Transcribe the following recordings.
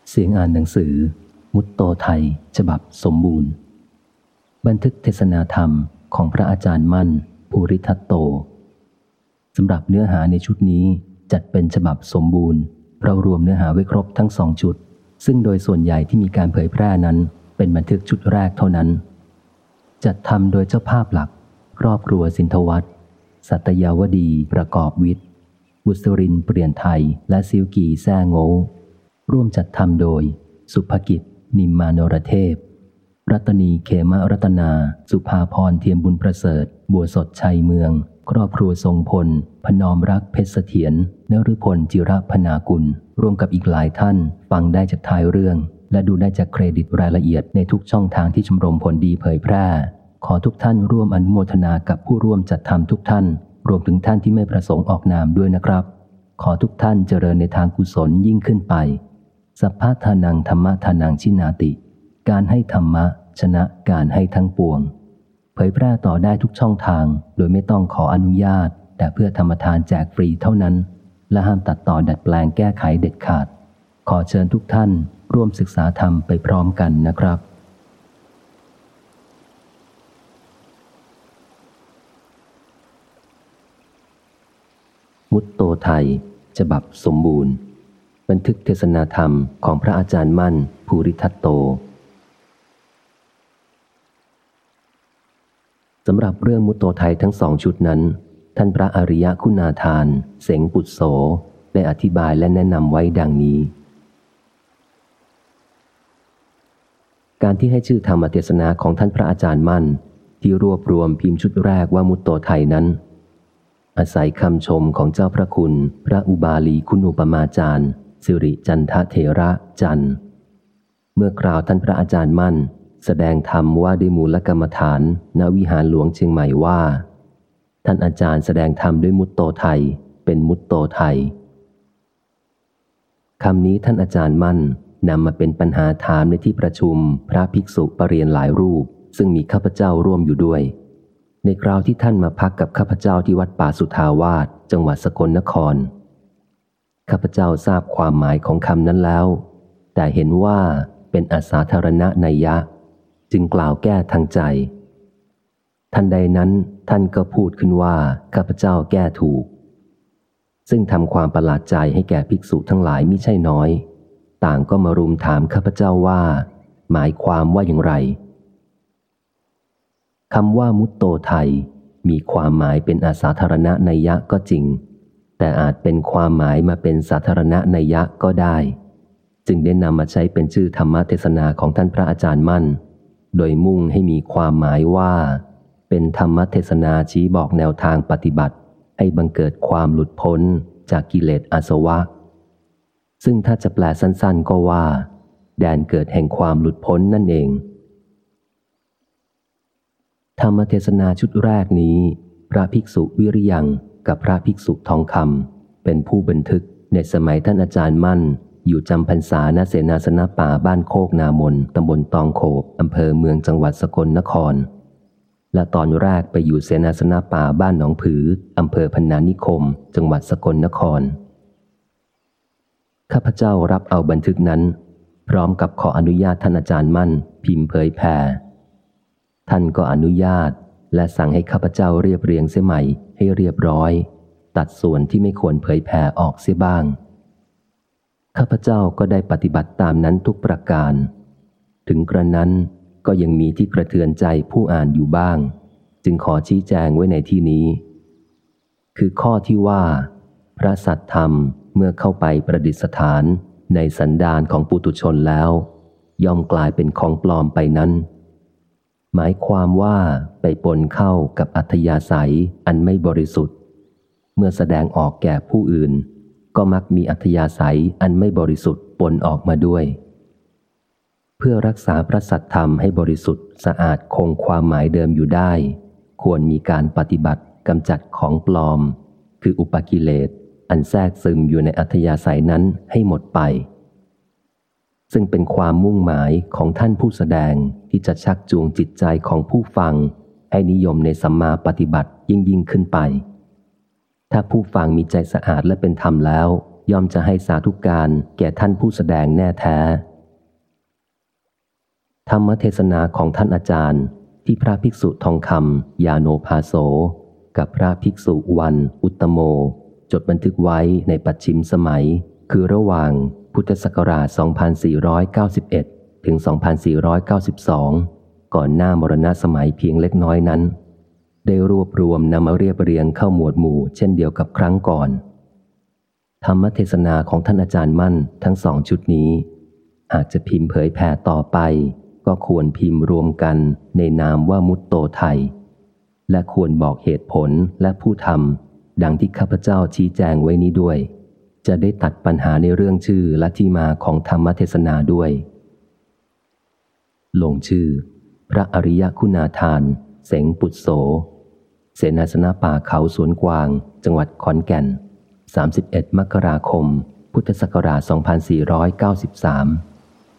เสียงอ่านหนังสือมุตโตไทยฉบับสมบูรณ์บันทึกเทศนาธรรมของพระอาจารย์มั่นภูริทัตโตสำหรับเนื้อหาในชุดนี้จัดเป็นฉบับสมบูรณ์เรารวมเนื้อหาไว้ครบทั้งสองชุดซึ่งโดยส่วนใหญ่ที่มีการเผยแพร่นั้นเป็นบันทึกชุดแรกเท่านั้นจัดทำโดยเจ้าภาพหลักครอบครัวสินทวัฒน์สัตยาวดีประกอบวิทย์บุษรินเปลี่ยนไทยและซิวกีแซ่โง่ร่วมจัดทำโดยสุภกิจนิมมานรเทพรัตนีเขมรัตนาสุภาพรเทียมบุญประเสริฐบัวสดชัยเมืองครอบครัวทรงพลพนอมรักเพชรเสถียรนฤพลจิรพนากุลร่วมกับอีกหลายท่านฟังได้จากท้ายเรื่องและดูได้จากเครดิตรายละเอียดในทุกช่องทางที่ชมรมผลดีเผยแพร่ขอทุกท่านร่วมอนุโมทนากับผู้ร่วมจัดทำทุกท่านรวมถึงท่านที่ไม่ประสงค์ออกนามด้วยนะครับขอทุกท่านเจริญในทางกุศลยิ่งขึ้นไปสัพพะทานังธรรมะทานังชินาติการให้ธรรมะชนะการให้ทั้งปวงเผยแพร่ต่อได้ทุกช่องทางโดยไม่ต้องขออนุญาตแต่เพื่อธรรมทานแจกฟรีเท่านั้นและห้ามตัดต่อดัดแปลงแก้ไขเด็ดขาดขอเชิญทุกท่านร่วมศึกษาธรรมไปพร้อมกันนะครับมุตโตไทยฉบับสมบูรณ์บันทึกเทศนาธรรมของพระอาจารย์มั่นภูริทัตโตสำหรับเรื่องมุตโตไทยทั้งสองชุดนั้นท่านพระอริยคุณาทานเสงปุตโสได้อธิบายและแนะนำไว้ดังนี้การที่ให้ชื่อธรรมเทศนาของท่านพระอาจารย์มั่นที่รวบรวมพิมพ์ชุดแรกว่ามุตโตไทยนั้นอาศัยคำชมของเจ้าพระคุณพระอุบาลีคุณูปมาจารย์สิริจันทเถระจันทร์เมื่อกล่าวท่านพระอาจารย์มั่นแสดงธรรมว่าด้วยมูลกรรมฐานณวิหารหลวงเชียงใหม่ว่าท่านอาจารย์แสดงธรรมด้วยมุตโตไทยเป็นมุตโตไทยคำนี้ท่านอาจารย์มั่นนำมาเป็นปัญหาถามในที่ประชุมพระภิกษุปรริยนหลายรูปซึ่งมีข้าพเจ้าร่วมอยู่ด้วยในคราวที่ท่านมาพักกับข้าพเจ้าที่วัดป่าสุทาวาสจังหวัดสกลนครข้าพเจ้าทราบความหมายของคำนั้นแล้วแต่เห็นว่าเป็นอสาธารณนัยยะจึงกล่าวแก้ทางใจทันใดนั้นท่านก็พูดขึ้นว่าข้าพเจ้าแก้ถูกซึ่งทำความประหลาดใจให้แก่ภิกษุทั้งหลายมิใช่น้อยต่างก็มารุมถามข้าพเจ้าว่าหมายความว่าอย่างไรคำว่ามุตโตไทยมีความหมายเป็นอสาธารณนัยยะก็จริงแต่อาจเป็นความหมายมาเป็นสาธารณนัยยะก็ได้จึงได้นำมาใช้เป็นชื่อธรรมเทศนาของท่านพระอาจารย์มั่นโดยมุ่งให้มีความหมายว่าเป็นธรรมเทศนาชี้บอกแนวทางปฏิบัติให้บังเกิดความหลุดพ้นจากกิเลสอาสวะซึ่งถ้าจะแปลสั้นๆก็ว่าแดนเกิดแห่งความหลุดพ้นนั่นเองธรรมเทศนาชุดแรกนี้พระภิกษุวิริยังกับพระภิกษุทองคำเป็นผู้บันทึกในสมัยท่านอาจารย์มั่นอยู่จำพรรษาณเสนาสนะป่าบ้านโคกนามนตำบลตองโขบอำเภอเมืองจังหวัดสกลนครและตอนแรกไปอยู่เสนาสนะป่าบ้านหนองผืออำเภอพนานิคมจังหวัดสกลนครข้าพเจ้ารับเอาบันทึกนั้นพร้อมกับขออนุญาตท่านอาจารย์มั่นพิมพ์เผยแผ่ท่านก็อนุญาตและสั่งให้ข้าพเจ้าเรียบเรียงเสียใหม่ให้เรียบร้อยตัดส่วนที่ไม่ควรเผยแผ่ออกเสียบ้างข้าพเจ้าก็ได้ปฏิบัติตามนั้นทุกประการถึงกระนั้นก็ยังมีที่กระเทือนใจผู้อ่านอยู่บ้างจึงขอชี้แจงไว้ในที่นี้คือข้อที่ว่าพระสัทธรรมเมื่อเข้าไปประดิษฐานในสันดานของปุถุชนแล้วย่อมกลายเป็นของปลอมไปนั้นหมายความว่าไปปนเข้ากับอัธยาศัยอันไม่บริสุทธิ์เมื่อแสดงออกแก่ผู้อื่นก็มักมีอัธยาศัยอันไม่บริสุทธิ์ปนออกมาด้วยเพื่อรักษาพระสัทธรรมให้บริสุทธิ์สะอาดคงความหมายเดิมอยู่ได้ควรมีการปฏิบัติกำจัดของปลอมคืออุปกิเลสอันแทรกซึมอยู่ในอัธยาศัยนั้นให้หมดไปซึ่งเป็นความมุ่งหมายของท่านผู้แสดงที่จะชักจูงจิตใจของผู้ฟังให้นิยมในสัมมาปฏิบัติยิ่งขึ้นไปถ้าผู้ฟังมีใจสะอาดและเป็นธรรมแล้วย่อมจะให้สาธุการแก่ท่านผู้แสดงแน่แท้ธรรมเทศนาของท่านอาจารย์ที่พระภิกษุทองคำยาโนภาโสกับพระภิกษุวันอุตตโมจดบันทึกไว้ในปัจฉิมสมัยคือระหว่างพุทธศักราช 2491 ถึง 2492 ก่อนหน้ามรณสมัยเพียงเล็กน้อยนั้นได้รวบรวมนำมาเรียบเรียงเข้าหมวดหมู่เช่นเดียวกับครั้งก่อนธรรมเทศนาของท่านอาจารย์มั่นทั้งสองชุดนี้หากจะพิมพ์เผยแผ่ต่อไปก็ควรพิมพ์รวมกันในนามว่ามุตโตไทยและควรบอกเหตุผลและผู้ทำดังที่ข้าพเจ้าชี้แจงไว้นี้ด้วยจะได้ตัดปัญหาในเรื่องชื่อและที่มาของธรรมเทศนาด้วยลงชื่อพระอริยคุณาทานเสงปุตโสเสนาสนะป่าเขาสวนกวางจังหวัดขอนแก่น31 มกราคมพุทธศักราช 2493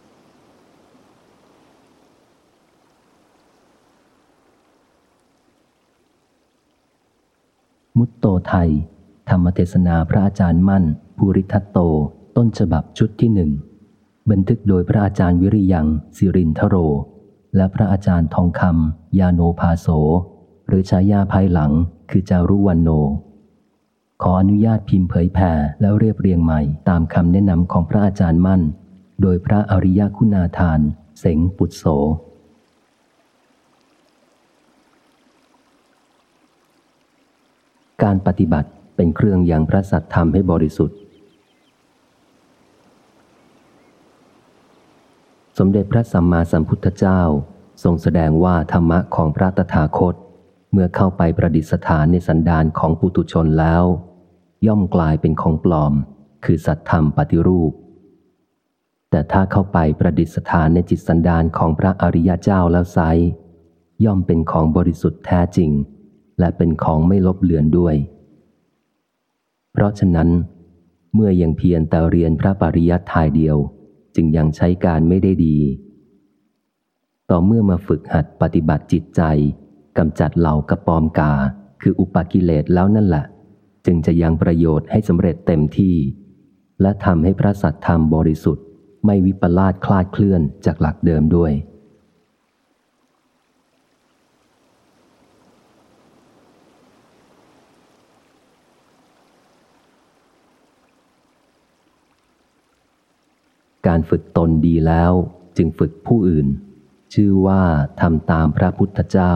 มุตโตไทยธรรมเทศนาพระอาจารย์มั่นภูริทัตโตต้นฉบับชุดที่1บันทึกโดยพระอาจารย์วิริยังสิรินทโรและพระอาจารย์ทองคำยาโนภาโสหรือฉายาภายหลังคือจารุวันโนขออนุญาตพิมพ์เผยแผ่แล้วเรียบเรียงใหม่ตามคำแนะนำของพระอาจารย์มั่นโดยพระอริยคุณาทานเสงปุตโสการปฏิบัติเป็นเครื่องยังพระสัทธรรมให้บริสุทธิ์สมเด็จพระสัมมาสัมพุทธเจ้าทรงแสดงว่าธรรมะของพระตถาคตเมื่อเข้าไปประดิษฐานในสันดานของปุถุชนแล้วย่อมกลายเป็นของปลอมคือสัทธรรมปฏิรูปแต่ถ้าเข้าไปประดิษฐานในจิตสันดานของพระอริยเจ้าแล้วไซร้ย่อมเป็นของบริสุทธิ์แท้จริงและเป็นของไม่ลบเลือนด้วยเพราะฉะนั้นเมื่อยังเพียรแต่เรียนพระปริยัติทายเดียวจึงยังใช้การไม่ได้ดีต่อเมื่อมาฝึกหัดปฏิบัติจิตใจกำจัดเหล่ากระปอมกาคืออุปกิเลสแล้วนั่นแหละจึงจะยังประโยชน์ให้สำเร็จเต็มที่และทำให้พระสัทธรรมบริสุทธิ์ไม่วิปลาสคลาดเคลื่อนจากหลักเดิมด้วยการฝึกตนดีแล้วจึงฝึกผู้อื่นชื่อว่าทำตามพระพุทธเจ้า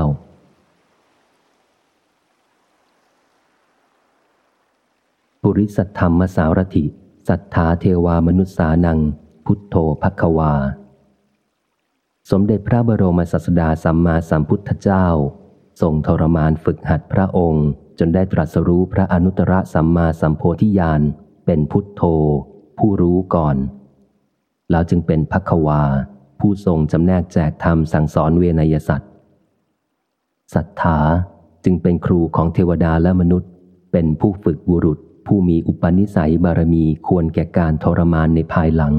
ปุริสัทธรรมสารถิสัทธาเทวามนุษสานังพุทโธภควาสมเด็จพระบรมศาสดาสัมมาสัมพุทธเจ้าทรงทรมานฝึกหัดพระองค์จนได้ตรัสรู้พระอนุตตรสัมมาสัมโพธิญาณเป็นพุทโธผู้รู้ก่อนแล้วจึงเป็นภควาผู้ทรงจำแนกแจกธรรมสั่งสอนเวนยสัตว์ศรัทธาจึงเป็นครูของเทวดาและมนุษย์เป็นผู้ฝึกบุรุษผู้มีอุปนิสัยบารมีควรแก่การทรมานในภายหลัง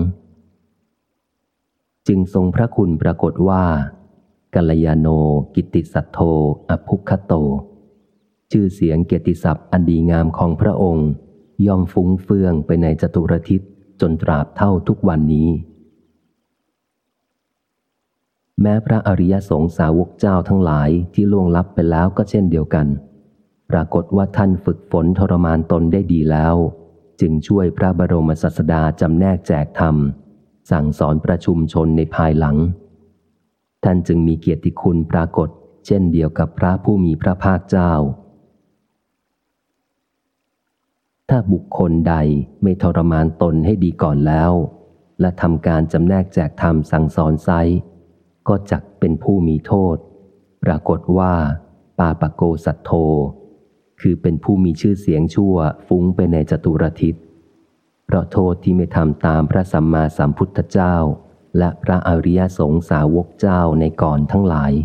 จึงทรงพระคุณปรากฏว่ากัลยาโนกิตติสัทโธอภุคโตชื่อเสียงเกียรติศัพท์อันดีงามของพระองค์ย่อมฟุ้งเฟื่องไปในจตุรทิศจนตราบเท่าทุกวันนี้แม้พระอริยสงฆ์สาวกเจ้าทั้งหลายที่ล่วงลับไปแล้วก็เช่นเดียวกันปรากฏว่าท่านฝึกฝนทรมานตนได้ดีแล้วจึงช่วยพระบรมศาสดาจำแนกแจกธรรมสั่งสอนประชุมชนในภายหลังท่านจึงมีเกียรติคุณปรากฏเช่นเดียวกับพระผู้มีพระภาคเจ้าถ้าบุคคลใดไม่ทรมานตนให้ดีก่อนแล้วและทำการจำแนกแจกธรรมสั่งสอนไซก็จักเป็นผู้มีโทษปรากฏว่าปาปโกสัตโธคือเป็นผู้มีชื่อเสียงชั่วฟุ้งไปในจตุรทิศเพราะโทษที่ไม่ทำตามพระสัมมาสัมพุทธเจ้าและพระอริยสงฆ์สาวกเจ้าในก่อนทั้งหลาย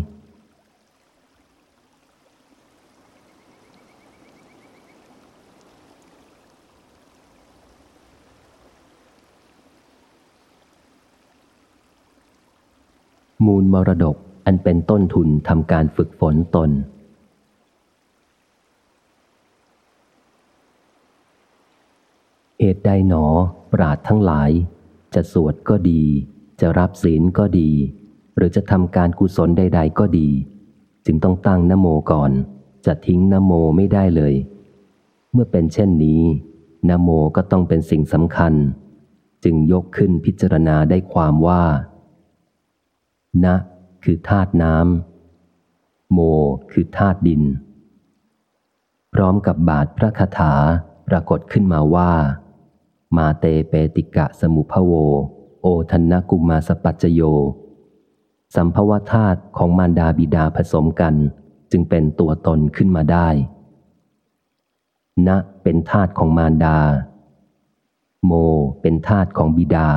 มูลมรดกอันเป็นต้นทุนทำการฝึกฝนตนเหตุใดหนอปราชญ์ทั้งหลายจะสวดก็ดีจะรับศีลก็ดีหรือจะทำการกุศลใดๆก็ดีจึงต้องตั้งนะโมก่อนจะทิ้งนะโมไม่ได้เลยเมื่อเป็นเช่นนี้นะโมก็ต้องเป็นสิ่งสำคัญจึงยกขึ้นพิจารณาได้ความว่านะคือธาตุน้ำโมคือธาตุดินพร้อมกับบาทพระคาถาปรากฏขึ้นมาว่ามาเตเปติกะสมุภโวโอทันนกุมาสปัจจโยสัมภวธาตุของมารดาบิดาผสมกันจึงเป็นตัวตนขึ้นมาได้นะเป็นธาตุของมารดาโมเป็นธาตุของบิดา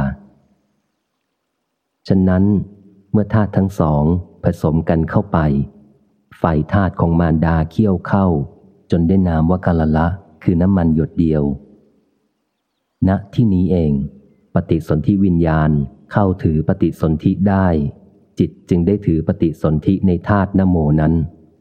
ฉะนั้นเมื่อธาตุทั้งสองผสมกันเข้าไปไฟธาตุของมารดาเคี่ยวเข้าจนได้นามว่ากาลละคือน้ำมันหยดเดียวณที่นี้เองปฏิสนธิวิญญาณเข้าถือปฏิสนธิได้จิตจึงได้ถือปฏิสนธิในธาตุนะโมนั้น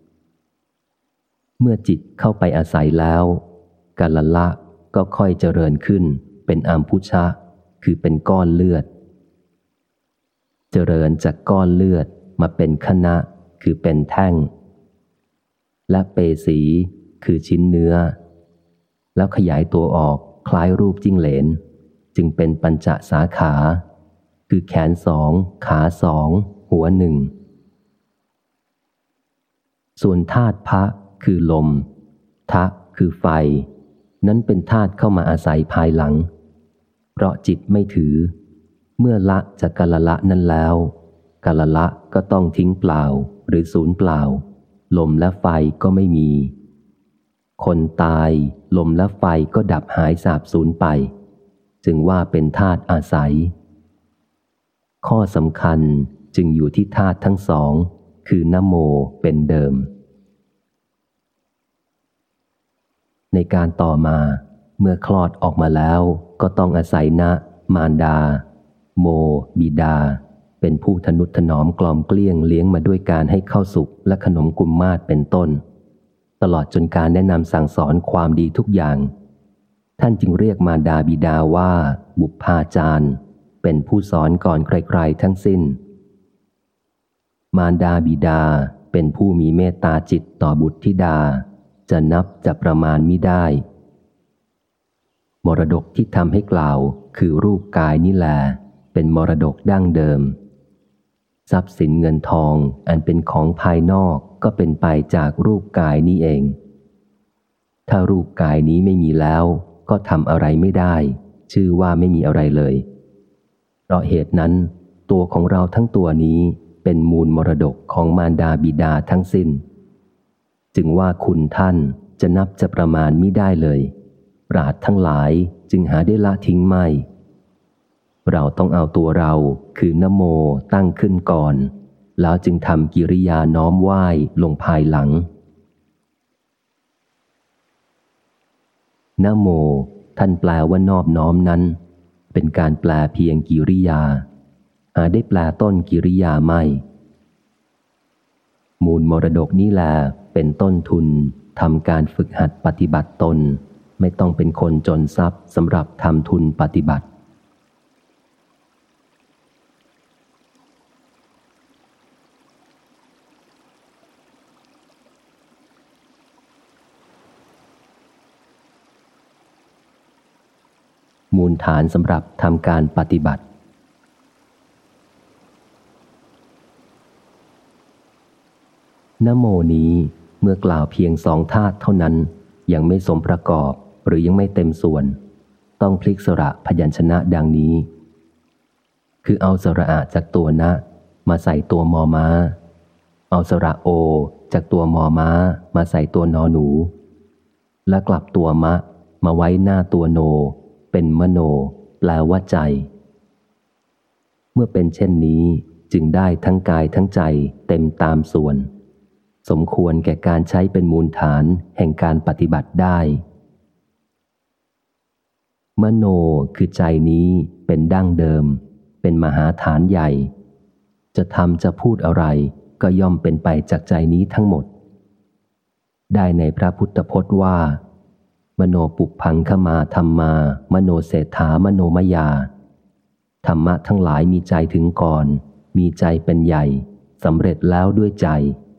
เมื่อจิตเข้าไปอาศัยแล้วกาลละก็ค่อยเจริญขึ้นเป็นอัมพุชะคือเป็นก้อนเลือดเจริญจากก้อนเลือดมาเป็นคณะคือเป็นแท่งและเปสีคือชิ้นเนื้อแล้วขยายตัวออกคล้ายรูปจิ้งเหลนจึงเป็นปัญจสาขาคือแขนสองขาสองหัวหนึ่งส่วนธาตุพะคือลมทะคือไฟนั้นเป็นธาตุเข้ามาอาศัยภายหลังเพราะจิตไม่ถือเมื่อละจากกาลละนั้นแล้วกาลละก็ต้องทิ้งเปล่าหรือสูญเปล่าลมและไฟก็ไม่มีคนตายลมและไฟก็ดับหายสาบสูญไปจึงว่าเป็นธาตุอาศัยข้อสำคัญจึงอยู่ที่ธาตุทั้งสองคือนะโมเป็นเดิมในการต่อมาเมื่อคลอดออกมาแล้วก็ต้องอาศัยนะมารดาโมบิดาเป็นผู้ทนุถนอมกล่อมเกลี้ยงเลี้ยงมาด้วยการให้ข้าวสุกและขนมกุมมาศเป็นต้นตลอดจนการแนะนำสั่งสอนความดีทุกอย่างท่านจึงเรียกมารดาบิดาว่าบุพภาจารย์เป็นผู้สอนก่อนใครๆทั้งสิ้นมารดาบิดาเป็นผู้มีเมตตาจิตต่อบุตรธิดาจะนับจะประมาณมิได้มรดกที่ทำให้กล่าวคือรูปกายนี่แลเป็นมรดกดั้งเดิมทรัพย์สินเงินทองอันเป็นของภายนอกก็เป็นไปจากรูปกายนี้เองถ้ารูปกายนี้ไม่มีแล้วก็ทำอะไรไม่ได้ชื่อว่าไม่มีอะไรเลยเพราะเหตุนั้นตัวของเราทั้งตัวนี้เป็นมูลมรดกของมารดาบิดาทั้งสิ้นจึงว่าคุณท่านจะนับจะประมาณมิได้เลยปราชญ์ทั้งหลายจึงหาได้ละทิ้งไม่เราต้องเอาตัวเราคือนะโมตั้งขึ้นก่อนแล้วจึงทำกิริยาน้อมไหว้ลงภายหลังนะโมท่านแปลว่านอบน้อมนั้นเป็นการแปลเพียงกิริยาหาได้แปลต้นกิริยาไม่มูลมรดกนี้แลเป็นต้นทุนทำการฝึกหัดปฏิบัติตนไม่ต้องเป็นคนจนทรัพย์สำหรับทำทุนปฏิบัติมูลฐานสำหรับทำการปฏิบัตินะโมนี้เมื่อกล่าวเพียง2 ธาตุเท่านั้นยังไม่สมประกอบหรือยังไม่เต็มส่วนต้องพลิกสระพยัญชนะดังนี้คือเอาสระอะจากตัวนะมาใส่ตัวมอม้าเอาสระโอจากตัวมอม้ามาใส่ตัวนอหนูและกลับตัวมะมาไว้หน้าตัวโนเป็นมโนแปลว่าใจเมื่อเป็นเช่นนี้จึงได้ทั้งกายทั้งใจเต็มตามส่วนสมควรแก่การใช้เป็นมูลฐานแห่งการปฏิบัติได้มโนคือใจนี้เป็นดั้งเดิมเป็นมหาฐานใหญ่จะทำจะพูดอะไรก็ย่อมเป็นไปจากใจนี้ทั้งหมดได้ในพระพุทธพจน์ว่ามโนปุพพังขมาธรรมามโนเศรษฐามโนมยาธรรมะทั้งหลายมีใจถึงก่อนมีใจเป็นใหญ่สำเร็จแล้วด้วยใจ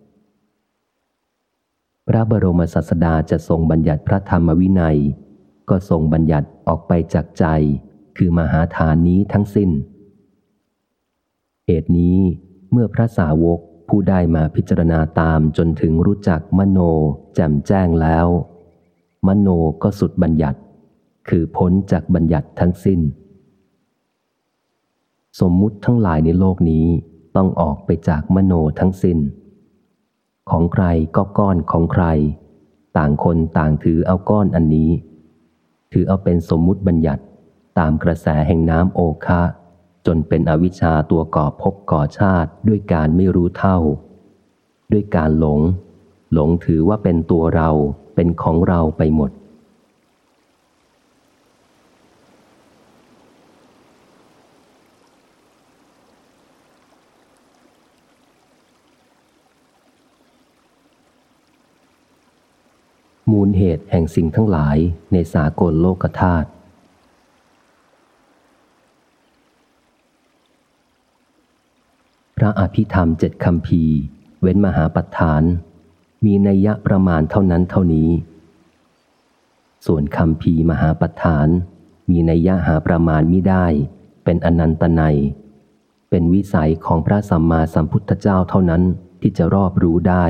พระบรมศาสดาจะทรงบัญญัติพระธรรมวินัยก็ทรงบัญญัติออกไปจากใจคือมหาฐานนี้ทั้งสิ้นเหตุนี้เมื่อพระสาวกผู้ได้มาพิจารณาตามจนถึงรู้จักมโนแจ่มแจ้งแล้วมโนก็สุดบัญญัติคือพ้นจากบัญญัติทั้งสิ้นสมมุติทั้งหลายในโลกนี้ต้องออกไปจากมโนทั้งสิ้นของใครก็ก้อนของใครต่างคนต่างถือเอาก้อนอันนี้ถือเอาเป็นสมมุติบัญญัติตามกระแสแห่งน้ำโอคะจนเป็นอวิชชาตัวก่อภพก่อชาติด้วยการไม่รู้เท่าด้วยการหลงถือว่าเป็นตัวเราเป็นของเราไปหมดมูลเหตุแห่งสิ่งทั้งหลายในสากลโลกธาตุพระอภิธรรม7 คัมภีร์เว้นมหาปัฏฐานมีนัยยะประมาณเท่านั้นเท่านี้ส่วนคัมภีร์มหาปัฏฐานมีนัยยะหาประมาณมิได้เป็นอนันตนัยเป็นวิสัยของพระสัมมาสัมพุทธเจ้าเท่านั้นที่จะรอบรู้ได้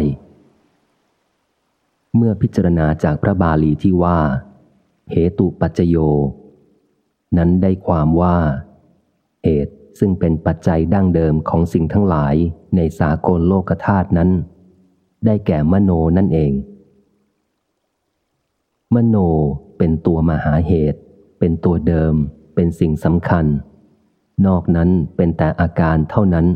เมื่อพิจารณาจากพระบาลีที่ว่าเหตุปัจจโยนั้นได้ความว่าเหตุซึ่งเป็นปัจจัยดั้งเดิมของสิ่งทั้งหลายในสากลโลกธาตุนั้นได้แก่มโนนั่นเองมโนเป็นตัวมหาเหตุเป็นตัวเดิมเป็นสิ่งสำคัญนอกนั้นเป็นแต่อาการเท่านั้น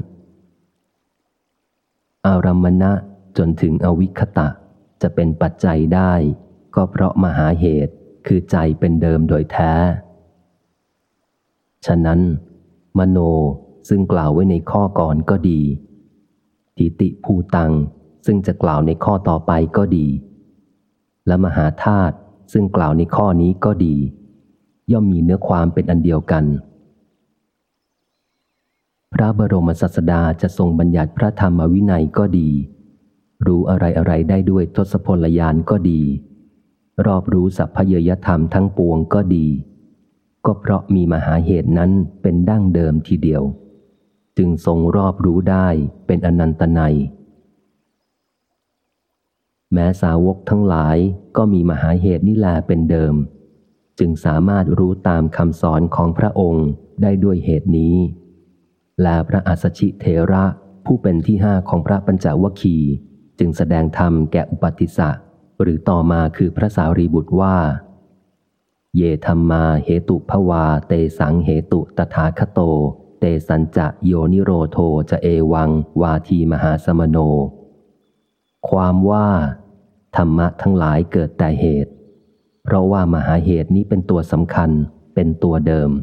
อารัมมณะจนถึงอวิคตะจะเป็นปัจจัยได้ก็เพราะมหาเหตุคือใจเป็นเดิมโดยแท้ฉะนั้นมโนซึ่งกล่าวไว้ในข้อก่อนก็ดีทิฏฐิภูตังซึ่งจะกล่าวในข้อต่อไปก็ดีและมหาธาตุซึ่งกล่าวในข้อนี้ก็ดีย่อมมีเนื้อความเป็นอันเดียวกันพระบรมศาสดาจะทรงบัญญัติพระธรรมวินัยก็ดีรู้อะไรได้ด้วยทศพลญาณก็ดีรอบรู้สัพพเยยธรรมทั้งปวงก็ดีก็เพราะมีมหาเหตุนั้นเป็นดั้งเดิมทีเดียวจึงทรงรอบรู้ได้เป็นอนันตนัยแม้สาวกทั้งหลายก็มีมหาเหตุนี่แลเป็นเดิมจึงสามารถรู้ตามคำสอนของพระองค์ได้ด้วยเหตุนี้และพระอัสสชิเถระผู้เป็นที่5ของพระปัญจวัคคีย์จึงแสดงธรรมแก่อุปติสสะหรือต่อมาคือพระสารีบุตรว่าเยธัมมาเหตุภวาเตสังเหตุตถาคโตเตสัญจะโยนิโรโทจะเอวังวาทีมหาสมโนความว่าธรรมะทั้งหลายเกิดแต่เหตุเพราะว่ามหาเหตุนี้เป็นตัวสำคัญเป็นตัวเดิม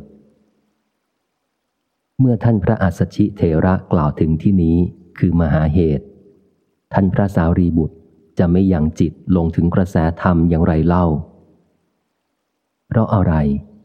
เมื่อท่านพระอัสสชิเถระกล่าวถึงที่นี้คือมหาเหตุท่านพระสารีบุตรจะไม่ยังจิตลงถึงกระแสธรรมอย่างไรเล่าเพราะอะไร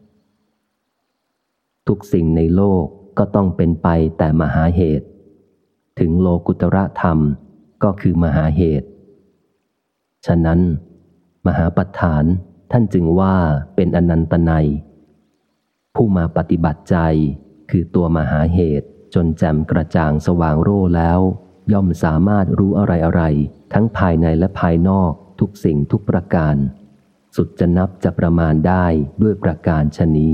ทุกสิ่งในโลกก็ต้องเป็นไปแต่มหาเหตุถึงโลกุตระธรรมก็คือมหาเหตุฉะนั้นมหาปัฏฐานท่านจึงว่าเป็นอนันตนัยผู้มาปฏิบัติใจคือตัวมหาเหตุจนแจ่มกระจ่างสว่างโร่แล้วย่อมสามารถรู้อะไรทั้งภายในและภายนอกทุกสิ่งทุกประการสุดจะนับจะประมาณได้ด้วยประการฉะนี้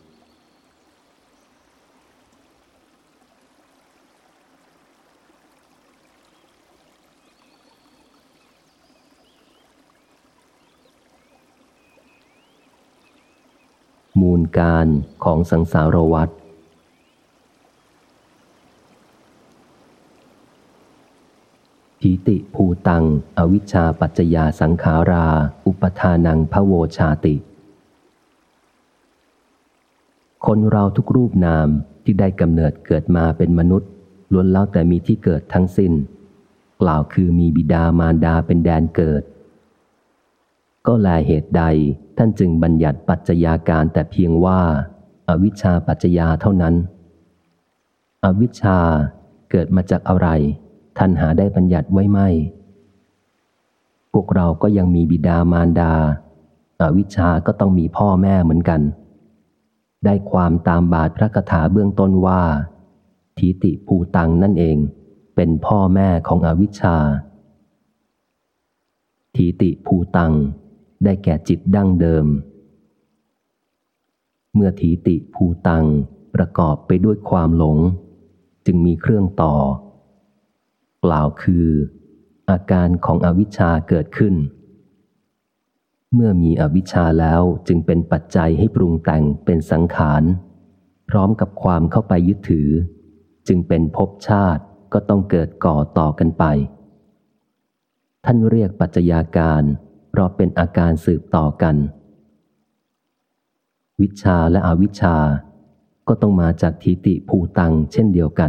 มูลการของสังสารวัฏทิฏฐิภูตังอวิชชาปัจจยาสังขาราอุปทานังภโวชาติคนเราทุกรูปนามที่ได้กำเนิดเกิดมาเป็นมนุษย์ล้วนแล้วแต่มีที่เกิดทั้งสิ้นกล่าวคือมีบิดามารดาเป็นแดนเกิดก็แลเหตุใดท่านจึงบัญญัติปัจจัยาการแต่เพียงว่าอวิชชาปัจจยาเท่านั้นอวิชชาเกิดมาจากอะไรท่านหาได้บัญญัติไว้ไหมพวกเราก็ยังมีบิดามารดาอวิชชาก็ต้องมีพ่อแม่เหมือนกันได้ความตามบาทพระคาถาเบื้องต้นว่าทีติภูตังนั่นเองเป็นพ่อแม่ของอวิชชาทีติภูตังได้แก่จิตดั้งเดิมเมื่อทีติภูตังประกอบไปด้วยความหลงจึงมีเครื่องต่อกล่าวคืออาการของอวิชชาเกิดขึ้นเมื่อมีอวิชชาแล้วจึงเป็นปัจจัยให้ปรุงแต่งเป็นสังขารพร้อมกับความเข้าไปยึดถือจึงเป็นภพชาติก็ต้องเกิดก่อต่อกันไปท่านเรียกปัจจัยาการเพราะเป็นอาการสืบต่อกันวิชชาและอวิชชาก็ต้องมาจากทีติภูตังเช่นเดียวกัน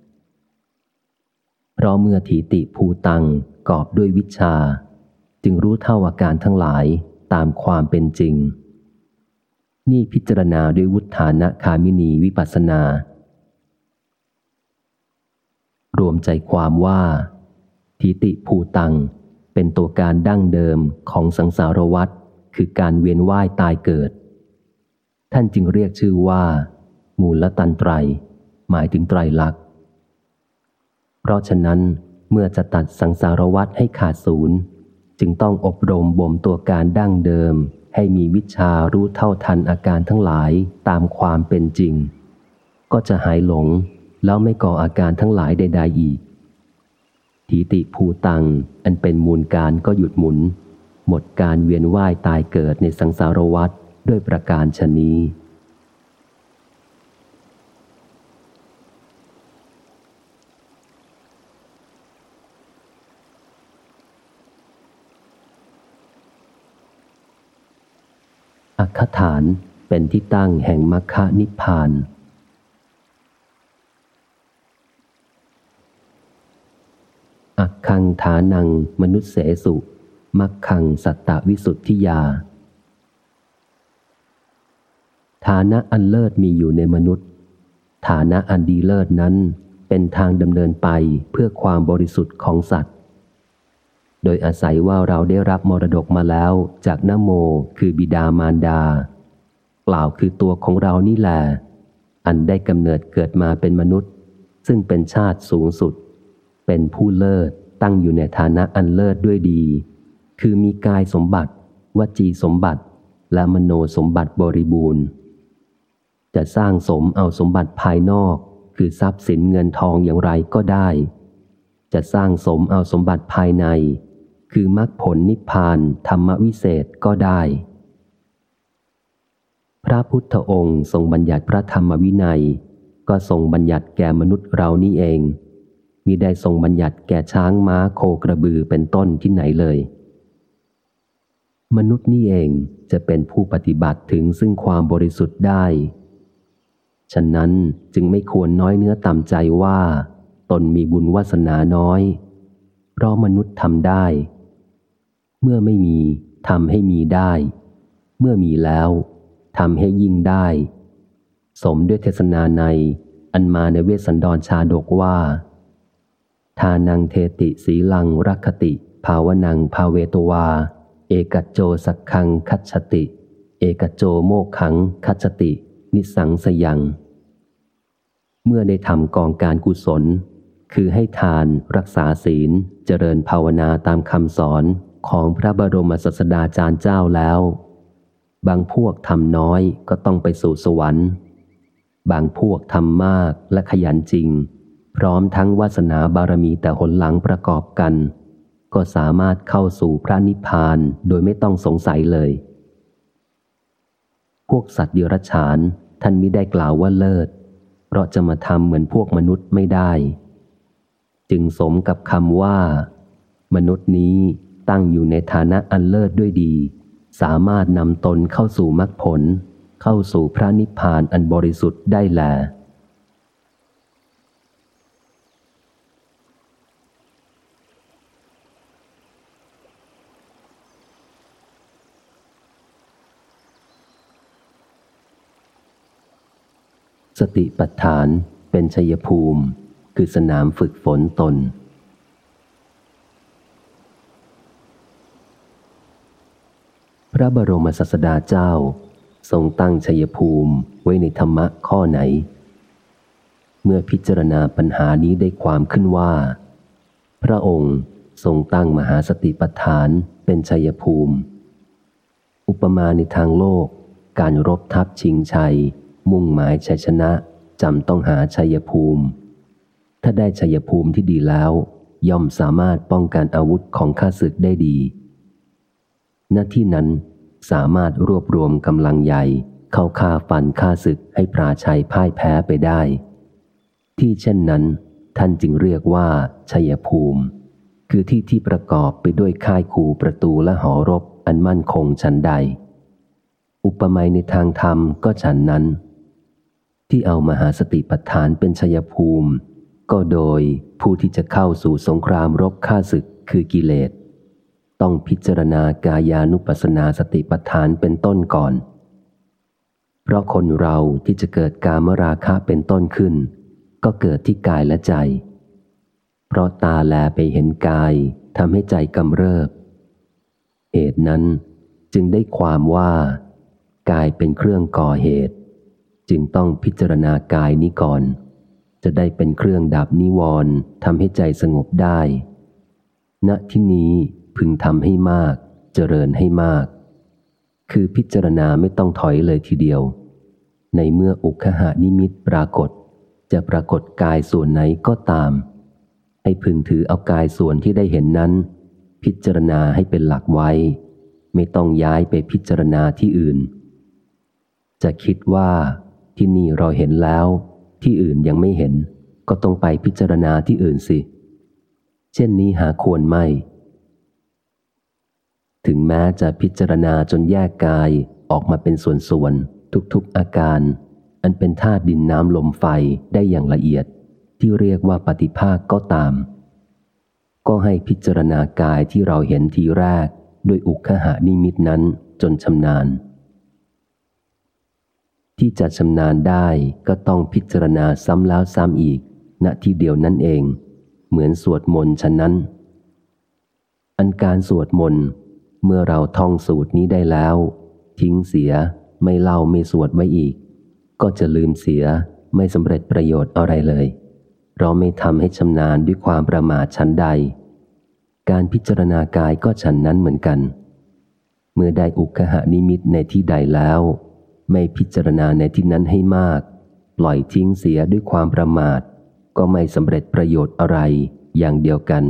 เพราะเมื่อทีติภูตังกอบด้วยวิชชาจึงรู้เท่าอาการทั้งหลายตามความเป็นจริงนี่พิจารณาด้วยวุฒานะคามินีวิปัสสนารวมใจความว่าทีติภูตังเป็นตัวการดั้งเดิมของสังสารวัฏคือการเวียนว่ายตายเกิดท่านจึงเรียกชื่อว่ามูลตันไตรหมายถึงไตรลักษณ์เพราะฉะนั้นเมื่อจะตัดสังสารวัฏให้ขาดศูนย์จึงต้องอบรมบ่มตัวการดั้งเดิมให้มีวิชารู้เท่าทันอาการทั้งหลายตามความเป็นจริงก็จะหายหลงแล้วไม่ก่ออาการทั้งหลายใดๆอีกทีติภูตังอันเป็นมูลการก็หยุดหมุนหมดการเวียนว่ายตายเกิดในสังสารวัฏด้วยประการฉะนี้อัคคฐานเป็นที่ตั้งแห่งมรรคนิพพานอัคคังฐานังมนุษเสสุมัคคังสัตตวิสุทธิยาฐานะอันเลิศมีอยู่ในมนุษย์ฐานะอันดีเลิศนั้นเป็นทางดำเนินไปเพื่อความบริสุทธิ์ของสัตว์โดยอาศัยว่าเราได้รับมรดกมาแล้วจากนะโมคือบิดามารดากล่าวคือตัวของเรานี่แหละอันได้กำเนิดเกิดมาเป็นมนุษย์ซึ่งเป็นชาติสูงสุดเป็นผู้เลิศตั้งอยู่ในฐานะอันเลิศด้วยดีคือมีกายสมบัติวจีสมบัติและมโนสมบัติบริบูรณ์จะสร้างสมเอาสมบัติภายนอกคือทรัพย์สินเงินทองอย่างไรก็ได้จะสร้างสมเอาสมบัติภายในคือมรรคผลนิพพานธรรมวิเศษก็ได้พระพุทธองค์ทรงบัญญัติพระธรรมวินัยก็ทรงบัญญัติแก่มนุษย์เรานี่เองมิได้ทรงบัญญัติแก่ช้างม้าโคกระบือเป็นต้นที่ไหนเลยมนุษย์นี่เองจะเป็นผู้ปฏิบัติถึงซึ่งความบริสุทธิ์ได้ฉะนั้นจึงไม่ควรน้อยเนื้อต่ำใจว่าตนมีบุญวาสนาน้อยเพราะมนุษย์ทำได้เมื่อไม่มีทำให้มีได้เมื่อมีแล้วทำให้ยิ่งได้สมด้วยเทศนาในอันมาในเวสสันดรชาดกว่าทานังเทติสีลังรักขติภาวนังภาเวตวาเอกัจโจสักขังคัจฉติเอกัจโจโมกขังคัจฉตินิสังสยังเมื่อได้ทำกองการกุศลคือให้ทานรักษาศีลเจริญภาวนาตามคำสอนของพระบรมศาสดาจารย์เจ้าแล้วบางพวกทำน้อยก็ต้องไปสู่สวรรค์บางพวกทำมากและขยันจริงพร้อมทั้งวาสนาบารมีแต่หนหลังประกอบกันก็สามารถเข้าสู่พระนิพพานโดยไม่ต้องสงสัยเลยพวกสัตว์เดรัจฉานท่านมิได้กล่าวว่าเลิศเพราะจะมาทำเหมือนพวกมนุษย์ไม่ได้จึงสมกับคำว่ามนุษย์นี้ตั้งอยู่ในฐานะอันเลิศด้วยดีสามารถนำตนเข้าสู่มรรคผลเข้าสู่พระนิพพานอันบริสุทธิ์ได้แลสติปัฏฐานเป็นชัยภูมิคือสนามฝึกฝนตนพระบรมศาสดาเจ้าทรงตั้งชัยภูมิไว้ในธรรมะข้อไหนเมื่อพิจารณาปัญหานี้ได้ความขึ้นว่าพระองค์ทรงตั้งมหาสติปัฏฐานเป็นชัยภูมิอุปมาในทางโลกการรบทัพชิงชัยมุ่งหมายชัยชนะจำต้องหาชัยภูมิถ้าได้ชัยภูมิที่ดีแล้วย่อมสามารถป้องกันอาวุธของข้าศึกได้ดีณที่นั้นสามารถรวบรวมกำลังใหญ่เข้าฆ่าฟันฆ่าศึกให้ปราชัยพ่ายแพ้ไปได้ที่เช่นนั้นท่านจึงเรียกว่าชัยภูมิคือที่ที่ประกอบไปด้วยค่ายคูประตูและหอรบอันมั่นคงฉันใดอุปมาในทางธรรมก็ฉันนั้นที่เอามหาสติปัฏฐานเป็นชัยภูมิก็โดยผู้ที่จะเข้าสู่สงครามรบฆ่าศึกคือกิเลสต้องพิจารณากายานุปัสสนาสติปัฏฐานเป็นต้นก่อนเพราะคนเราที่จะเกิดกามราคะเป็นต้นขึ้นก็เกิดที่กายและใจเพราะตาแลไปเห็นกายทำให้ใจกำเริบเหตุนั้นจึงได้ความว่ากายเป็นเครื่องก่อเหตุจึงต้องพิจารณากายนี้ก่อนจะได้เป็นเครื่องดับนิวรณ์ทำให้ใจสงบได้ณที่นี้พึงทำให้มากเจริญให้มากคือพิจารณาไม่ต้องถอยเลยทีเดียวในเมื่ออุคหานิมิตปรากฏจะปรากฏกายส่วนไหนก็ตามให้พึงถือเอากายส่วนที่ได้เห็นนั้นพิจารณาให้เป็นหลักไว้ไม่ต้องย้ายไปพิจารณาที่อื่นจะคิดว่าที่นี่เราเห็นแล้วที่อื่นยังไม่เห็นก็ต้องไปพิจารณาที่อื่นสิเช่นนี้หาควรไม่ถึงแม้จะพิจารณาจนแยกกายออกมาเป็นส่วนๆทุกๆอาการอันเป็นธาตุดินน้ำลมไฟได้อย่างละเอียดที่เรียกว่าปฏิภาคก็ตามก็ให้พิจารณากายที่เราเห็นทีแรกด้วยอุคหานิมิตนั้นจนชำนาญที่จะชำนาญได้ก็ต้องพิจารณาซ้ำแล้วซ้ำอีกณที่เดียวนั่นเองเหมือนสวดมนต์ฉะนั้นอันการสวดมนต์เมื่อเราท่องสูตรนี้ได้แล้วทิ้งเสียไม่เล่าไม่สวดไว้อีกก็จะลืมเสียไม่สำเร็จประโยชน์อะไรเลยเพราะไม่ทำให้ชำนาญด้วยความประมาทชั้นใดการพิจารณากายก็ฉันนั้นเหมือนกันเมื่อได้อุคหานิมิตในที่ใดแล้วไม่พิจารณาในที่นั้นให้มากปล่อยทิ้งเสียด้วยความประมาทก็ไม่สำเร็จประโยชน์อะไรอย่างเดียวกัน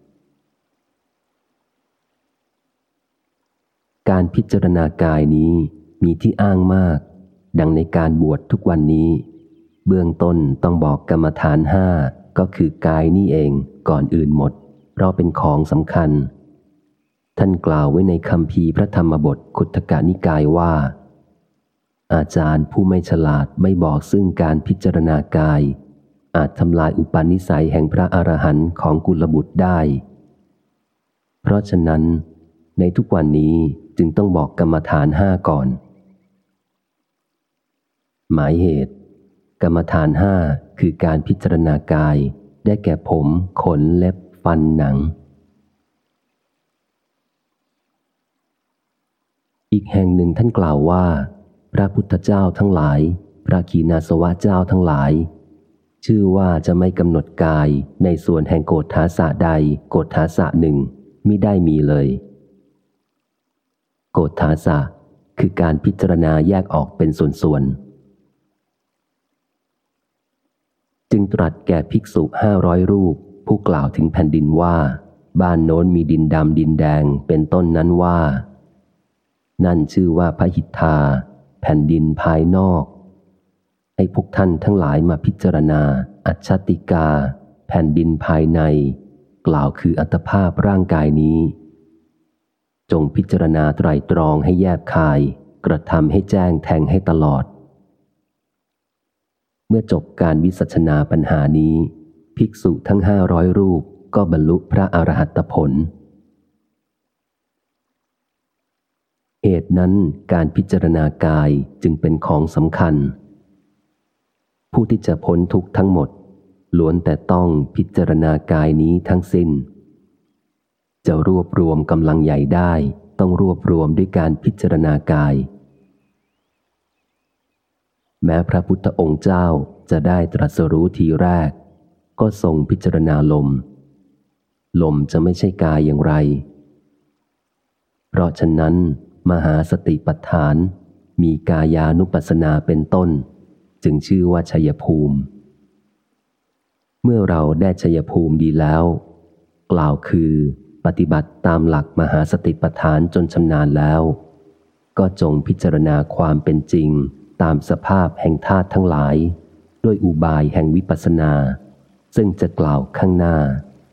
การพิจารณากายนี้มีที่อ้างมากดังในการบวชทุกวันนี้เบื้องต้นต้องบอกกรรมฐาน5ก็คือกายนี่เองก่อนอื่นหมดเพราะเป็นของสำคัญท่านกล่าวไว้ในคัมภีร์พระธรรมบทขุททกนิกายว่าอาจารย์ผู้ไม่ฉลาดไม่บอกซึ่งการพิจารณากายอาจทำลายอุปนิสัยแห่งพระอรหันต์ของกุลบุตรได้เพราะฉะนั้นในทุกวันนี้จึงต้องบอกกรรมฐาน5ก่อนหมายเหตุกรรมฐาน5คือการพิจารณากายได้แก่ผมขนเล็บฟันหนังอีกแห่งหนึ่งท่านกล่าวว่าพระพุทธเจ้าทั้งหลายพระขีณาสวะเจ้าทั้งหลายชื่อว่าจะไม่กำหนดกายในส่วนแห่งโกฏฐาสะใดโกฏฐาสะหนึ่งมิได้มีเลยโกฏฐาสะคือการพิจารณาแยกออกเป็นส่วนๆจึงตรัสแก่ภิกษุ500รูปผู้กล่าวถึงแผ่นดินว่าบ้านโน้นมีดินดำดินแดงเป็นต้นนั้นว่านั่นชื่อว่าพหิทธาแผ่นดินภายนอกให้พวกท่านทั้งหลายมาพิจารณาอัจฉติกาแผ่นดินภายในกล่าวคืออัตภาพร่างกายนี้จงพิจารณาไตรตรองให้แยบคายกระทำให้แจ้งแทงให้ตลอดเมื่อจบการวิสัชนาปัญหานี้ภิกษุทั้ง500รูปก็บรรลุพระอรหัตผลเหตุนั้นการพิจารณากายจึงเป็นของสำคัญผู้ที่จะพ้นทุกข์ทั้งหมดล้วนแต่ต้องพิจารณากายนี้ทั้งสิ้นจะรวบรวมกำลังใหญ่ได้ต้องรวบรวมด้วยการพิจารณากายแม้พระพุทธองค์เจ้าจะได้ตรัสรู้ทีแรกก็ทรงพิจารณาลมลมจะไม่ใช่กายอย่างไรเพราะฉะนั้นมหาสติปัฏฐานมีกายานุปัสสนาเป็นต้นจึงชื่อว่าชัยภูมิเมื่อเราได้ชัยภูมิดีแล้วกล่าวคือปฏิบัติตามหลักมหาสติปัฏฐานจนชำนาญแล้วก็จงพิจารณาความเป็นจริงตามสภาพแห่งธาตุทั้งหลายด้วยอุบายแห่งวิปัสสนาซึ่งจะกล่าวข้างหน้า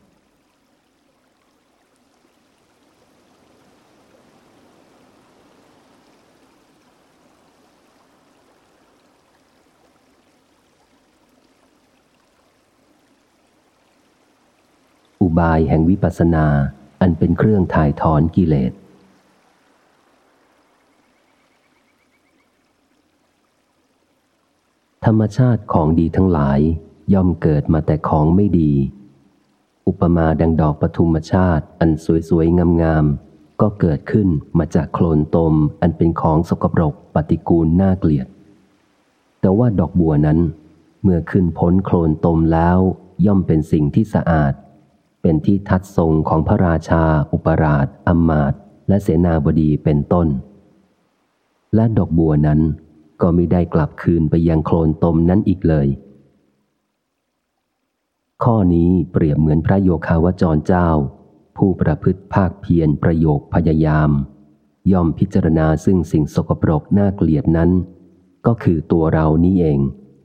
อุบายแห่งวิปัสสนาอันเป็นเครื่องถ่ายถอนกิเลสธรรมชาติของดีทั้งหลายย่อมเกิดมาแต่ของไม่ดีอุปมาดังดอกปทุมชาติอันสวยๆงามๆก็เกิดขึ้นมาจากโคลนตมอันเป็นของสกปรกปฏิกูลน่าเกลียดแต่ว่าดอกบัวนั้นเมื่อขึ้นพ้นโคลนตมแล้วย่อมเป็นสิ่งที่สะอาดเป็นที่ทัดทรงของพระราชาอุปราชอำมาตย์และเสนาบดีเป็นต้นและดอกบัวนั้นก็มิได้กลับคืนไปยังโคลนตมนั้นอีกเลยข้อนี้เปรียบเหมือนพระโยคาวจรเจ้าผู้ประพฤติภาคเพียรประโยคพยายามย่อมพิจารณาซึ่งสิ่งสกปรกน่าเกลียดนั้นก็คือตัวเรานี้เอง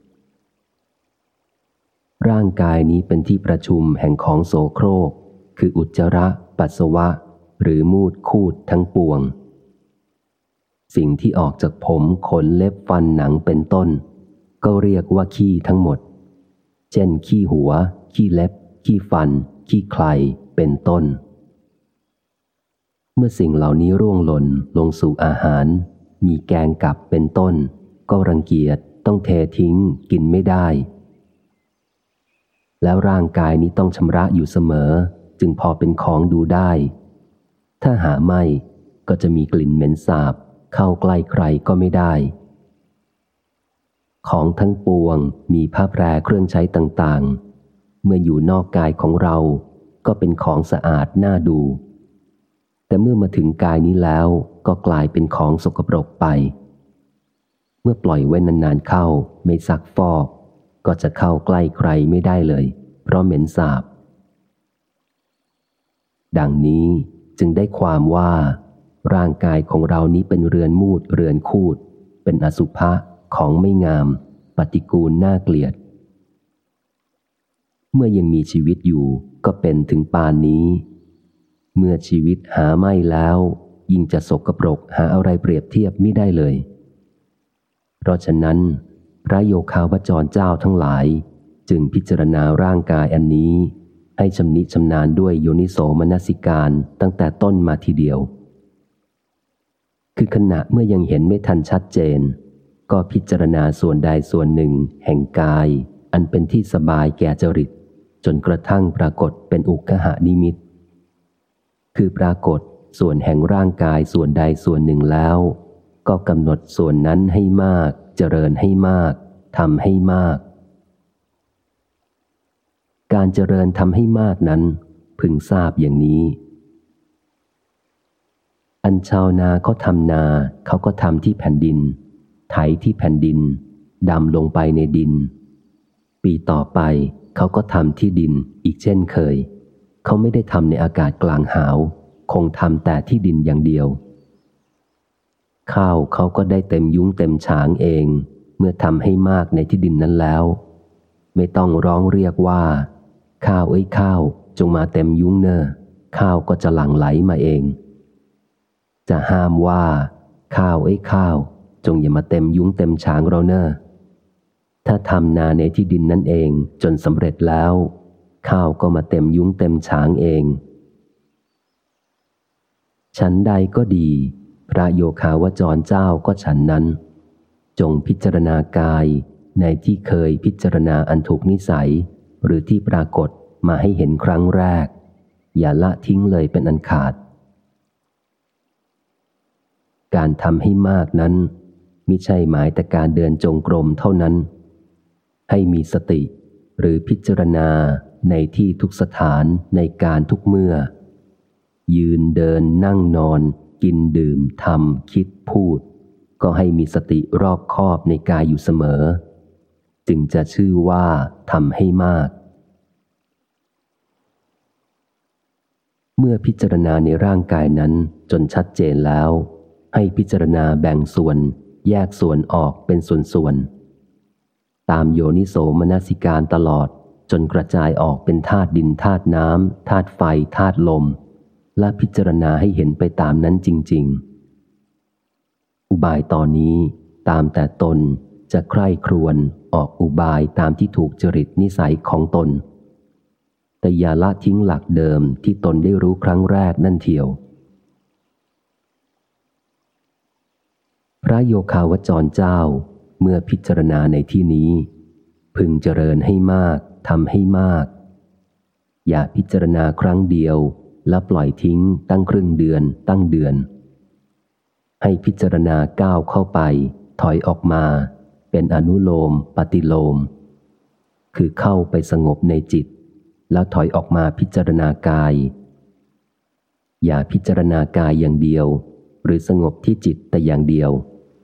ร่างกายนี้เป็นที่ประชุมแห่งของโสโครกคืออุจจาระปัสสาวะหรือมูดคูดทั้งปวงสิ่งที่ออกจากผมขนเล็บฟันหนังเป็นต้นก็เรียกว่าขี้ทั้งหมดเช่นขี้หัวขี้เล็บขี้ฟันขี้ใครเป็นต้นเมื่อสิ่งเหล่านี้ร่วงหล่นลงสู่อาหารมีแกงกับเป็นต้นก็รังเกียจต้องเททิ้งกินไม่ได้แล้วร่างกายนี้ต้องชำระอยู่เสมอจึงพอเป็นของดูได้ถ้าหาไม่ก็จะมีกลิ่นเหม็นสาบเข้าใกล้ใครก็ไม่ได้ของทั้งปวงมีผ้าแพรเครื่องใช้ต่างๆเมื่ออยู่นอกกายของเราก็เป็นของสะอาดน่าดูแต่เมื่อมาถึงกายนี้แล้วก็กลายเป็นของสกปรกไปเมื่อปล่อยไว้นานๆเข้าไม่ซักฟอกก็จะเข้าใกล้ใครไม่ได้เลยเพราะเหม็นสาบดังนี้จึงได้ความว่าร่างกายของเรานี้เป็นเรือนมูดเรือนคูดเป็นอสุภะของไม่งามปฏิกูลน่าเกลียดเมื่อยังมีชีวิตอยู่ก็เป็นถึงปานนี้เมื่อชีวิตหาไม่แล้วยิ่งจะสกปรกหาอะไรเปรียบเทียบไม่ได้เลยเพราะฉะนั้นพระโยคาวจรเจ้าทั้งหลายจึงพิจารณาร่างกายอันนี้ให้ชำนิชำนาญด้วยโยนิโสมนสิการตั้งแต่ต้นมาทีเดียวคือขณะเมื่อยังเห็นไม่ทันชัดเจนก็พิจารณาส่วนใดส่วนหนึ่งแห่งกายอันเป็นที่สบายแก่จริตจนกระทั่งปรากฏเป็นอุกขหนิมิตคือปรากฏส่วนแห่งร่างกายส่วนใดส่วนหนึ่งแล้วก็กำหนดส่วนนั้นให้มากเจริญให้มากทำให้มากการเจริญทำให้มากนั้นพึงทราบอย่างนี้อันชาวนาเขาทำนาเขาก็ทำที่แผ่นดินไถที่แผ่นดินดำลงไปในดินปีต่อไปเขาก็ทำที่ดินอีกเช่นเคยเขาไม่ได้ทำในอากาศกลางหาวคงทำแต่ที่ดินอย่างเดียวข้าวเขาก็ได้เต็มยุ้งเต็มฉางเองเมื่อทำให้มากในที่ดินนั้นแล้วไม่ต้องร้องเรียกว่าข้าวเอ้ยข้าวจงมาเต็มยุ้งเนอะข้าวก็จะหลั่งไหลมาเองจะห้ามว่าข้าวเอ้ยข้าวจงอย่ามาเต็มยุ้งเต็มฉางเราเนอะถ้าทำนาในที่ดินนั่นเองจนสำเร็จแล้วข้าวก็มาเต็มยุ้งเต็มฉางเองฉันใดก็ดีพระโยคาวจรเจ้าก็ฉันนั้นจงพิจารณากายในที่เคยพิจารณาอันถูกนิสัยหรือที่ปรากฏมาให้เห็นครั้งแรกอย่าละทิ้งเลยเป็นอันขาดการทำให้มากนั้นมิใช่หมายแต่การเดินจงกรมเท่านั้นให้มีสติหรือพิจารณาในที่ทุกสถานในการทุกเมื่อยืนเดินนั่งนอนกินดื่มทำคิดพูดก็ให้มีสติรอบคอบในกายอยู่เสมอจึงจะชื่อว่าทำให้มากเมื่อพิจารณาในร่างกายนั้นจนชัดเจนแล้วให้พิจารณาแบ่งส่วนแยกส่วนออกเป็นส่วนๆตามโยนิโสมนสิการตลอดจนกระจายออกเป็นธาตุดินธาตุน้ำธาตุไฟธาตุลมและพิจารณาให้เห็นไปตามนั้นจริงๆอุบายตอนนี้ตามแต่ตนจะใคร่ครวญออกอุบายตามที่ถูกจริตนิสัยของตนแต่อย่าละทิ้งหลักเดิมที่ตนได้รู้ครั้งแรกนั่นเทียวพระโยคาวจรเจ้าเมื่อพิจารณาในที่นี้พึงเจริญให้มากทำให้มากอย่าพิจารณาครั้งเดียวแล้วปล่อยทิ้งตั้งครึ่งเดือนตั้งเดือนให้พิจารณาก้าวเข้าไปถอยออกมาเป็นอนุโลมปฏิโลมคือเข้าไปสงบในจิตแล้วถอยออกมาพิจารณากายอย่าพิจารณากายอย่างเดียวหรือสงบที่จิตแต่อย่างเดียว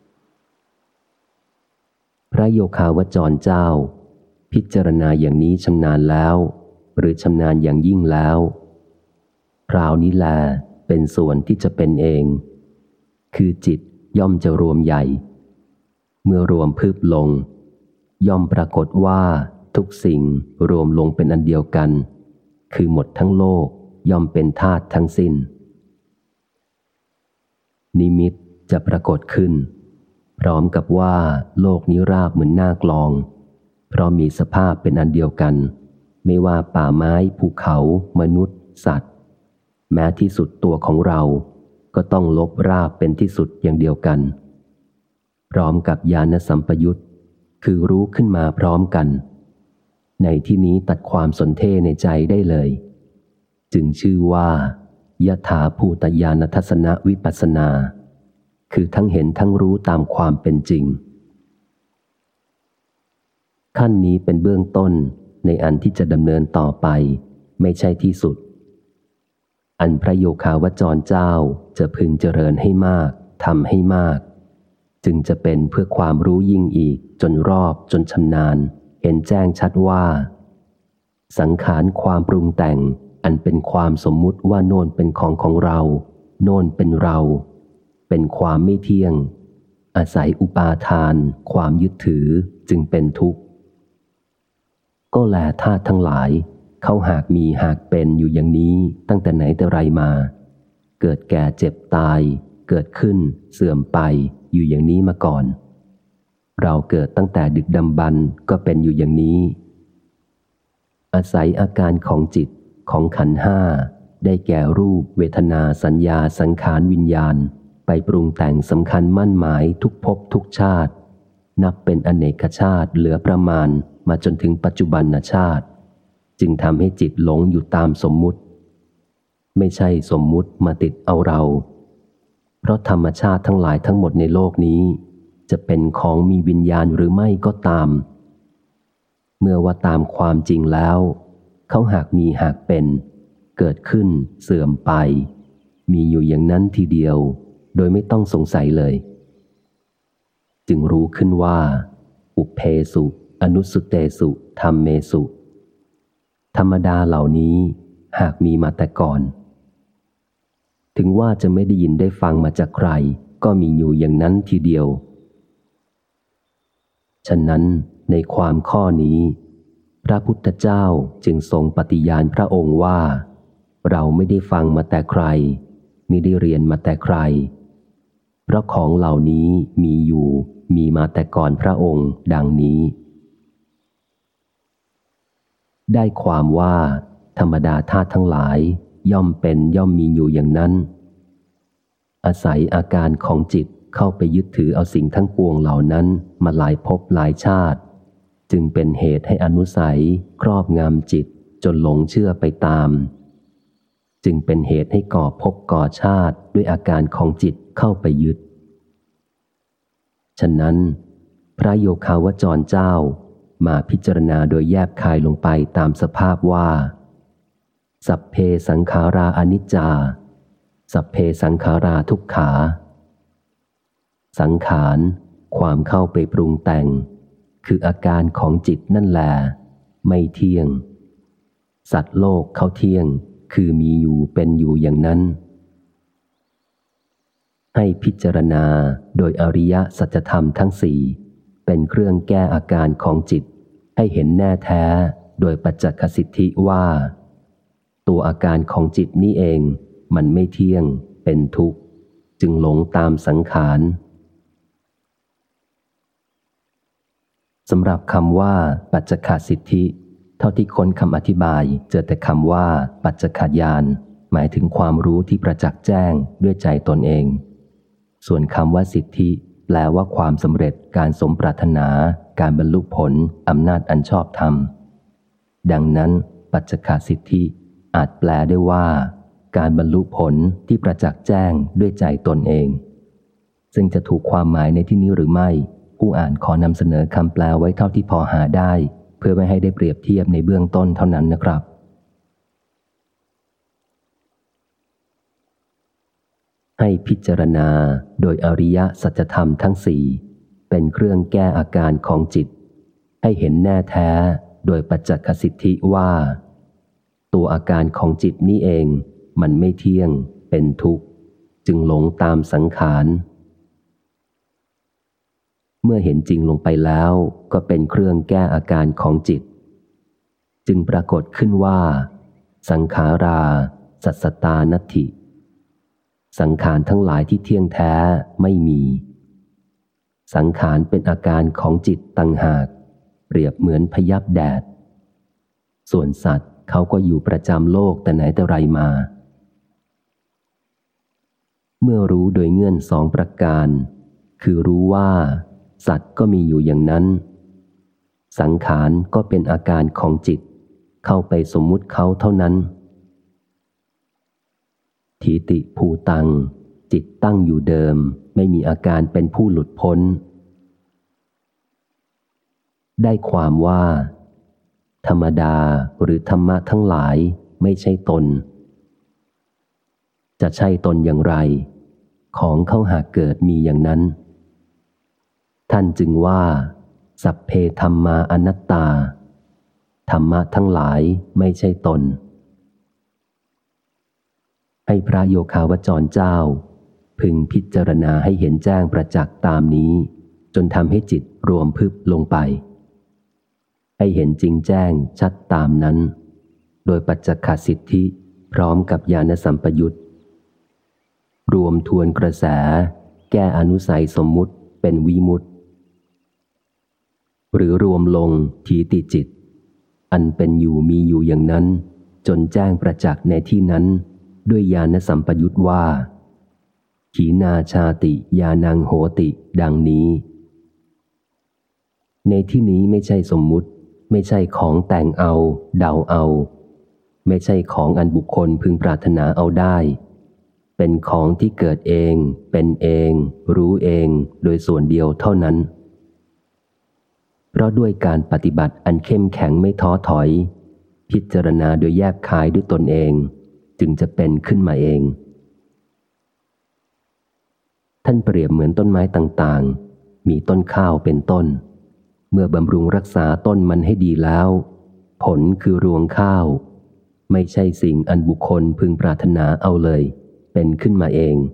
พระโยคาวจรเจ้าพิจารณาอย่างนี้ชำนาญแล้วหรือชำนาญอย่างยิ่งแล้วคราวนี้แลเป็นส่วนที่จะเป็นเองคือจิตย่อมจะรวมใหญ่เมื่อรวมพึบลงย่อมปรากฏว่าทุกสิ่งรวมลงเป็นอันเดียวกันคือหมดทั้งโลกย่อมเป็นธาตุทั้งสิ้นนิมิตจะปรากฏขึ้นพร้อมกับว่าโลกนี้ราบเหมือนหน้ากลองเพราะมีสภาพเป็นอันเดียวกันไม่ว่าป่าไม้ภูเขามนุษย์สัตว์แม้ที่สุดตัวของเราก็ต้องลบราบเป็นที่สุดอย่างเดียวกันพร้อมกับญาณสัมปยุตคือรู้ขึ้นมาพร้อมกันในที่นี้ตัดความสนเทในใจได้เลยจึงชื่อว่ายถาภูตญาณทัศนวิปัสสนาคือทั้งเห็นทั้งรู้ตามความเป็นจริงขั้นนี้เป็นเบื้องต้นในอันที่จะดำเนินต่อไปไม่ใช่ที่สุดอันพระโยคาวจรเจ้าจะพึงเจริญให้มากทำให้มากจึงจะเป็นเพื่อความรู้ยิ่งอีกจนรอบจนชำนาญเห็นแจ้งชัดว่าสังขารความปรุงแต่งอันเป็นความสมมุติว่าโน่นเป็นของเราโน่นเป็นเราเป็นความไม่เที่ยงอาศัยอุปาทานความยึดถือจึงเป็นทุกข์ก็แลธาตุทั้งหลายเขาหากมีหากเป็นอยู่อย่างนี้ตั้งแต่ไหนแต่ไรมาเกิดแก่เจ็บตายเกิดขึ้นเสื่อมไปอยู่อย่างนี้มาก่อนเราเกิดตั้งแต่ดึกดำบรรพ์ก็เป็นอยู่อย่างนี้อาศัยอาการของจิตของขันธ์ห้าได้แก่รูปเวทนาสัญญาสังขารวิญญาณไปปรุงแต่งสำคัญมั่นหมายทุกภพทุกชาตินับเป็นอเนกชาติเหลือประมาณมาจนถึงปัจจุบันชาติจึงทำให้จิตหลงอยู่ตามสมมุติไม่ใช่สมมุติมาติดเอาเราเพราะธรรมชาติทั้งหลายทั้งหมดในโลกนี้จะเป็นของมีวิญญาณหรือไม่ก็ตามเมื่อว่าตามความจริงแล้วเขาหากมีหากเป็นเกิดขึ้นเสื่อมไปมีอยู่อย่างนั้นทีเดียวโดยไม่ต้องสงสัยเลยจึงรู้ขึ้นว่าอุเพสุอนุสุเตสุธัมเมสุธรรมดาเหล่านี้หากมีมาแต่ก่อนถึงว่าจะไม่ได้ยินได้ฟังมาจากใครก็มีอยู่อย่างนั้นทีเดียวฉะนั้นในความข้อนี้พระพุทธเจ้าจึงทรงปฏิญาณพระองค์ว่าเราไม่ได้ฟังมาแต่ใครไม่ได้เรียนมาแต่ใครเพราะของเหล่านี้มีอยู่มีมาแต่ก่อนพระองค์ดังนี้ได้ความว่าธรรมดาธาตุทั้งหลายย่อมเป็นย่อมมีอยู่อย่างนั้นอาศัยอาการของจิตเข้าไปยึดถือเอาสิ่งทั้งปวงเหล่านั้นมาหลายภพหลายชาติจึงเป็นเหตุให้อนุสัยครอบงำจิตจนหลงเชื่อไปตามจึงเป็นเหตุให้ก่อภพก่อชาติด้วยอาการของจิตเข้าไปยึดฉะนั้นพระโยคาวจรเจ้ามาพิจารณาโดยแยบคายลงไปตามสภาพว่าสัพเพสังขาราอนิจจาสัพเพสังขาราทุกขาสังขารความเข้าไปปรุงแต่งคืออาการของจิตนั่นแหละไม่เที่ยงสัตว์โลกเขาเที่ยงคือมีอยู่เป็นอยู่อย่างนั้นให้พิจารณาโดยอริยสัจธรรมทั้งสี่เป็นเครื่องแก้อาการของจิตให้เห็นแน่แท้โดยปัจจคสิทธิว่าตัวอาการของจิตนี้เองมันไม่เที่ยงเป็นทุกข์จึงหลงตามสังขารสำหรับคำว่าปัจจคสิทธิเท่าที่ค้นคำอธิบายเจอแต่คำว่าปัจจคญาณหมายถึงความรู้ที่ประจักษ์แจ้งด้วยใจตนเองส่วนคำว่าสิทธิแปลว่าความสำเร็จการสมปรารถนาการบรรลุผลอำนาจอันชอบธรรมดังนั้นปัจจคสิทธิอาจแปลได้ว่าการบรรลุผลที่ประจักษ์แจ้งด้วยใจตนเองซึ่งจะถูกความหมายในที่นี้หรือไม่ผู้อ่านขอนำเสนอคำแปลไว้เท่าที่พอหาได้เพื่อไม่ให้ได้เปรียบเทียบในเบื้องต้นเท่านั้นนะครับให้พิจารณาโดยอริยสัจธรรมทั้งสี่เป็นเครื่องแก้อาการของจิตให้เห็นแน่แท้โดยปัจจคสิทธิว่าตัวอาการของจิตนี้เองมันไม่เที่ยงเป็นทุกข์จึงหลงตามสังขารเมื่อเห็นจริงลงไปแล้วก็เป็นเครื่องแก้อาการของจิตจึงปรากฏขึ้นว่าสังขาราสัสสตานัตถิสังขารทั้งหลายที่เที่ยงแท้ไม่มีสังขารเป็นอาการของจิตต่างหากเปรียบเหมือนพยับแดดส่วนสัตว์เขาก็อยู่ประจำโลกแต่ไหนแต่ไรมาเมื่อรู้โดยเงื่อนสองประการคือรู้ว่าสัตว์ก็มีอยู่อย่างนั้นสังขารก็เป็นอาการของจิตเข้าไปสมมุติเขาเท่านั้นถีติภูตังจิตตั้งอยู่เดิมไม่มีอาการเป็นผู้หลุดพ้นได้ความว่าธรรมดาหรือธรรมะทั้งหลายไม่ใช่ตนจะใช่ตนอย่างไรของเขาหากเกิดมีอย่างนั้นท่านจึงว่าสัพเพธัมมาอนัตตาธรรมะทั้งหลายไม่ใช่ตนให้พระโยคาวจรเจ้าพึงพิจารณาให้เห็นแจ้งประจักษ์ตามนี้จนทำให้จิตรวมพึบลงไปให้เห็นจริงแจ้งชัดตามนั้นโดยปัจจคสิทธิพร้อมกับญาณสัมปยุตรวมทวนกระแสแก้อนุสัยสมมุติเป็นวิมุตติหรือรวมลงทีติจิตอันเป็นอยู่มีอยู่อย่างนั้นจนแจ้งประจักษ์ในที่นั้นด้วยญาณสัมปยุตว่าขีณาชาติญาณังโหติดังนี้ในที่นี้ไม่ใช่สมมุติไม่ใช่ของแต่งเอาเดาเอาไม่ใช่ของอันบุคคลพึงปรารถนาเอาได้เป็นของที่เกิดเองเป็นเองรู้เองโดยส่วนเดียวเท่านั้นเพราะด้วยการปฏิบัติอันเข้มแข็งไม่ท้อถอยพิจารณาโดยแยบคายด้วยตนเองจึงจะเป็นขึ้นมาเองท่านเปรียบเหมือนต้นไม้ต่างๆมีต้นข้าวเป็นต้นเมื่อบำรุงรักษาต้นมันให้ดีแล้วผลคือรวงข้าวไม่ใช่สิ่งอันบุคคลพึงปรารถนาเอาเลยเป็นขึ้นมาเอง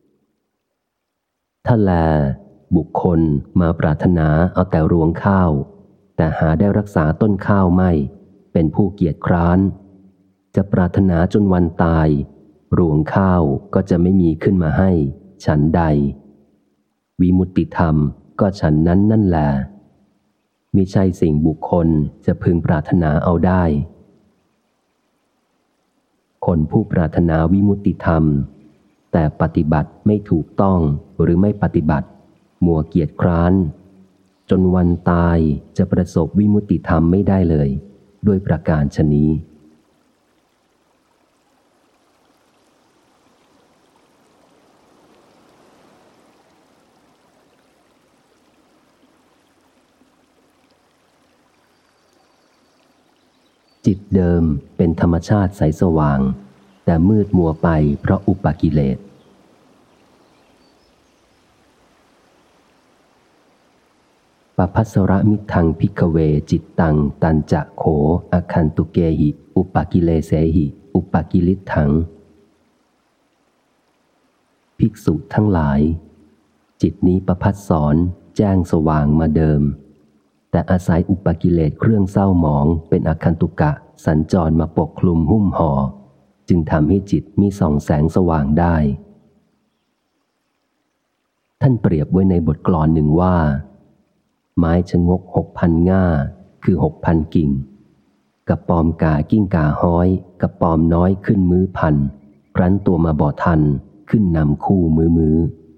ถ้าแลบุคคลมาปรารถนาเอาแต่รวงข้าวแต่หาได้รักษาต้นข้าวไม่เป็นผู้เกียจคร้านจะปรารถนาจนวันตายรวงข้าวก็จะไม่มีขึ้นมาให้ฉันใดวิมุตติธรรมก็ฉันนั้นนั่นแหละมิใช่สิ่งบุคคลจะพึงปรารถนาเอาได้คนผู้ปรารถนาวิมุตติธรรมแต่ปฏิบัติไม่ถูกต้องหรือไม่ปฏิบัติมัวเกียจคร้านจนวันตายจะประสบวิมุตติธรรมไม่ได้เลยด้วยประการฉะนี้จิตเดิมเป็นธรรมชาติใสสว่างแต่มืดมัวไปเพราะอุปกิเลสปภัสสรมิทังภิกขเวจิตตังตันจะโขอคันตุเกหิอุปกิเลเสหิอุปกิลิทังภิกษุทั้งหลายจิตนี้ประภัสสรแจ้งสว่างมาเดิมแต่อาศัยอุปกิเลสเครื่องเศร้าหมองเป็นอคันตุกะสัญจรมาปกคลุมหุ้มห่อจึงทำให้จิตมีส่องแสงสว่างได้ท่านเปรียบไว้ในบทกลอนหนึ่งว่าไม้ชะงก6,000 ง่าคือ6,000 กิ่งกับปอมกากิ้งกาห้อยกับปอมน้อยขึ้นมื้อพันครั้นตัวมาบ่ทันขึ้นนำคู่มือ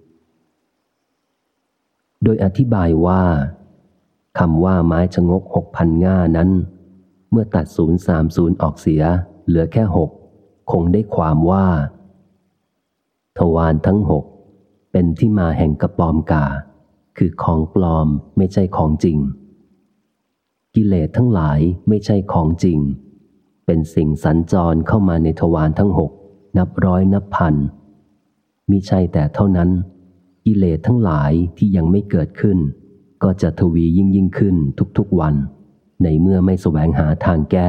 โดยอธิบายว่าคำว่าไม้ชะงก6,000 ง่านั้นเมื่อตัด030ออกเสียเหลือแค่6คงได้ความว่าทวารทั้ง6เป็นที่มาแห่งกระปอมกาคือของปลอมไม่ใช่ของจริงกิเลสทั้งหลายไม่ใช่ของจริงเป็นสิ่งสัญจรเข้ามาในทวารทั้ง6นับร้อยนับพันมิใช่แต่เท่านั้นกิเลสทั้งหลายที่ยังไม่เกิดขึ้นก็จะทวียิ่งขึ้นทุกๆวันในเมื่อไม่แสวงหาทางแก้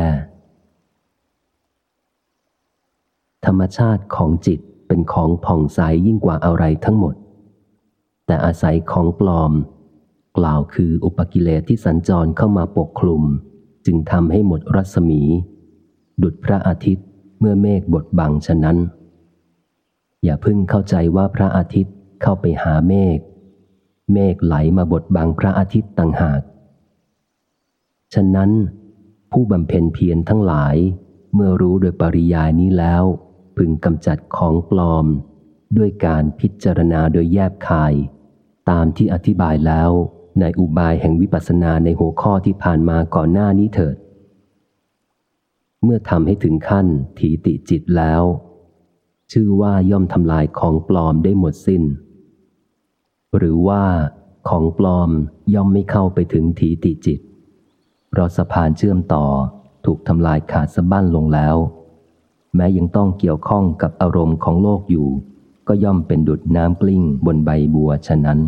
ธรรมชาติของจิตเป็นของผ่องใสยิ่งกว่าอะไรทั้งหมดแต่อาศัยของปลอมกล่าวคืออุปกิเลสที่สัญจรเข้ามาปกคลุมจึงทำให้หมดรัศมีดุจพระอาทิตย์เมื่อเมฆบดบังฉะนั้นอย่าเพิ่งเข้าใจว่าพระอาทิตย์เข้าไปหาเมฆไหลมาบดบังพระอาทิตย์ต่างหากฉะนั้นผู้บำเพ็ญเพียรทั้งหลายเมื่อรู้โดยปริยายนี้แล้วพึงกำจัดของปลอมด้วยการพิจารณาโดยแยบคายตามที่อธิบายแล้วในอุบายแห่งวิปัสสนาในหัวข้อที่ผ่านมาก่อนหน้านี้เถิดเมื่อทำให้ถึงขั้นถีติจิตแล้วชื่อว่าย่อมทำลายของปลอมได้หมดสิ้นหรือว่าของปลอมย่อมไม่เข้าไปถึงถีติจิตเพราะสะพานเชื่อมต่อถูกทำลายขาดสะบั้นลงแล้วแม้ยังต้องเกี่ยวข้องกับอารมณ์ของโลกอยู่ก็ย่อมเป็นดุจน้ำกลิ้งบนใบบัวฉะนั้น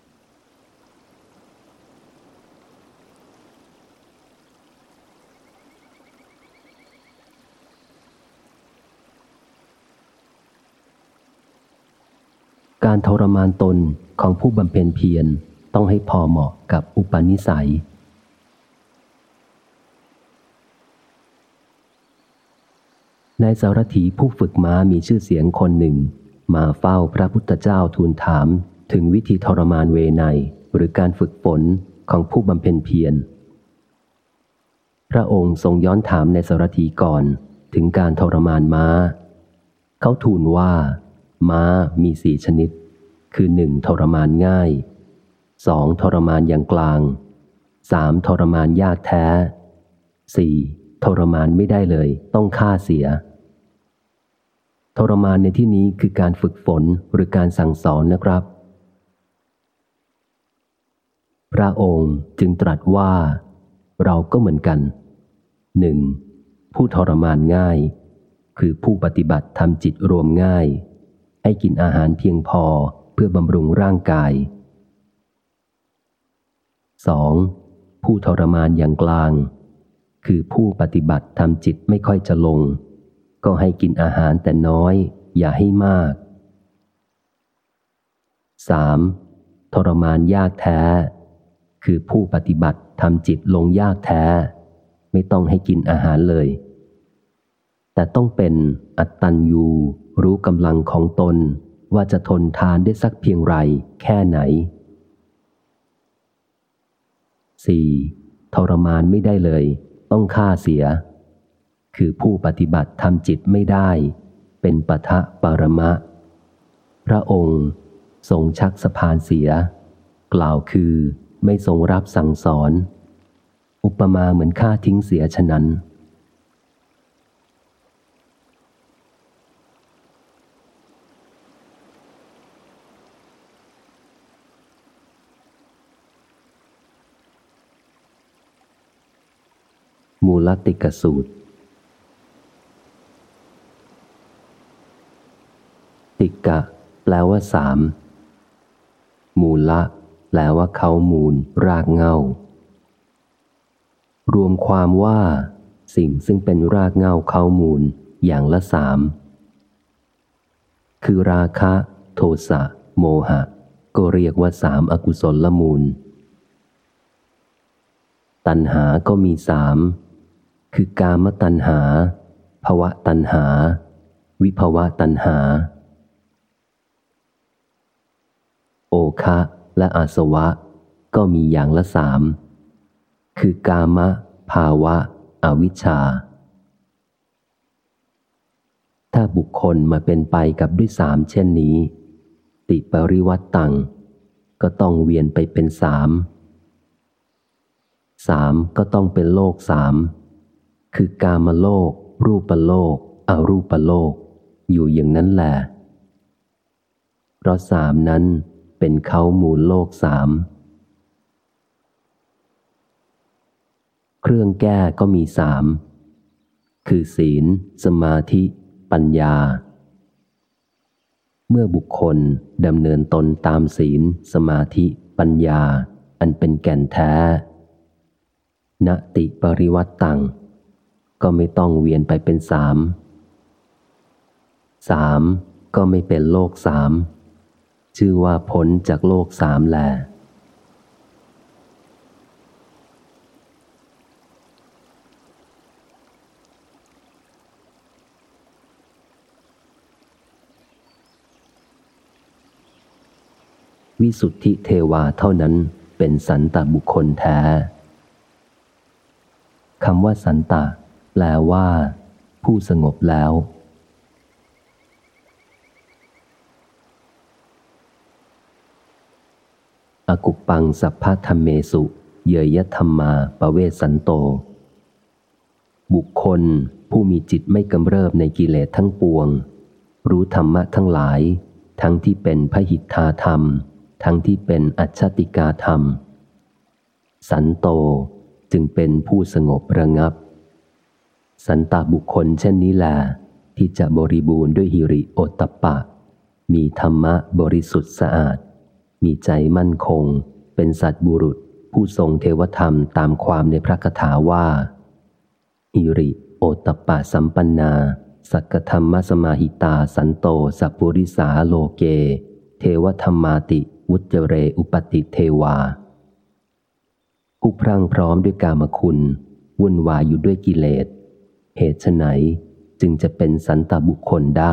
การทรมานตนของผู้บำเพ็ญเพียรต้องให้พอเหมาะกับอุปนิสัยนายสารถีผู้ฝึกม้ามีชื่อเสียงคนหนึ่งมาเฝ้าพระพุทธเจ้าทูลถามถึงวิธีทรมานเวไนหรือการฝึกฝนของผู้บำเพ็ญเพียรพระองค์ทรงย้อนถามนายสารถีก่อนถึงการทรมานม้าเขาทูลว่าม้ามี4 ชนิดคือ 1. ทรมานง่าย 2. ทรมานอย่างกลาง 3. ทรมานยากแท้ 4. ทรมานไม่ได้เลยต้องฆ่าเสียทรมานในที่นี้คือการฝึกฝนหรือการสั่งสอนนะครับพระองค์จึงตรัสว่าเราก็เหมือนกัน 1. ผู้ทรมานง่ายคือผู้ปฏิบัติทำจิตรวมง่ายให้กินอาหารเพียงพอเพื่อบำรุงร่างกาย 2. ผู้ทรมานอย่างกลางคือผู้ปฏิบัติทำจิตไม่ค่อยจะลงก็ให้กินอาหารแต่น้อยอย่าให้มาก 3. ทรมานยากแท้คือผู้ปฏิบัติทำจิตลงยากแท้ไม่ต้องให้กินอาหารเลยแต่ต้องเป็นอัตตัญญูรู้กำลังของตนว่าจะทนทานได้สักเพียงไรแค่ไหน 4. ทรมานไม่ได้เลยต้องฆ่าเสียคือผู้ปฏิบัติทำจิตไม่ได้เป็นปทะปรมะพระองค์ทรงชักสะพานเสียกล่าวคือไม่ทรงรับสั่งสอนอุปมาเหมือนฆ่าทิ้งเสียฉะนั้นมูลติกสูตรติกะแปลว่าสามมูละแปลว่าเขามูลรากเหง้ารวมความว่าสิ่งซึ่งเป็นรากเหง้าเขามูลอย่างละสามคือราคะโทสะโมหะก็เรียกว่าสามอกุศลมูลตัณหาก็มีสามคือกามตัณหาภวตัณหาวิภวตัณหาโอคะและอาสวะก็มีอย่างละสามคือกามะภาวะอวิชชาถ้าบุคคลมาเป็นไปกับด้วยสามเช่นนี้ติปริวัตตังก็ต้องเวียนไปเป็นสามก็ต้องเป็นโลกสามคือกามโลกรูปโลกอรูปโลกอยู่อย่างนั้นแหละเพราะสามนั้นเป็นเขามูลโลกสามเครื่องแก้ก็มีสามคือศีลสมาธิปัญญาเมื่อบุคคลดำเนินตนตามศีลสมาธิปัญญาอันเป็นแก่นแท้ณติปริวัตตังก็ไม่ต้องเวียนไปเป็นสามก็ไม่เป็นโลกสามชื่อว่าพ้นจากโลกสามแลวิสุทธิเทวาเท่านั้นเป็นสันตบุคคลแท้คำว่าสันตะแปลว่าผู้สงบแล้วอกุปปังสัพพธัมเมสุเยยธัมมาปเวสสันโตบุคคลผู้มีจิตไม่กำเริบในกิเลสทั้งปวงรู้ธรรมะทั้งหลายทั้งที่เป็นพหิทธาธรรมทั้งที่เป็นอัจฉติกาธรรมสันโตจึงเป็นผู้สงบระงับสันตบุคคลเช่นนี้แหละที่จะบริบูรณ์ด้วยหิริโอตตัปปะมีธรรมะบริสุทธิ์สะอาดมีใจมั่นคงเป็นสัตบุรุษผู้ทรงเทวธรรมตามความในพระคาถาว่าหิริโอตตัปปะสัมปันนาสักกธรรมสมาหิตาสันโตสัพปุริสาโลเกเทวธรรมาติวุจเรอุปติเทวาผู้พรั่งพร้อมด้วยกามคุณวุ่นวายอยู่ด้วยกิเลสเหตุไฉนจึงจะเป็นสันตบุคคลได้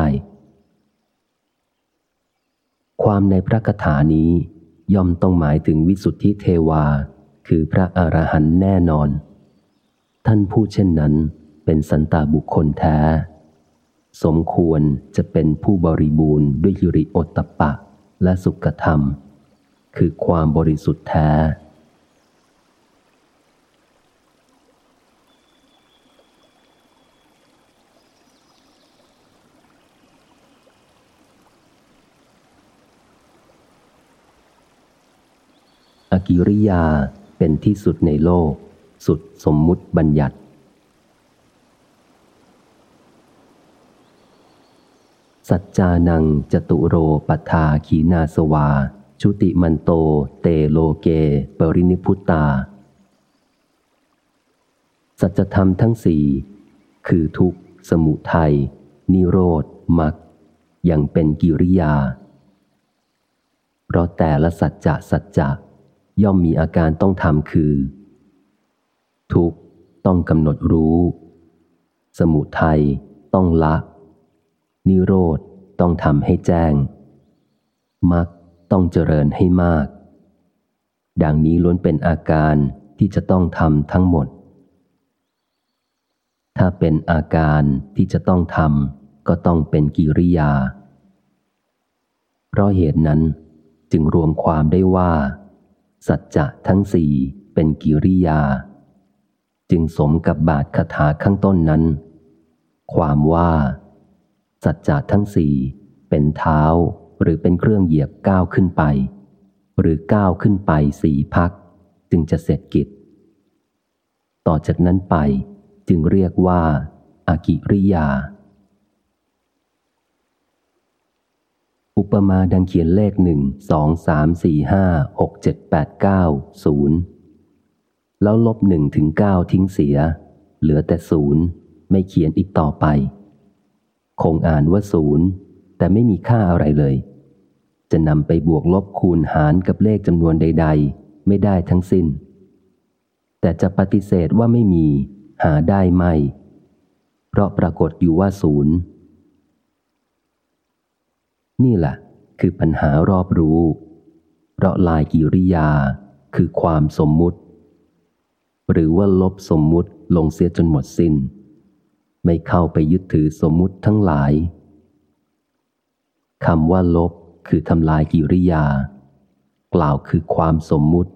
ความในพระคาถานี้ย่อมต้องหมายถึงวิสุทธิเทวาคือพระอรหันต์แน่นอนท่านผู้เช่นนั้นเป็นสันตบุคคลแท้สมควรจะเป็นผู้บริบูรณ์ด้วยหิริโอตตัปปะและสุขธรรมคือความบริสุทธิ์แท้อกิริยาเป็นที่สุดในโลกสุดสมมุติบัญญัติสัจจานังจตุโรปัฏฐาขีนาสวาชุติมันโตเตโลเกปรินิพพุตตาสัจธรรมทั้งสี่คือทุกข์สมุทัยนิโรธมรรคยังเป็นกิริยาเพราะแต่ละสัจจะย่อมมีอาการต้องทำคือทุกข์ต้องกำหนดรู้สมุทัยต้องละนิโรธต้องทำให้แจ้งมรรคต้องเจริญให้มากดังนี้ล้วนเป็นอาการที่จะต้องทำทั้งหมดถ้าเป็นอาการที่จะต้องทำก็ต้องเป็นกิริยาเพราะเหตุนั้นจึงรวมความได้ว่าสัจจะทั้งสี่เป็นกิริยาจึงสมกับบาทคาถาข้างต้นนั้นความว่าสัจจะทั้งสี่เป็นเท้าหรือเป็นเครื่องเหยียบก้าวขึ้นไปหรือก้าวขึ้นไปสี่พักจึงจะเสร็จกิจต่อจากนั้นไปจึงเรียกว่าอากิริยาอุปมาดังเขียนเลข1 2 3 4 5 6 7 8 9 0แล้วลบ1 ถึง 9ทิ้งเสียเหลือแต่0ไม่เขียนอีกต่อไปคงอ่านว่า0แต่ไม่มีค่าอะไรเลยจะนำไปบวกลบคูณหารกับเลขจำนวนใดๆไม่ได้ทั้งสิ้นแต่จะปฏิเสธว่าไม่มีหาได้ไม่เพราะปรากฏอยู่ว่า0นี่แหละคือปัญหารอบรู้เพราะลายกิริยาคือความสมมุติหรือว่าลบสมมุติลงเสียจนหมดสิ้นไม่เข้าไปยึดถือสมมุติทั้งหลายคำว่าลบคือทำลายกิริยากล่าวคือความสมมุติ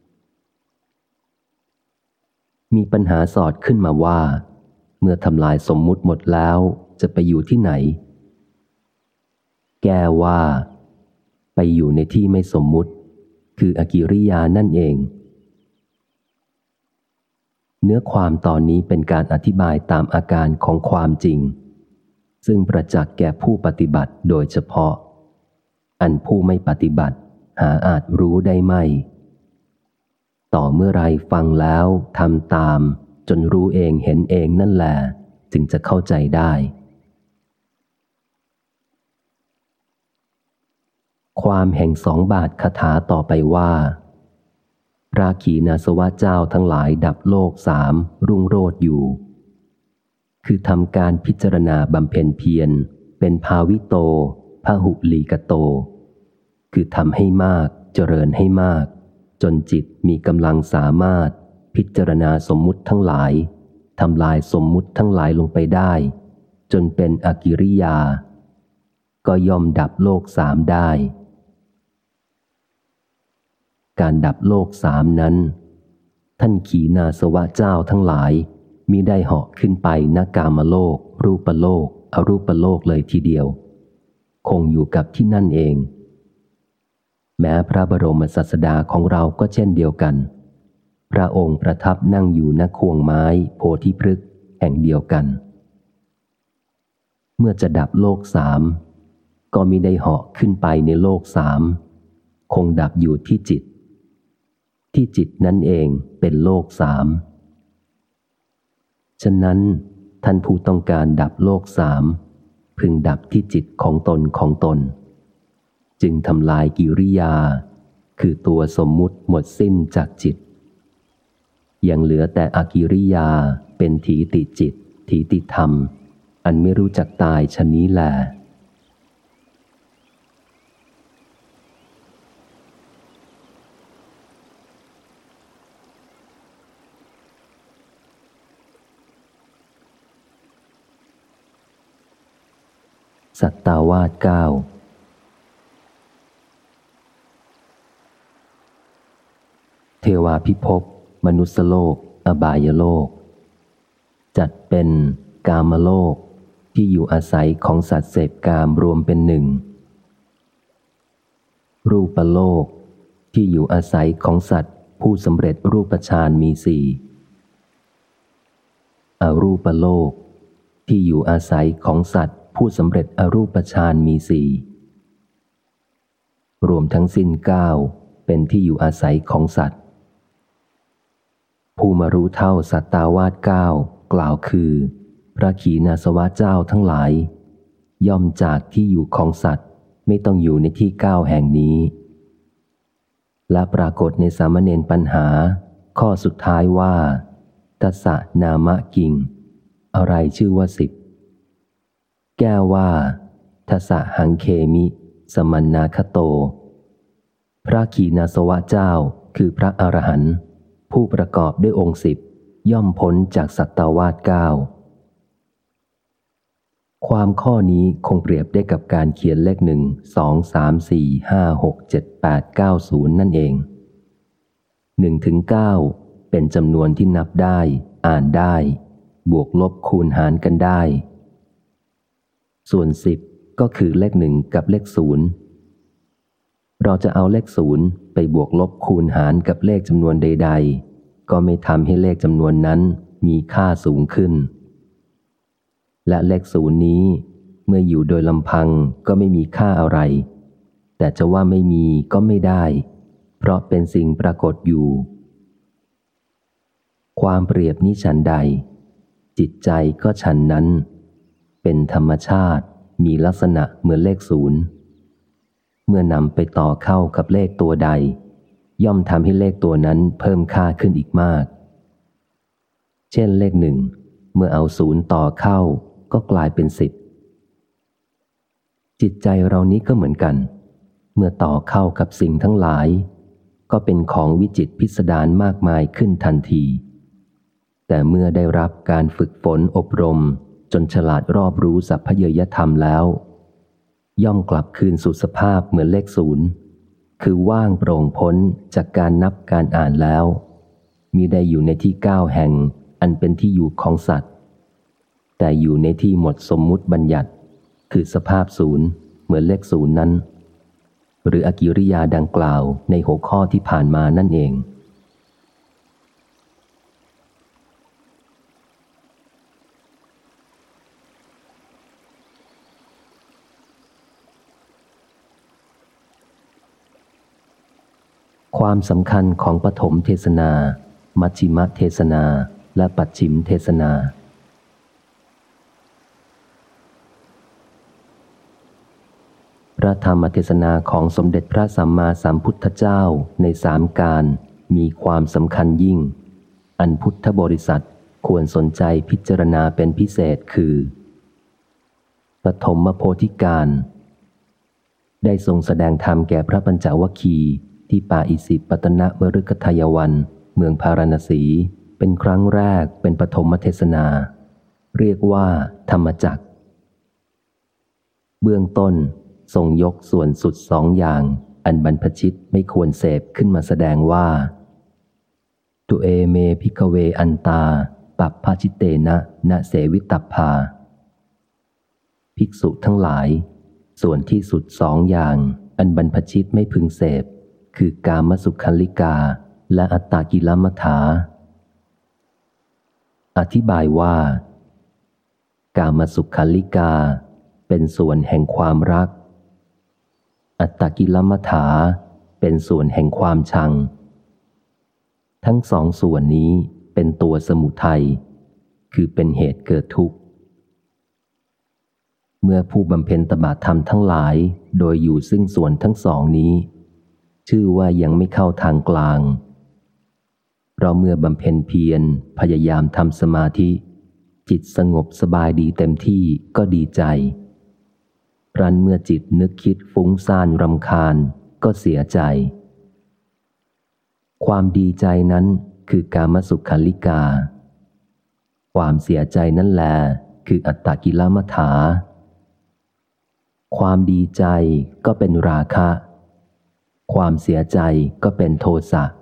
มีปัญหาสอดขึ้นมาว่าเมื่อทำลายสมมุติหมดแล้วจะไปอยู่ที่ไหนแก้ว่าไปอยู่ในที่ไม่สมมุติคืออกิริยานั่นเองเนื้อความตอนนี้เป็นการอธิบายตามอาการของความจริงซึ่งประจักษ์แก่ผู้ปฏิบัติโดยเฉพาะอันผู้ไม่ปฏิบัติหาอาจรู้ได้ไม่ต่อเมื่อไรฟังแล้วทำตามจนรู้เองเห็นเองนั่นแหละจึงจะเข้าใจได้ความแห่ง2 บาทคาถาต่อไปว่าพระขีณาสวะเจ้าทั้งหลายดับโลก3รุ่งโรจน์อยู่คือทำการพิจารณาบำเพ็ญเพียรเป็นภาวิโตพหุลีกโตคือทำให้มากเจริญให้มากจนจิตมีกำลังสามารถพิจารณาสมมุติทั้งหลายทำลายสมมุติทั้งหลายลงไปได้จนเป็นอกิริยาก็ย่อมดับโลก3ได้การดับโลก3นั้นท่านขีณาสวะเจ้าทั้งหลายมิได้เหาะขึ้นไปณกามโลกรูปโลกอรูปโลกเลยทีเดียวคงอยู่กับที่นั่นเองแม้พระบรมศาสดาของเราก็เช่นเดียวกันพระองค์ประทับนั่งอยู่ณควงไม้โพธิพฤกษ์แห่งเดียวกันเมื่อจะดับโลก3ก็มิได้เหาะขึ้นไปในโลก3คงดับอยู่ที่จิตที่จิตนั่นเองเป็นโลก3ฉะนั้นท่านผู้ต้องการดับโลก3พึงดับที่จิตของตนจึงทำลายกิริยาคือตัวสมมุติหมดสิ้นจากจิตยังเหลือแต่อกิริยาเป็นถีติจิตถีติธรรมอันไม่รู้จักตายชะนี้แลสัตตาวาส9เทวาภิภพมนุสโลกอบายโลกจัดเป็นกามโลกที่อยู่อาศัยของสัตว์เสพกามรวมเป็น1รูปโลกที่อยู่อาศัยของสัตว์ผู้สำเร็จรูปฌานมี4อรูปโลกที่อยู่อาศัยของสัตว์ผู้สำเร็จอรูปฌานมี4รวมทั้งสิ้น9เป็นที่อยู่อาศัยของสัตว์ผู้มารู้เท่าสัตตาวาส9กล่าวคือพระขีณาสวะเจ้าทั้งหลายย่อมจากที่อยู่ของสัตว์ไม่ต้องอยู่ในที่9แห่งนี้และปรากฏในสามเณรปัญหาข้อสุดท้ายว่าตัสสะนามะกิงอะไรชื่อว่า10แก้ว่าทัสสะหังเคมิสมัณนาคโตพระขีณาสวะเจ้าคือพระอรหันต์ผู้ประกอบด้วยองค์10ย่อมพ้นจากสัตตาวาส9ความข้อนี้คงเปรียบได้กับการเขียนเลข1 2 3 4 5 6 7 8 9 0นั่นเอง 1-9เป็นจำนวนที่นับได้อ่านได้บวกลบคูณหารกันได้ส่วน10ก็คือเลข1กับเลข0เราจะเอาเลข0ไปบวกลบคูณหารกับเลขจำนวนใดๆก็ไม่ทำให้เลขจำนวนนั้นมีค่าสูงขึ้นและเลข0นี้เมื่ออยู่โดยลำพังก็ไม่มีค่าอะไรแต่จะว่าไม่มีก็ไม่ได้เพราะเป็นสิ่งปรากฏอยู่ความเปรียบนี้ฉันใดจิตใจก็ฉันนั้นเป็นธรรมชาติมีลักษณะเหมือนเลข0เมื่อนำไปต่อเข้ากับเลขตัวใดย่อมทำให้เลขตัวนั้นเพิ่มค่าขึ้นอีกมากเช่นเลข1เมื่อเอา0ต่อเข้าก็กลายเป็น10จิตใจเรานี้ก็เหมือนกันเมื่อต่อเข้ากับสิ่งทั้งหลายก็เป็นของวิจิตรพิสดารมากมายขึ้นทันทีแต่เมื่อได้รับการฝึกฝนอบรมจนฉลาดรอบรู้สัพพเยยธรรมแล้วย่อมกลับคืนสู่สภาพเหมือนเลข0คือว่างโปร่งพ้นจากการนับการอ่านแล้วมิได้อยู่ในที่9แห่งอันเป็นที่อยู่ของสัตว์แต่อยู่ในที่หมดสมมุติบัญญัติคือสภาพ0เหมือนเลข0นั้นหรืออกิริยาดังกล่าวในหัวข้อที่ผ่านมานั่นเองความสำคัญของปฐมเทศนามัชฌิมเทศนาและปัจฉิมเทศนาพระธรรมเทศนาของสมเด็จพระสัมมาสัมพุทธเจ้าใน3การมีความสำคัญยิ่งอันพุทธบริษัทควรสนใจพิจารณาเป็นพิเศษคือปฐมโพธิการได้ทรงแสดงธรรมแก่พระปัญจวัคคีย์ที่ป่าอิสิปตนมฤคทายวันเมืองพาราณสีเป็นครั้งแรกเป็นปฐมเทศนาเรียกว่าธรรมจักรเบื้องต้นทรงยกส่วนสุด2อย่างอันบรรพชิตไม่ควรเสพขึ้นมาแสดงว่าตุเอเมภิกขเวอันตาปัปภชิเตนะนะเสวิตัพพาภิกษุทั้งหลายส่วนที่สุด2อย่างอันบรรพชิตไม่พึงเสพคือกามสุขัลลิกาและอัตตกิลมัฏฐาอธิบายว่ากามสุขัลลิกาเป็นส่วนแห่งความรักอัตตกิลมัฏฐาเป็นส่วนแห่งความชังทั้ง2ส่วนนี้เป็นตัวสมุทัยคือเป็นเหตุเกิดทุกข์เมื่อผู้บำเพ็ญตบะธรรมทั้งหลายโดยอยู่ซึ่งส่วนทั้ง2นี้ชื่อว่ายังไม่เข้าทางกลางเราเมื่อบำเพ็ญเพียรพยายามทำสมาธิจิตสงบสบายดีเต็มที่ก็ดีใจรันเมื่อจิตนึกคิดฟุ้งซ่านรำคาญก็เสียใจความดีใจนั้นคือกามสุขัลลิกาความเสียใจนั่นแลคืออัตตกิลมัฏฐาความดีใจก็เป็นราคะความเสียใจก็เป็นโทสะ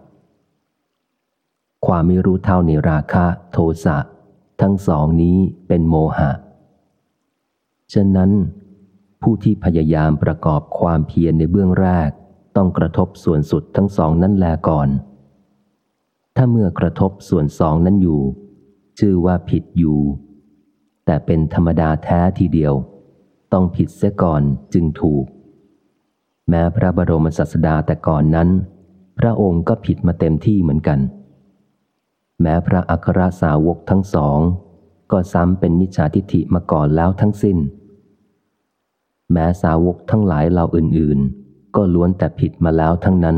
ความไม่รู้เท่าในราคะโทสะทั้ง2นี้เป็นโมหะฉะนั้นผู้ที่พยายามประกอบความเพียรในเบื้องแรกต้องกระทบส่วนสุดทั้ง2นั้นแลก่อนถ้าเมื่อกระทบส่วน2นั้นอยู่ชื่อว่าผิดอยู่แต่เป็นธรรมดาแท้ทีเดียวต้องผิดเสียก่อนจึงถูกแม้พระบรมศาสดาแต่ก่อนนั้นพระองค์ก็ผิดมาเต็มที่เหมือนกันแม้พระอัครสาวกทั้ง2ก็ซ้ำเป็นมิจฉาทิฏฐิมาก่อนแล้วทั้งสิ้นแม้สาวกทั้งหลายเหล่าอื่นๆก็ล้วนแต่ผิดมาแล้วทั้งนั้น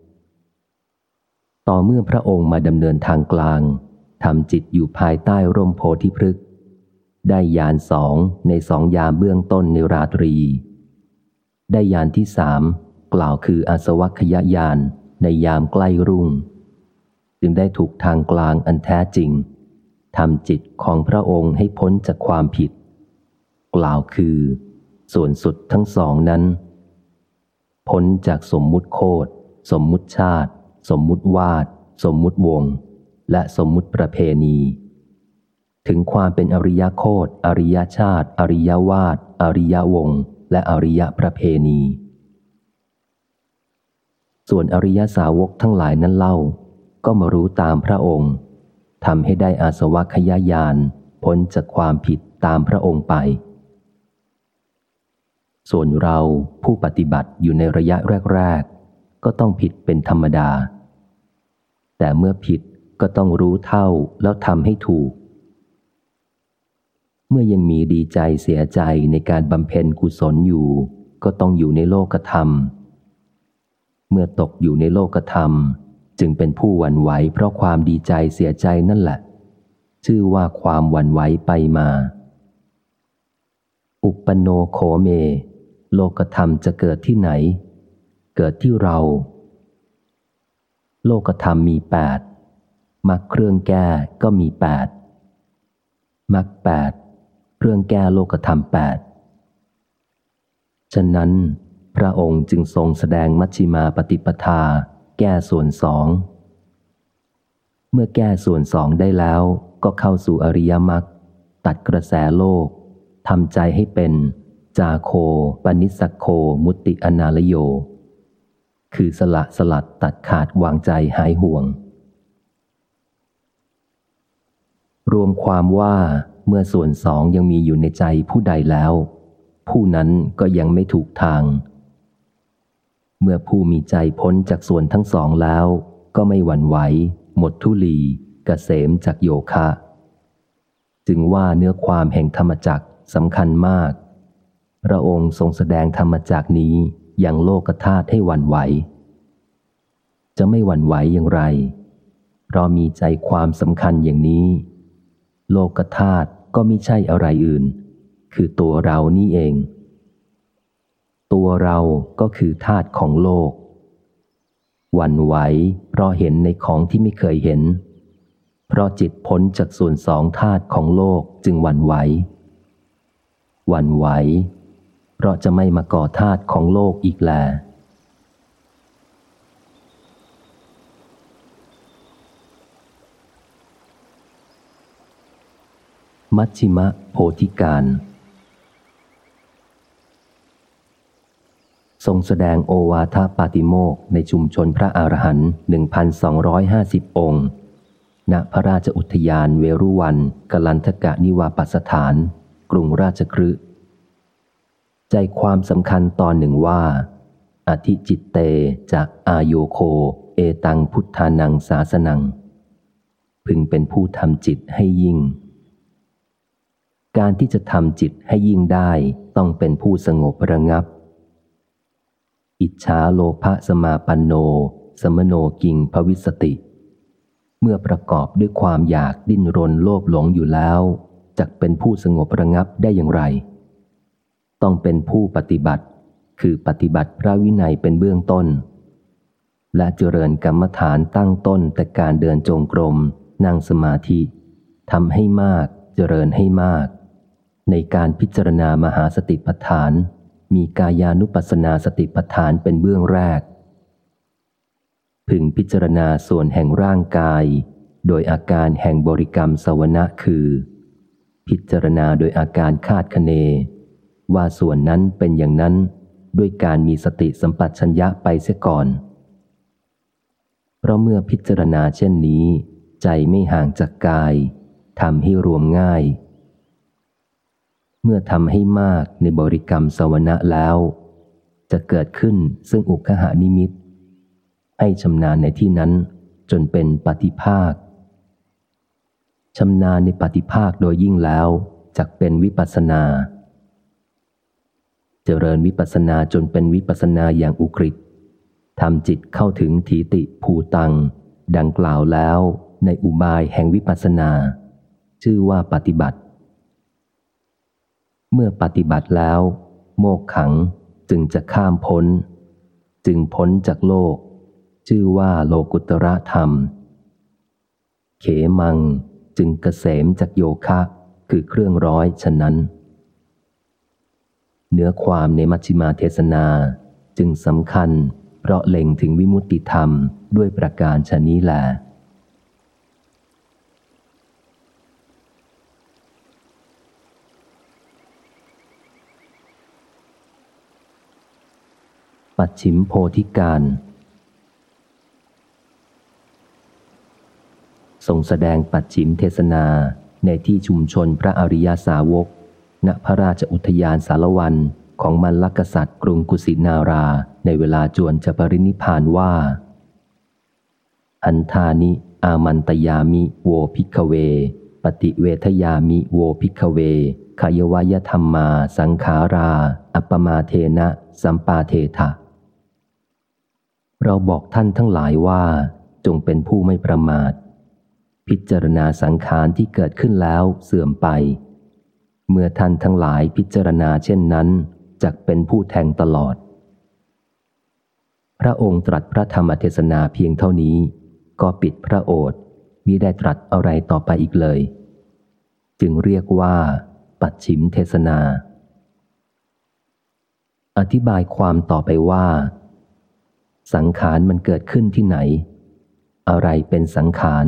ต่อเมื่อพระองค์มาดำเนินทางกลางทำจิตอยู่ภายใต้ร่มโพธิพฤกษ์ได้ญาณ2ใน2ยามเบื้องต้นในราตรีได้ญาณที่3กล่าวคืออาสวัคคยญาณในยามใกล้รุ่งจึงได้ถูกทางกลางอันแท้จริงทำจิตของพระองค์ให้พ้นจากความผิดกล่าวคือส่วนสุดทั้ง2นั้นพ้นจากสมมุติโคตรสมมุติชาติสมมุติวาทสมมุติวงศ์และสมมุติประเพณี ถึงความเป็นอริยโคตรอริยชาติอริยวาทอริยวงศ์และอริยประเพณี ส่วนอริยสาวกทั้งหลายนั้นเล่าก็มารู้ตามพระองค์ทำให้ได้อาสวะขยายานพ้นจากความผิดตามพระองค์ไปส่วนเราผู้ปฏิบัติอยู่ในระยะแรกๆก็ต้องผิดเป็นธรรมดาแต่เมื่อผิดก็ต้องรู้เท่าแล้วทำให้ถูกเมื่อยังมีดีใจเสียใจในการบำเพ็ญกุศลอยู่ก็ต้องอยู่ในโลกธรรมเมื่อตกอยู่ในโลกธรรมจึงเป็นผู้หวั่นไหวเพราะความดีใจเสียใจนั่นแหละชื่อว่าความหวั่นไหวไปมาอุปปโนโขเมโลกธรรมจะเกิดที่ไหนเกิดที่เราโลกธรรมมี8มรรคเครื่องแก้ก็มี8มรรค8เครื่องแก้โลกธรรม8ฉะนั้นพระองค์จึงทรงแสดงมัชฌิมาปฏิปทาแก้ส่วน2เมื่อแก้ส่วน2ได้แล้วก็เข้าสู่อริยมรรคตัดกระแสโลกทำใจให้เป็นจาโคปนิสสโคมุตติอนาลโยคือสลัดตัดขาดวางใจหายห่วงรวมความว่าเมื่อส่วน2ยังมีอยู่ในใจผู้ใดแล้วผู้นั้นก็ยังไม่ถูกทางเมื่อผู้มีใจพ้นจากส่วนทั้งสองแล้วก็ไม่หวั่นไหวหมดทุลีเกษมจากโยคะจึงว่าเนื้อความแห่งธรรมจักรสำคัญมากพระองค์ทรงแสดงธรรมจักรนี้อย่างโลกธาตุให้หวั่นไหวจะไม่หวั่นไหวอย่างไรเพราะมีใจความสำคัญอย่างนี้โลกธาตุก็มิใช่อะไรอื่นคือตัวเรานี่เองตัวเราก็คือธาตุของโลกหวั่นไหวเพราะเห็นในของที่ไม่เคยเห็นเพราะจิตพ้นจากส่วน2ธาตุของโลกจึงหวั่นไหวเพราะจะไม่มาก่อธาตุของโลกอีกแลมัชฌิมโพธิการทรงแสดงโอวาทปาติโมกข์ในชุมชนพระอรหันต์ 1,250 องค์ณพระราชอุทยานเวรุวันกลันทกนิวาปสถานกรุงราชคฤห์ใจความสำคัญตอนหนึ่งว่าอธิจิตเตจากอาโยโคเอตังพุทธานังสาสนังพึงเป็นผู้ทำจิตให้ยิ่งการที่จะทำจิตให้ยิ่งได้ต้องเป็นผู้สงบระงับอิจฉาโลภสมาปันโนสมโนกิงภวิสติเมื่อประกอบด้วยความอยากดิ้นรนโลภหลงอยู่แล้วจักเป็นผู้สงบระงับได้อย่างไรต้องเป็นผู้ปฏิบัติคือปฏิบัติพระวินัยเป็นเบื้องต้นและเจริญกรรมฐานตั้งต้นแต่การเดินจงกรมนั่งสมาธิทำให้มากเจริญให้มากในการพิจารณามหาสติปัฏฐานมีกายานุปัสสนาสติปัฏฐานเป็นเบื้องแรกพึงพิจารณาส่วนแห่งร่างกายโดยอาการแห่งบริกรรมสวนะคือพิจารณาโดยอาการคาดคะเนว่าส่วนนั้นเป็นอย่างนั้นด้วยการมีสติสัมปชัญญะไปเสียก่อนเพราะเมื่อพิจารณาเช่นนี้ใจไม่ห่างจากกายทำให้รวมง่ายเมื่อทำให้มากในบริกรรมสวนะแล้วจะเกิดขึ้นซึ่งอุคหานิมิตให้ชำนาญในที่นั้นจนเป็นปฏิภาคชำนาญในปฏิภาคโดยยิ่งแล้วจักเป็นวิปัสสนาเจริญวิปัสสนาจนเป็นวิปัสสนาอย่างอุกฤษทำจิตเข้าถึงถีติภูตังดังกล่าวแล้วในอุบายแห่งวิปัสสนาชื่อว่าปฏิบัติเมื่อปฏิบัติแล้วโมกขังจึงจะข้ามพ้นจึงพ้นจากโลกชื่อว่าโลกุตระธรรมเขมังจึงเกษมจากโยคะคือเครื่องร้อยฉะนั้นเนื้อความในมัชฌิมาเทศนาจึงสำคัญเพราะเล็งถึงวิมุตติธรรมด้วยประการฉะนี้แลปัจฉิมโพธิการทรงแสดงปัจฉิมเทศนาในที่ชุมชนพระอริยสาวกณพระราชอุทยานสารวันของมัลลกษัตริย์กรุงกุสินาราในเวลาจวนจะปรินิพพานว่าอันธานิอามันตยามิโวภิกขเวปฏิเวทยามิโวภิกขเวขยวยธรรมาสังขาราอัปปมาเทนะสัมปาเทถะเราบอกท่านทั้งหลายว่าจงเป็นผู้ไม่ประมาทพิจารณาสังขารที่เกิดขึ้นแล้วเสื่อมไปเมื่อท่านทั้งหลายพิจารณาเช่นนั้นจักเป็นผู้แทงตลอดพระองค์ตรัสพระธรรมเทศนาเพียงเท่านี้ก็ปิดพระโอษฐ์มิได้ตรัสอะไรต่อไปอีกเลยจึงเรียกว่าปัจฉิมเทศนาอธิบายความต่อไปว่าสังขารมันเกิดขึ้นที่ไหนอะไรเป็นสังขาร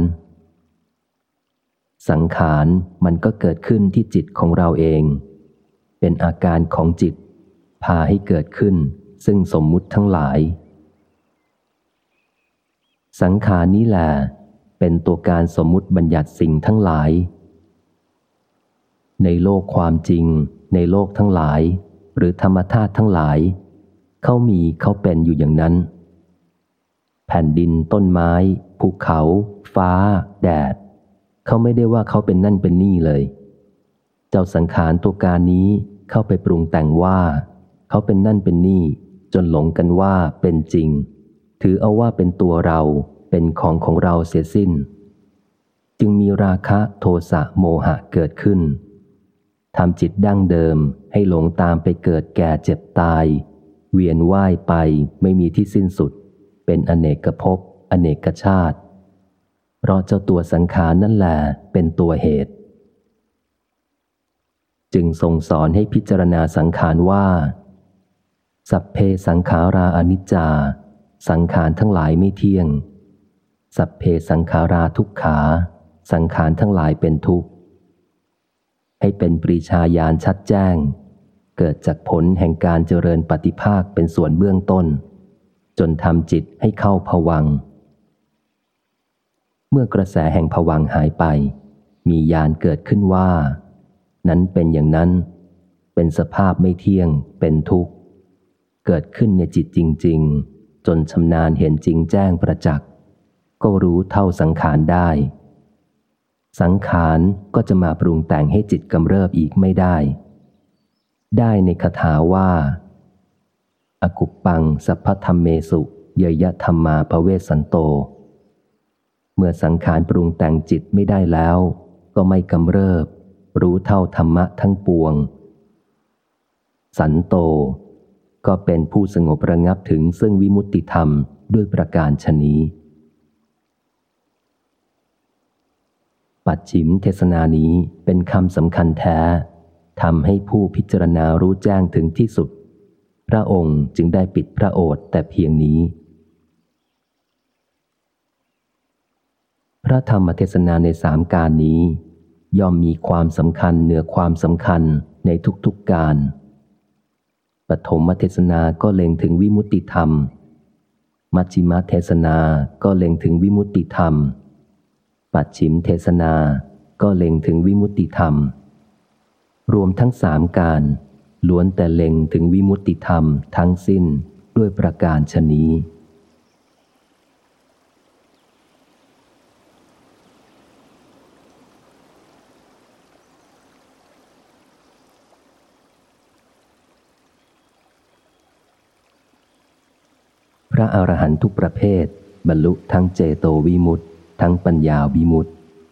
สังขารมันก็เกิดขึ้นที่จิตของเราเองเป็นอาการของจิตพาให้เกิดขึ้นซึ่งสมมุติทั้งหลายสังขารนี้แหละเป็นตัวการสมมุติบัญญัติสิ่งทั้งหลายในโลกความจริงในโลกทั้งหลายหรือธรรมธาตุทั้งหลายเขามีเขาเป็นอยู่อย่างนั้นแผ่นดินต้นไม้ภูเขาฟ้าแดดเขาไม่ได้ว่าเขาเป็นนั่นเป็นนี่เลยเจ้าสังขารตัวการนี้เข้าไปปรุงแต่งว่าเขาเป็นนั่นเป็นนี่จนหลงกันว่าเป็นจริงถือเอาว่าเป็นตัวเราเป็นของเราเสียสิ้นจึงมีราคะโทสะโมหะเกิดขึ้นทำจิตดั้งเดิมให้หลงตามไปเกิดแก่เจ็บตายเวียนว่ายไปไม่มีที่สิ้นสุดเป็นอเนกภพอเนกชาติเพราะเจ้าตัวสังขารนั่นแหละเป็นตัวเหตุจึงทรงสอนให้พิจารณาสังขารว่าสัพเพสังขาราอนิจจาสังขารทั้งหลายไม่เที่ยงสัพเพสังขาราทุกขาสังขารทั้งหลายเป็นทุกข์ให้เป็นปรีชาญาณชัดแจ้งเกิดจากผลแห่งการเจริญปฏิภาคเป็นส่วนเบื้องต้นจนทำจิตให้เข้าภวังค์เมื่อกระแสแห่งภวังค์หายไปมีญาณเกิดขึ้นว่านั้นเป็นอย่างนั้นเป็นสภาพไม่เที่ยงเป็นทุกข์เกิดขึ้นในจิตจริงๆจนชำนาญเห็นจริงแจ้งประจักษ์ก็รู้เท่าสังขารได้สังขารก็จะมาปรุงแต่งให้จิตกำเริบอีกไม่ได้ในคาถาว่าอกุปปังสัพพธัมเมสุเยยะธัมมาภเวสสันโตเมื่อสังขารปรุงแต่งจิตไม่ได้แล้วก็ไม่กำเริบรู้เท่าธรรมะทั้งปวงสันโตก็เป็นผู้สงบระงับถึงซึ่งวิมุตติธรรมด้วยประการฉะนี้ปัจฉิมเทศนานี้เป็นคำสำคัญแท้ทำให้ผู้พิจารณารู้แจ้งถึงที่สุดพระองค์จึงได้ปิดพระโอษฐ์แต่เพียงนี้พระธรรมเทศนาในสามการนี้ย่อมมีความสำคัญเหนือความสำคัญในทุกๆการปฐมเทศนาก็เล็งถึงวิมุตติธรรมมัชฌิมเทศนาก็เล็งถึงวิมุตติธรรมปัจฉิมเทศนาก็เล็งถึงวิมุตติธรรมรวมทั้งสามการล้วนแต่เล็งถึงวิมุตติธรรมทั้งสิ้นด้วยประการฉะนี้พระอรหันตุทุกประเภทบรรลุทั้งเจโตวิมุตติทั้งปัญญาวิมุตติ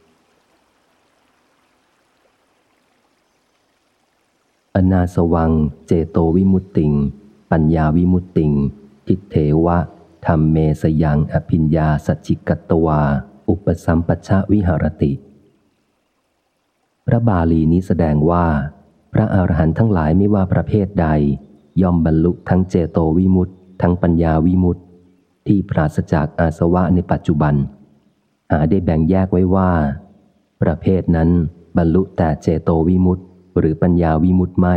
อนาสวังเจโตวิมุตติงปัญญาวิมุตติงทิเทวะธัมเมสยังอภิญญาสัจจิกัตตวาอุปสัมปชวิหรติพระบาลีนี้แสดงว่าพระอรหันต์ทั้งหลายไม่ว่าประเภทใดย่อมบรรลุทั้งเจโตวิมุตติทั้งปัญญาวิมุตติที่ปราศจากอาสวะในปัจจุบันหาได้แบ่งแยกไว้ว่าประเภทนั้นบรรลุแต่เจโตวิมุตติหรือปัญญาวิมุตติไม่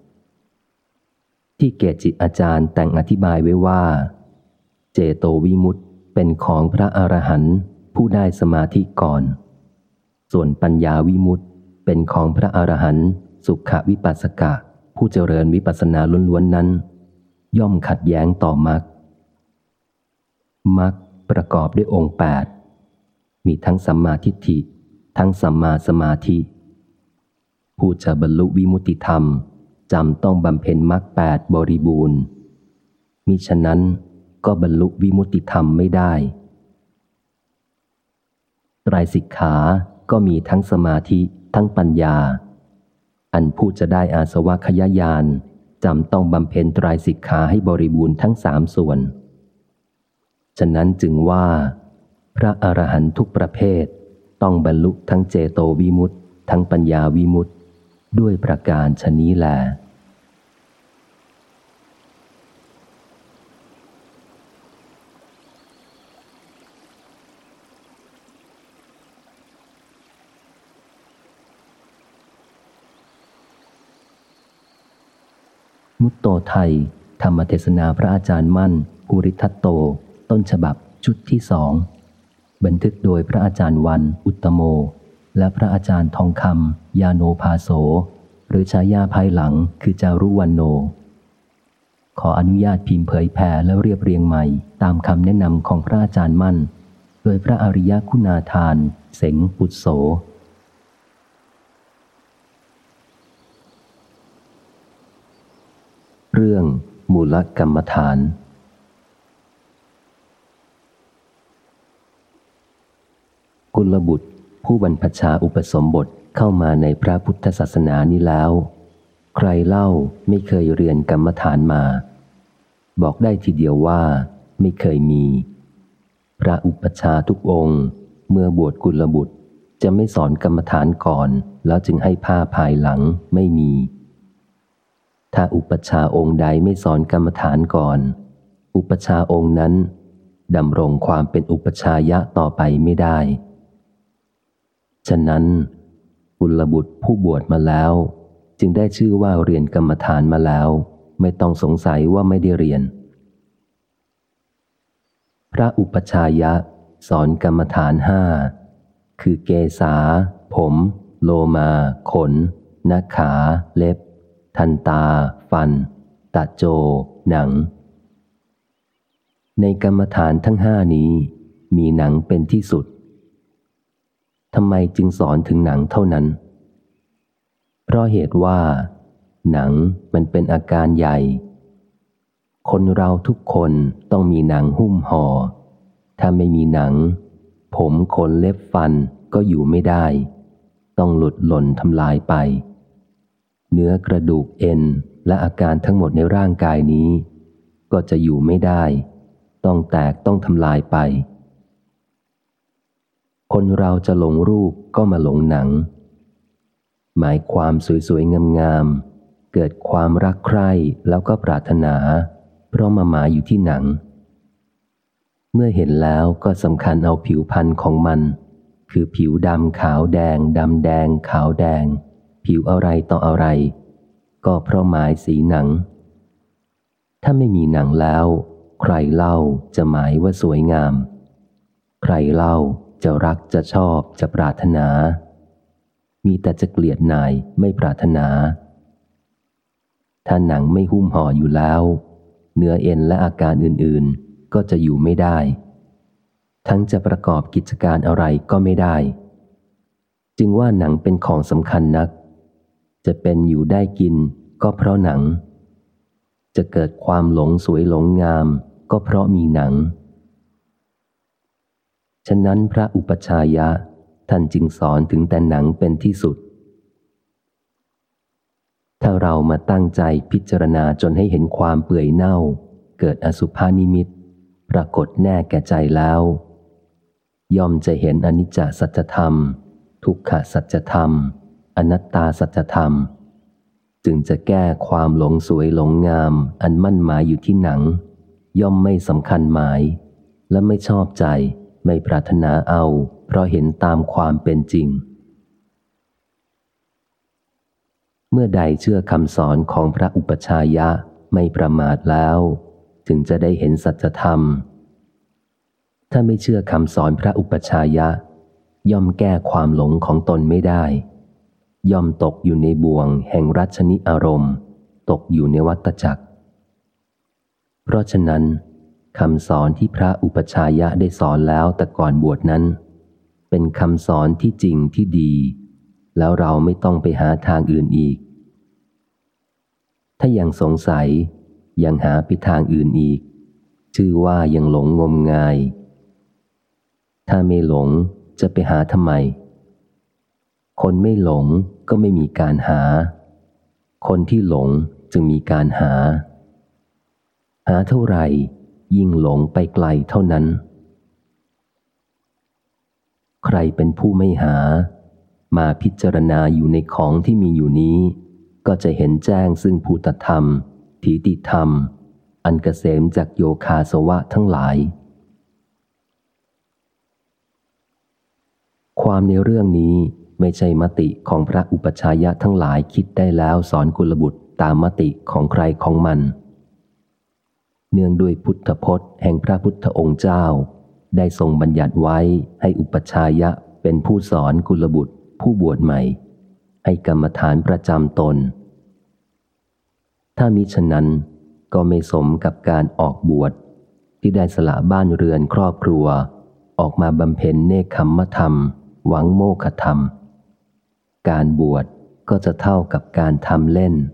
ที่เกจิอาจารย์แต่งอธิบายไว้ว่าเจโตวิมุตติเป็นของพระอรหันต์ผู้ได้สมาธิก่อนส่วนปัญญาวิมุตติเป็นของพระอรหันต์สุขวิปัสสกะผู้เจริญวิปัสสนาล้วนๆนั้นย่อมขัดแย้งต่อมรรคมรรคประกอบด้วยองค์8มีทั้งสัมมาทิฏฐิทั้งสัมมาสมาธิผู้จะบรรลุวิมุตติธรรมจำต้องบำเพ็ญมรรค8บริบูรณ์มิฉะนั้นก็บรรลุวิมุตติธรรมไม่ได้ไตรสิกขาก็มีทั้งสมาธิทั้งปัญญาอันผู้จะได้อาสวะขยญาณจำต้องบำเพ็ญไตรสิกขาให้บริบูรณ์ทั้ง3ส่วนฉะนั้นจึงว่าพระอรหันต์ทุกประเภทต้องบรรลุทั้งเจโตวิมุตติทั้งปัญญาวิมุตติด้วยประการฉะนี้แลมุตโตไทยธรรมเทศนาพระอาจารย์มั่นภูริทัตโตต้นฉบับชุดที่2บันทึกโดยพระอาจารย์วันอุตตโมและพระอาจารย์ทองคำยาโนภาโสหรือฉายาภายหลังคือจารุวันโนขออนุญาตพิมพ์เผยแผ่และเรียบเรียงใหม่ตามคำแนะนำของพระอาจารย์มั่นโดยพระอริยคุณาทานเสงปุตโสเรื่องมูลกรรมฐานกุลบุตรผู้บรรพชาอุปสมบทเข้ามาในพระพุทธศาสนานี้แล้วใครเล่าไม่เคยเรียนกรรมฐานมาบอกได้ทีเดียวว่าไม่เคยมีพระอุปชาทุกองค์เมื่อบวชกุลบุตรจะไม่สอนกรรมฐานก่อนแล้วจึงให้ผ้าภายหลังไม่มีถ้าอุปชาองค์ใดไม่สอนกรรมฐานก่อนอุปชาองค์นั้นดำรงความเป็นอุปชายะต่อไปไม่ได้ฉะนั้นกุลบุตรผู้บวชมาแล้วจึงได้ชื่อว่าเรียนกรรมฐานมาแล้วไม่ต้องสงสัยว่าไม่ได้เรียนพระอุปชายะสอนกรรมฐาน5คือเกสาผมโลมาขนนาขาเล็บทันตาฟันตะโจหนังในกรรมฐานทั้ง5นี้มีหนังเป็นที่สุดทำไมจึงสอนถึงหนังเท่านั้นเพราะเหตุว่าหนังมันเป็นอาการใหญ่คนเราทุกคนต้องมีหนังหุ้มห่อถ้าไม่มีหนังผมขนเล็บฟันก็อยู่ไม่ได้ต้องหลุดหล่นทำลายไปเนื้อกระดูกเอ็นและอาการทั้งหมดในร่างกายนี้ก็จะอยู่ไม่ได้ต้องแตกต้องทำลายไปคนเราจะหลงรูปก็มาหลงหนังหมายความสวยๆงามๆเกิดความรักใคร่แล้วก็ปรารถนาเพราะมาหมายอยู่ที่หนังเมื่อเห็นแล้วก็สำคัญเอาผิวพรรณของมันคือผิวดำขาวแดงดำแดงขาวแดงผิวอะไรต่ออะไรก็เพราะหมายสีหนังถ้าไม่มีหนังแล้วใครเล่าจะหมายว่าสวยงามใครเล่าจะรักจะชอบจะปรารถนามีแต่จะเกลียดนายไม่ปรารถนาถ้าหนังไม่หุ้มห่ออยู่แล้วเนื้อเอ็นและอาการอื่นๆก็จะอยู่ไม่ได้ทั้งจะประกอบกิจการอะไรก็ไม่ได้จึงว่าหนังเป็นของสำคัญนักจะเป็นอยู่ได้กินก็เพราะหนังจะเกิดความหลงสวยหลงงามก็เพราะมีหนังฉะนั้นพระอุปชายะท่านจึงสอนถึงแต่หนังเป็นที่สุดถ้าเรามาตั้งใจพิจารณาจนให้เห็นความเปื่อยเน่าเกิดอสุภานิมิตปรากฏแน่แก่ใจแล้วย่อมจะเห็นอนิจจสัจธรรมทุกขสัจธรรมอนัตตาสัจธรรมจึงจะแก้ความหลงสวยหลงงามอันมั่นหมายอยู่ที่หนังย่อมไม่สำคัญหมายและไม่ชอบใจไม่ปรารถนาเอาเพราะเห็นตามความเป็นจริงเมื่อใดเชื่อคำสอนของพระอุปชายะไม่ประมาทแล้วจึงจะได้เห็นสัจธรรมถ้าไม่เชื่อคำสอนพระอุปชายะย่อมแก้ความหลงของตนไม่ได้ย่อมตกอยู่ในบ่วงแห่งรัชนิอารมณ์ตกอยู่ในวัฏจักรเพราะฉะนั้นคำสอนที่พระอุปชายะได้สอนแล้วแต่ก่อนบวชนั้นเป็นคำสอนที่จริงที่ดีแล้วเราไม่ต้องไปหาทางอื่นอีกถ้ายังสงสัยยังหาไปทางอื่นอีกชื่อว่ายังหลงงมงายถ้าไม่หลงจะไปหาทำไมคนไม่หลงก็ไม่มีการหาคนที่หลงจึงมีการหาเท่าไหร่ยิ่งหลงไปไกลเท่านั้นใครเป็นผู้ไม่หามาพิจารณาอยู่ในของที่มีอยู่นี้ก็จะเห็นแจ้งซึ่งภูตธรรมถีติธรรมอันเกษมจากโยคาสวะทั้งหลายความในเรื่องนี้ไม่ใช่มติของพระอุปชายะทั้งหลายคิดได้แล้วสอนกุลบุตรตามมติของใครของมันเนื่องด้วยพุทธพจน์แห่งพระพุทธองค์เจ้าได้ทรงบัญญัติไว้ให้อุปชายะเป็นผู้สอนกุลบุตรผู้บวชใหม่ให้กรรมฐานประจำตนถ้ามิฉะนั้นก็ไม่สมกับการออกบวชที่ได้สละบ้านเรือนครอบครัวออกมาบำเพ็ญเนกขัมมธรรมหวังโมฆะธรรมการบวชก็จะเท่ากับการทำเล่น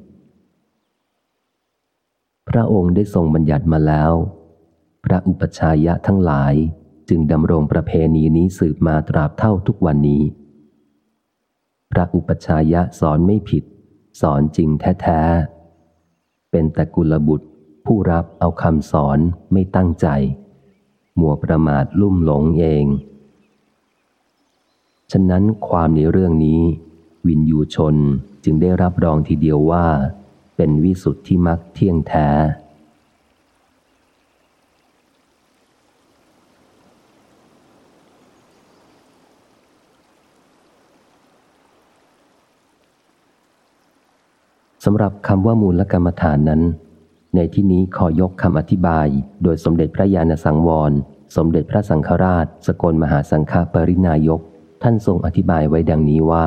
พระองค์ได้ทรงบัญญัติมาแล้วพระอุปชายะทั้งหลายจึงดำรงประเพณีนี้สืบมาตราบเท่าทุกวันนี้พระอุปชายะสอนไม่ผิดสอนจริงแท้ๆเป็นแต่กุลบุตรผู้รับเอาคำสอนไม่ตั้งใจมัวประมาทลุ่มหลงเองฉะนั้นความในเรื่องนี้วินยูชนจึงได้รับรองทีเดียวว่าเป็นวิสุทธิมรรคเที่ยงแท้สำหรับคำว่ามูลกรรมฐานนั้นในที่นี้ขอยกคำอธิบายโดยสมเด็จพระญาณสังวรสมเด็จพระสังฆราชสกลมหาสังฆปรินายกท่านทรงอธิบายไว้ดังนี้ว่า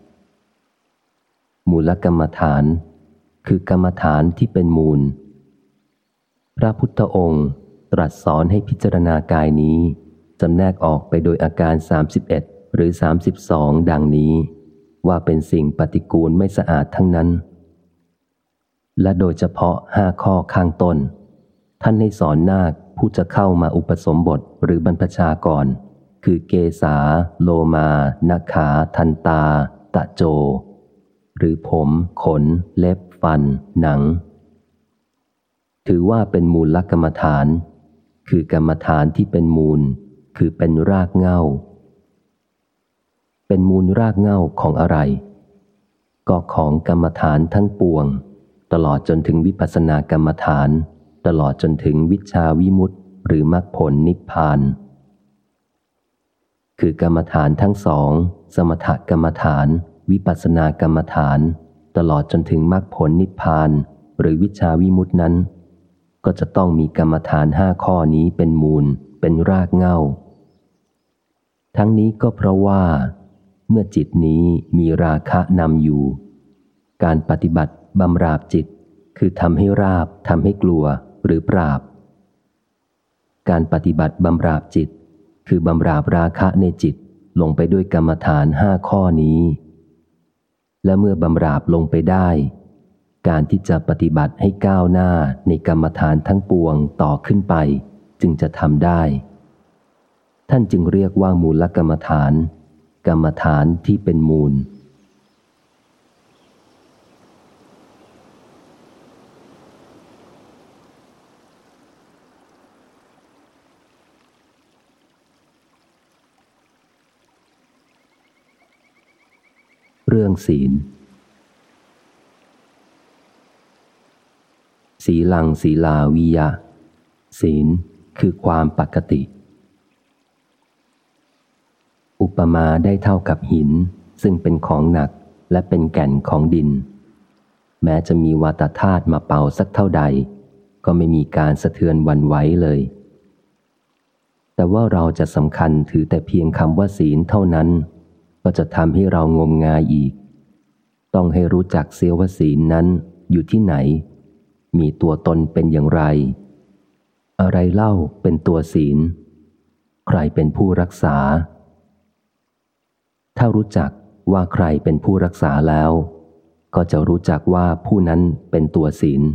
มูลกรรมฐานคือกรรมฐานที่เป็นมูลพระพุทธองค์ตรัสสอนให้พิจารณากายนี้จำแนกออกไปโดยอาการ31หรือ32ดังนี้ว่าเป็นสิ่งปฏิกูลไม่สะอาดทั้งนั้นและโดยเฉพาะ5ข้อข้างต้นท่านให้สอนนาคผู้จะเข้ามาอุปสมบทหรือบรรพชาก่อนคือเกสาโลมานาขาทันตาตะโจหรือผมขนเล็บฟันหนังถือว่าเป็นมูลกรรมฐานคือกรรมฐานที่เป็นมูลคือเป็นรากเหง้าเป็นมูลรากเหง้าของอะไรก็ของกรรมฐานทั้งปวงตลอดจนถึงวิปัสสนากรรมฐานตลอดจนถึงวิชาวิมุตติหรือมรรคผลนิพพานคือกรรมฐานทั้งสองสมถกรรมฐานวิปัสสนากรรมฐานตลอดจนถึงมรรคผลนิพพานหรือวิชาวิมุตตินั้นก็จะต้องมีกรรมฐาน5ข้อนี้เป็นมูลเป็นรากเหง้าทั้งนี้ก็เพราะว่าเมื่อจิตนี้มีราคะนำอยู่การปฏิบัติบำราบจิตคือทำให้ราบทำให้กลัวหรือปราบการปฏิบัติบำราบจิตคือบำราบราคะในจิตลงไปด้วยกรรมฐาน5ข้อนี้และเมื่อบำราบลงไปได้การที่จะปฏิบัติให้ก้าวหน้าในกรรมฐานทั้งปวงต่อขึ้นไปจึงจะทำได้ท่านจึงเรียกว่ามูลกรรมฐานกรรมฐานที่เป็นมูลเรื่องศีลศีลังศีลาวิยะศีลคือความปกติอุปมาได้เท่ากับหินซึ่งเป็นของหนักและเป็นแก่นของดินแม้จะมีวาตธาตุมาเป่าสักเท่าใดก็ไม่มีการสะเทือนหวั่นไหวเลยแต่ว่าเราจะสำคัญถือแต่เพียงคำว่าศีลเท่านั้นก็จะทำให้เรางมงายอีกต้องให้รู้จักเสียว่าศีลนั้นอยู่ที่ไหนมีตัวตนเป็นอย่างไรอะไรเล่าเป็นตัวศีลใครเป็นผู้รักษาถ้ารู้จักว่าใครเป็นผู้รักษาแล้วก็จะรู้จักว่าผู้นั้นเป็นตัวศีล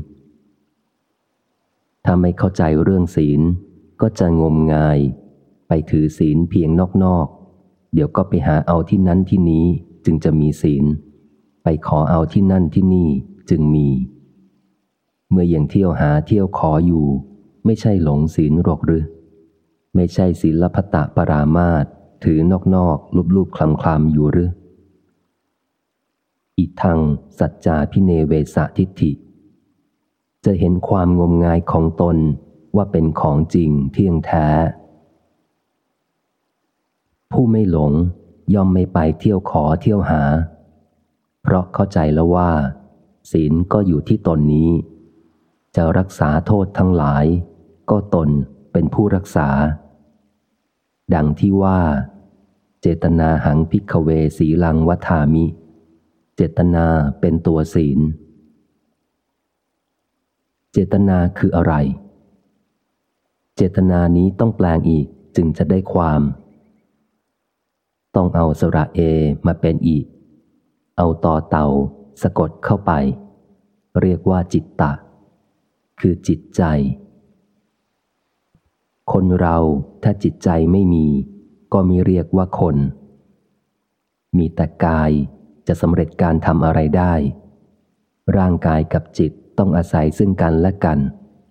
ถ้าไม่เข้าใจเรื่องศีลก็จะงมงายไปถือศีลเพียงนอกๆเดี๋ยวก็ไปหาเอาที่นั้นที่นี้จึงจะมีศีลไปขอเอาที่นั่นที่นี่จึงมีเมื่อยังเที่ยวหาเที่ยวขออยู่ไม่ใช่หลงศีลหรอกหรือไม่ใช่ศีลพัตตปรามาสถือนอกๆลูบๆคลำๆอยู่หรืออิทังสัจจาพิเนเวสทิฏฐิจะเห็นความงมงายของตนว่าเป็นของจริงเที่ยงแท้ผู้ไม่หลงย่อมไม่ไปเที่ยวขอเที่ยวหาเพราะเข้าใจแล้วว่าศีลก็อยู่ที่ตนนี้จะรักษาโทษทั้งหลายก็ตนเป็นผู้รักษาดังที่ว่าเจตนาหังภิกขเวสีลังวัฏฐามิเจตนาเป็นตัวศีลเจตนาคืออะไรเจตนานี้ต้องแปลงอีกจึงจะได้ความต้องเอาสระเอมาเป็นอีกเอาต่อเต่าสะกดเข้าไปเรียกว่าจิตตะคือจิตใจคนเราถ้าจิตใจไม่มีก็ไม่เรียกว่าคนมีแต่กายจะสำเร็จการทำอะไรได้ร่างกายกับจิตต้องอาศัยซึ่งกันและกัน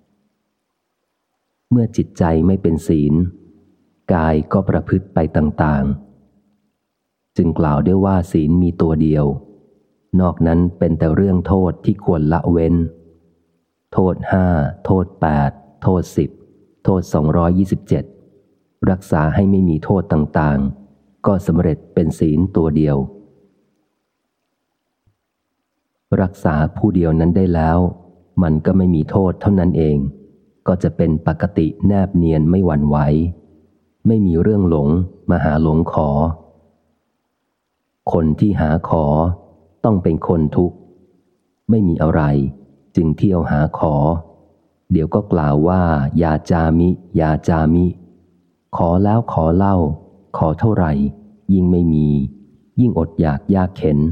เมื่อจิตใจไม่เป็นศีลกายก็ประพฤติไปต่างๆจึงกล่าวได้ว่าศีลมีตัวเดียวนอกนั้นเป็นแต่เรื่องโทษที่ควรละเว้นโทษ5โทษ8โทษ10โทษ227รักษาให้ไม่มีโทษต่างๆก็สำเร็จเป็นศีลตัวเดียวรักษาผู้เดียวนั้นได้แล้วมันก็ไม่มีโทษเท่านั้นเองก็จะเป็นปกติแนบเนียนไม่หวั่นไหวไม่มีเรื่องหลงมาหาหลงขอคนที่หาขอต้องเป็นคนทุกข์ไม่มีอะไรจึงเที่ยวหาขอเดี๋ยวก็กล่าวว่ายาจามิยาจามิขอแล้วขอเล่าขอเท่าไหร่ยิ่งไม่มียิ่งอดอยากยากเข็น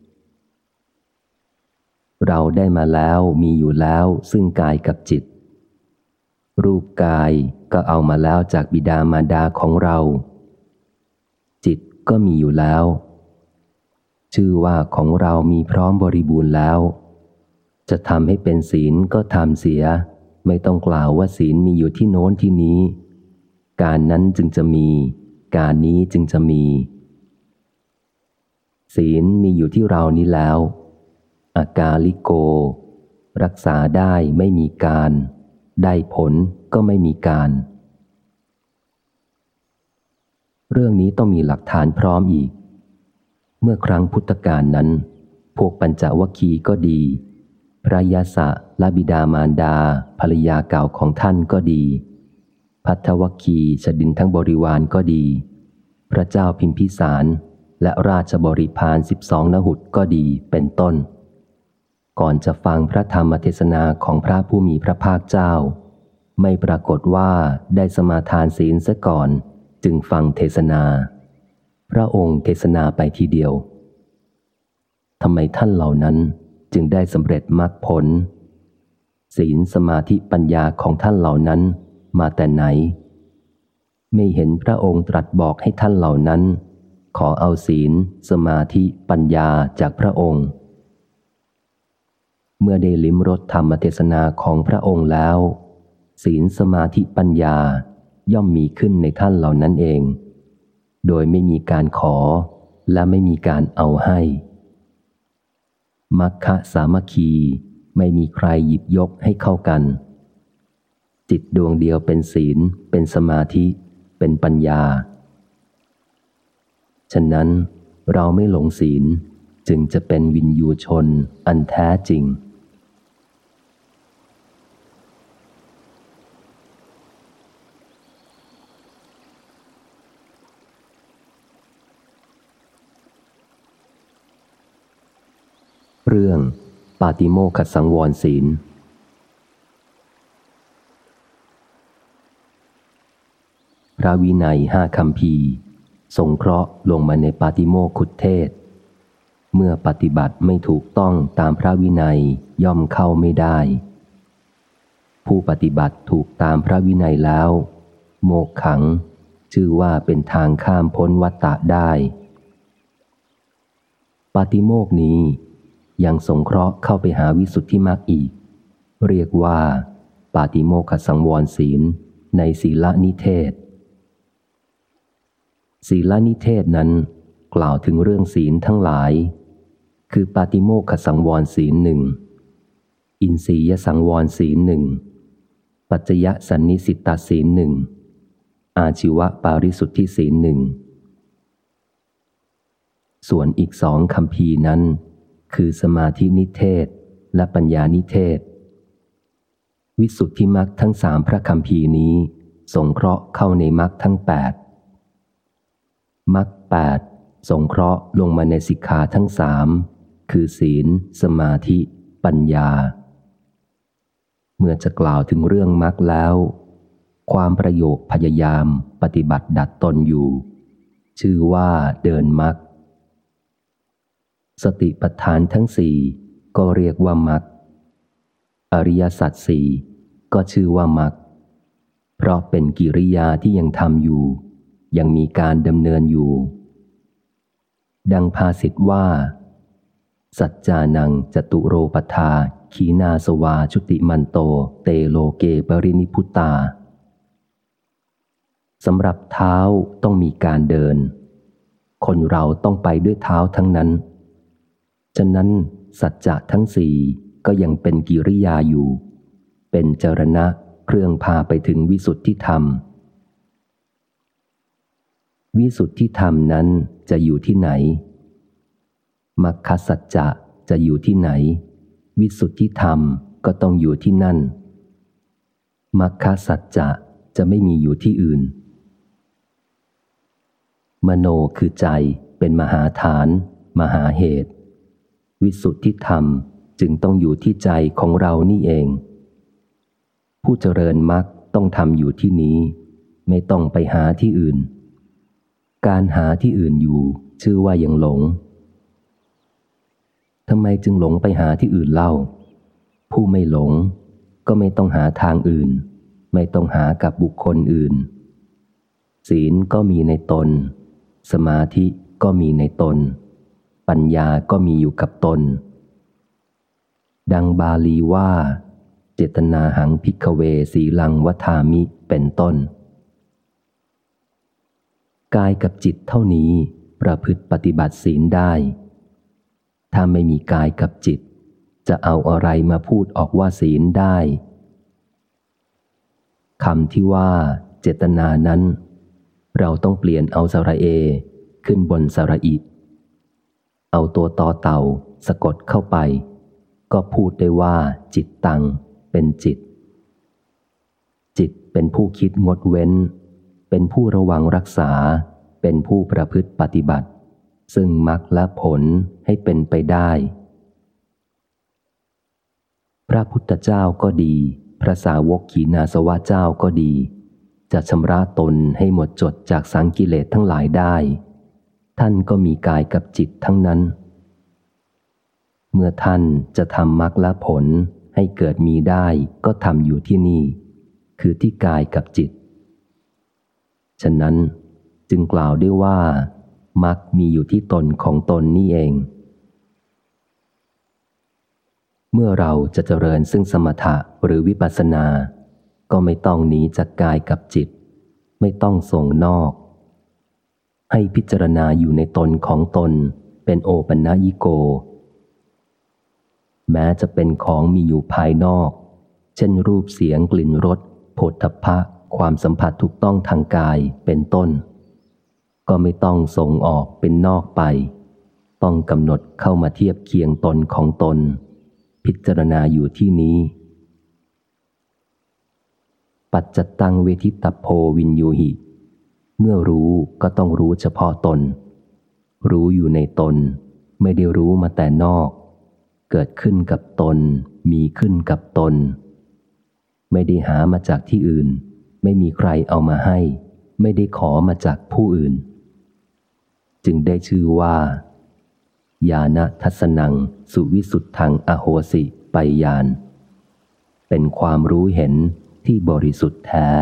เราได้มาแล้วมีอยู่แล้วซึ่งกายกับจิตรูปกายก็เอามาแล้วจากบิดามารดาของเราจิตก็มีอยู่แล้วชื่อว่าของเรามีพร้อมบริบูรณ์แล้วจะทำให้เป็นศีลก็ทำเสียไม่ต้องกล่าวว่าศีลมีอยู่ที่โน้นที่นี้การนั้นจึงจะมีการนี้จึงจะมีศีลมีอยู่ที่เรานี้แล้วอากาลิโกรักษาได้ไม่มีการได้ผลก็ไม่มีการเรื่องนี้ต้องมีหลักฐานพร้อมอีกเมื่อครั้งพุทธกาลนั้นพวกปัญจวัคคีย์ก็ดีพระยาสะและบิดามารดาภรรยาเก่าของท่านก็ดีภัททวัคคีย์ชดินทั้งบริวารก็ดีพระเจ้าพิมพิสารและราชบริพาร12 นหุตก็ดีเป็นต้นก่อนจะฟังพระธรรมเทศนาของพระผู้มีพระภาคเจ้าไม่ปรากฏว่าได้สมาทานศีลซะก่อนจึงฟังเทศนาพระองค์เทศนาไปทีเดียวทำไมท่านเหล่านั้นจึงได้สำเร็จมรรคผลศีลสมาธิปัญญาของท่านเหล่านั้นมาแต่ไหนไม่เห็นพระองค์ตรัสบอกให้ท่านเหล่านั้นขอเอาศีลสมาธิปัญญาจากพระองค์เมื่อได้ลิ้มรสธรรมเทศนาของพระองค์แล้วศีลสมาธิปัญญาย่อมมีขึ้นในท่านเหล่านั้นเองโดยไม่มีการขอและไม่มีการเอาให้มัคคะสามัคคีไม่มีใครหยิบยกให้เข้ากันจิตดวงเดียวเป็นศีลเป็นสมาธิเป็นปัญญาฉะนั้นเราไม่หลงศีลจึงจะเป็นวินยูชนอันแท้จริงเรื่องปาติโมกขสังวรศีลพระวินัย5 คัมภีร์สงเคราะห์ลงมาในปาติโมกขุเทศเมื่อปฏิบัติไม่ถูกต้องตามพระวินัยย่อมเข้าไม่ได้ผู้ปฏิบัติถูกตามพระวินัยแล้วโมกขังชื่อว่าเป็นทางข้ามพ้นวัฏฏะได้ปาติโมกข์นี้ยังสงเคราะห์เข้าไปหาวิสุทธิมรรคอีกเรียกว่าปาติโมกขสังวรศีลในศีลนิเทศศีลนิเทศนั้นกล่าวถึงเรื่องศีลทั้งหลายคือปาติโมกขสังวรศีลหนึ่งอินทรียสังวรศีลหนึ่งปัจจยสันนิสิตศีลหนึ่งอาชีวปาริสุทธิศีลหนึ่งส่วนอีก2 คัมภีร์นั้นคือสมาธินิเทศและปัญญานิเทศวิสุทธิมรรคทั้ง3 พระคัมภีร์นี้สงเคราะห์เข้าในมรรคทั้ง8มรรค8สงเคราะห์ลงมาในสิกขาทั้ง3คือศีลสมาธิปัญญาเมื่อจะกล่าวถึงเรื่องมรรคแล้วความประโยคพยายามปฏิบัติดัดตนอยู่ชื่อว่าเดินมรรคสติปัฏฐานทั้ง4ก็เรียกว่ามรรคอริยสัจ4ก็ชื่อว่ามรรคเพราะเป็นกิริยาที่ยังทำอยู่ยังมีการดำเนินอยู่ดังภาษิตว่าสัจจานังจตุโรปทาขีนาสวาชุติมันโตเตโลเกปรินิพุตตาสำหรับเท้าต้องมีการเดินคนเราต้องไปด้วยเท้าทั้งนั้นฉะนั้นสัจจะทั้ง4ก็ยังเป็นกิริยาอยู่เป็นจรณะเครื่องพาไปถึงวิสุทธิธรรมวิสุทธิธรรมนั้นจะอยู่ที่ไหนมรรคสัจจะจะอยู่ที่ไหนวิสุทธิธรรมก็ต้องอยู่ที่นั่นมรรคสัจจะจะไม่มีอยู่ที่อื่นมโนคือใจเป็นมหาฐานมหาเหตุวิสุทธิธรรมจึงต้องอยู่ที่ใจของเรานี่เองผู้เจริญมรรคต้องทำอยู่ที่นี้ไม่ต้องไปหาที่อื่นการหาที่อื่นอยู่ชื่อว่ายังหลงทำไมจึงหลงไปหาที่อื่นเล่าผู้ไม่หลงก็ไม่ต้องหาทางอื่นไม่ต้องหากับบุคคลอื่นศีลก็มีในตนสมาธิก็มีในตนปัญญาก็มีอยู่กับตนดังบาลีว่าเจตนาหังภิกขเวสีลังวัฏามิเป็นต้นกายกับจิตเท่านี้ประพฤติปฏิบัติศีลได้ถ้าไม่มีกายกับจิตจะเอาอะไรมาพูดออกว่าศีลได้คำที่ว่าเจตนานั้นเราต้องเปลี่ยนเอาสระเอขึ้นบนสระอิเอาตัวตอเต่าสะกดเข้าไปก็พูดได้ว่าจิตตังเป็นจิตจิตเป็นผู้คิดงดเว้นเป็นผู้ระวังรักษาเป็นผู้ประพฤติปฏิบัติซึ่งมรรคและผลให้เป็นไปได้พระพุทธเจ้าก็ดีพระสาวกขีณาสวะเจ้าก็ดีจะชำระตนให้หมดจดจากสังกิเลสทั้งหลายได้ท่านก็มีกายกับจิตทั้งนั้นเมื่อท่านจะทำมรรคและผลให้เกิดมีได้ก็ทำอยู่ที่นี่คือที่กายกับจิตฉะนั้นจึงกล่าวได้ว่ามรรคมีอยู่ที่ตนของตนนี่เองเมื่อเราจะเจริญซึ่งสมถะหรือวิปัสสนาก็ไม่ต้องหนีจากกายกับจิตไม่ต้องส่งนอกให้พิจารณาอยู่ในตนของตนเป็นโอปัญญิโกแม้จะเป็นของมีอยู่ภายนอกเช่นรูปเสียงกลิ่นรสโผฏฐัพพะความสัมผัสถูกต้องทางกายเป็นต้นก็ไม่ต้องส่งออกเป็นนอกไปต้องกำหนดเข้ามาเทียบเคียงตนของตนพิจารณาอยู่ที่นี้ปัจจตังเวทิตโพวินยูหิเมื่อรู้ก็ต้องรู้เฉพาะตนรู้อยู่ในตนไม่ได้รู้มาแต่นอกเกิดขึ้นกับตนมีขึ้นกับตนไม่ได้หามาจากที่อื่นไม่มีใครเอามาให้ไม่ได้ขอมาจากผู้อื่นจึงได้ชื่อว่าญาณทัสนังสุวิสุทธังอโหสิไปญาณเป็นความรู้เห็นที่บริสุทธิ์แท้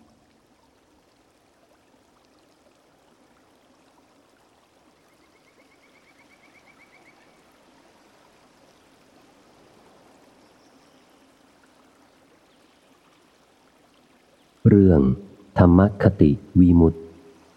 เรื่องธรรมคติวิมุตติ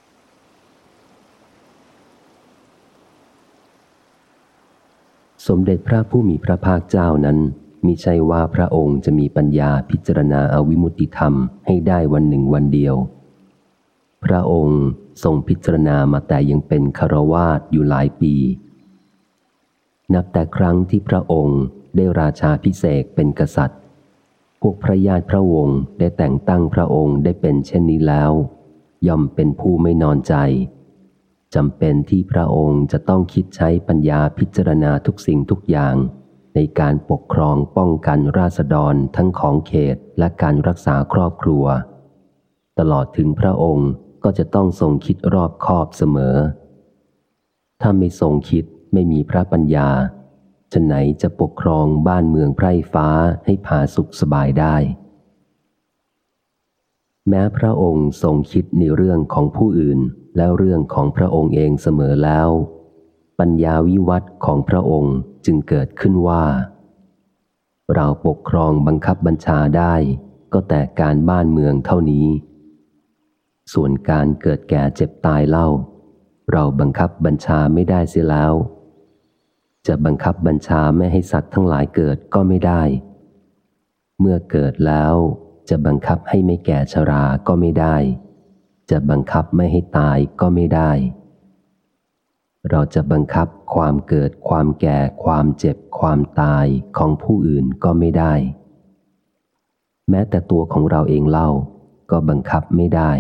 สมเด็จพระผู้มีพระภาคเจ้านั้นมิใช่ว่าพระองค์จะมีปัญญาพิจารณาเอาวิมุตติธรรมให้ได้วันหนึ่งวันเดียวพระองค์ทรงพิจารณามาแต่ยังเป็นคฤหัสถ์อยู่หลายปีนับแต่ครั้งที่พระองค์ได้ราชาภิเษกเป็นกษัตริย์พวกพระญาติพระวงศ์ได้แต่งตั้งพระองค์ได้เป็นเช่นนี้แล้วย่อมเป็นผู้ไม่นอนใจจำเป็นที่พระองค์จะต้องคิดใช้ปัญญาพิจารณาทุกสิ่งทุกอย่างในการปกครองป้องกันราษฎรทั้งของเขตและการรักษาครอบครัวตลอดถึงพระองค์ก็จะต้องทรงคิดรอบคอบเสมอถ้าไม่ทรงคิดไม่มีพระปัญญาฉะไหนจะปกครองบ้านเมืองไพร่ฟ้าให้ผาสุขสบายได้แม้พระองค์ทรงคิดในเรื่องของผู้อื่นและเรื่องของพระองค์เองเสมอแล้วปัญญาวิวัตรของพระองค์จึงเกิดขึ้นว่าเราปกครองบังคับบัญชาได้ก็แต่การบ้านเมืองเท่านี้ส่วนการเกิดแก่เจ็บตายเล่าเราบังคับบัญชาไม่ได้เสียแล้วจะบังคับบัญชาไม่ให้สัตว์ทั้งหลายเกิดก็ไม่ได้เมื่อเกิดแล้วจะบังคับให้ไม่แก่ชราก็ไม่ได้จะบังคับไม่ให้ตายก็ไม่ได้เราจะบังคับความเกิดความแก่ความเจ็บความตายของผู้อื่นก็ไม่ได้แม้แต่ตัวของเราเองเล่าก็บังคับไม่ได้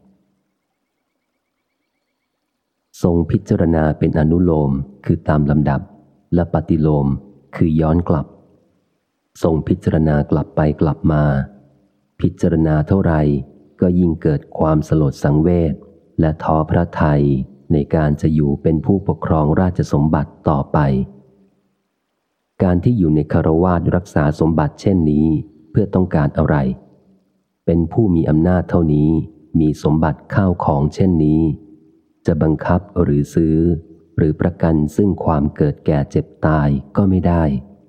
ทรงพิจารณาเป็นอนุโลมคือตามลำดับและปฏิโลมคือย้อนกลับทรงพิจารณากลับไปกลับมาพิจารณาเท่าไรก็ยิ่งเกิดความสลดสังเวชและท้อพระทัยในการจะอยู่เป็นผู้ปกครองราชสมบัติต่อไปการที่อยู่ในคฤหัสถ์รักษาสมบัติเช่นนี้เพื่อต้องการอะไรเป็นผู้มีอำนาจเท่านี้มีสมบัติข้าวของเช่นนี้จะบังคับหรือซื้อหรือประกันซึ่งความเกิดแก่เจ็บตายก็ไม่ได้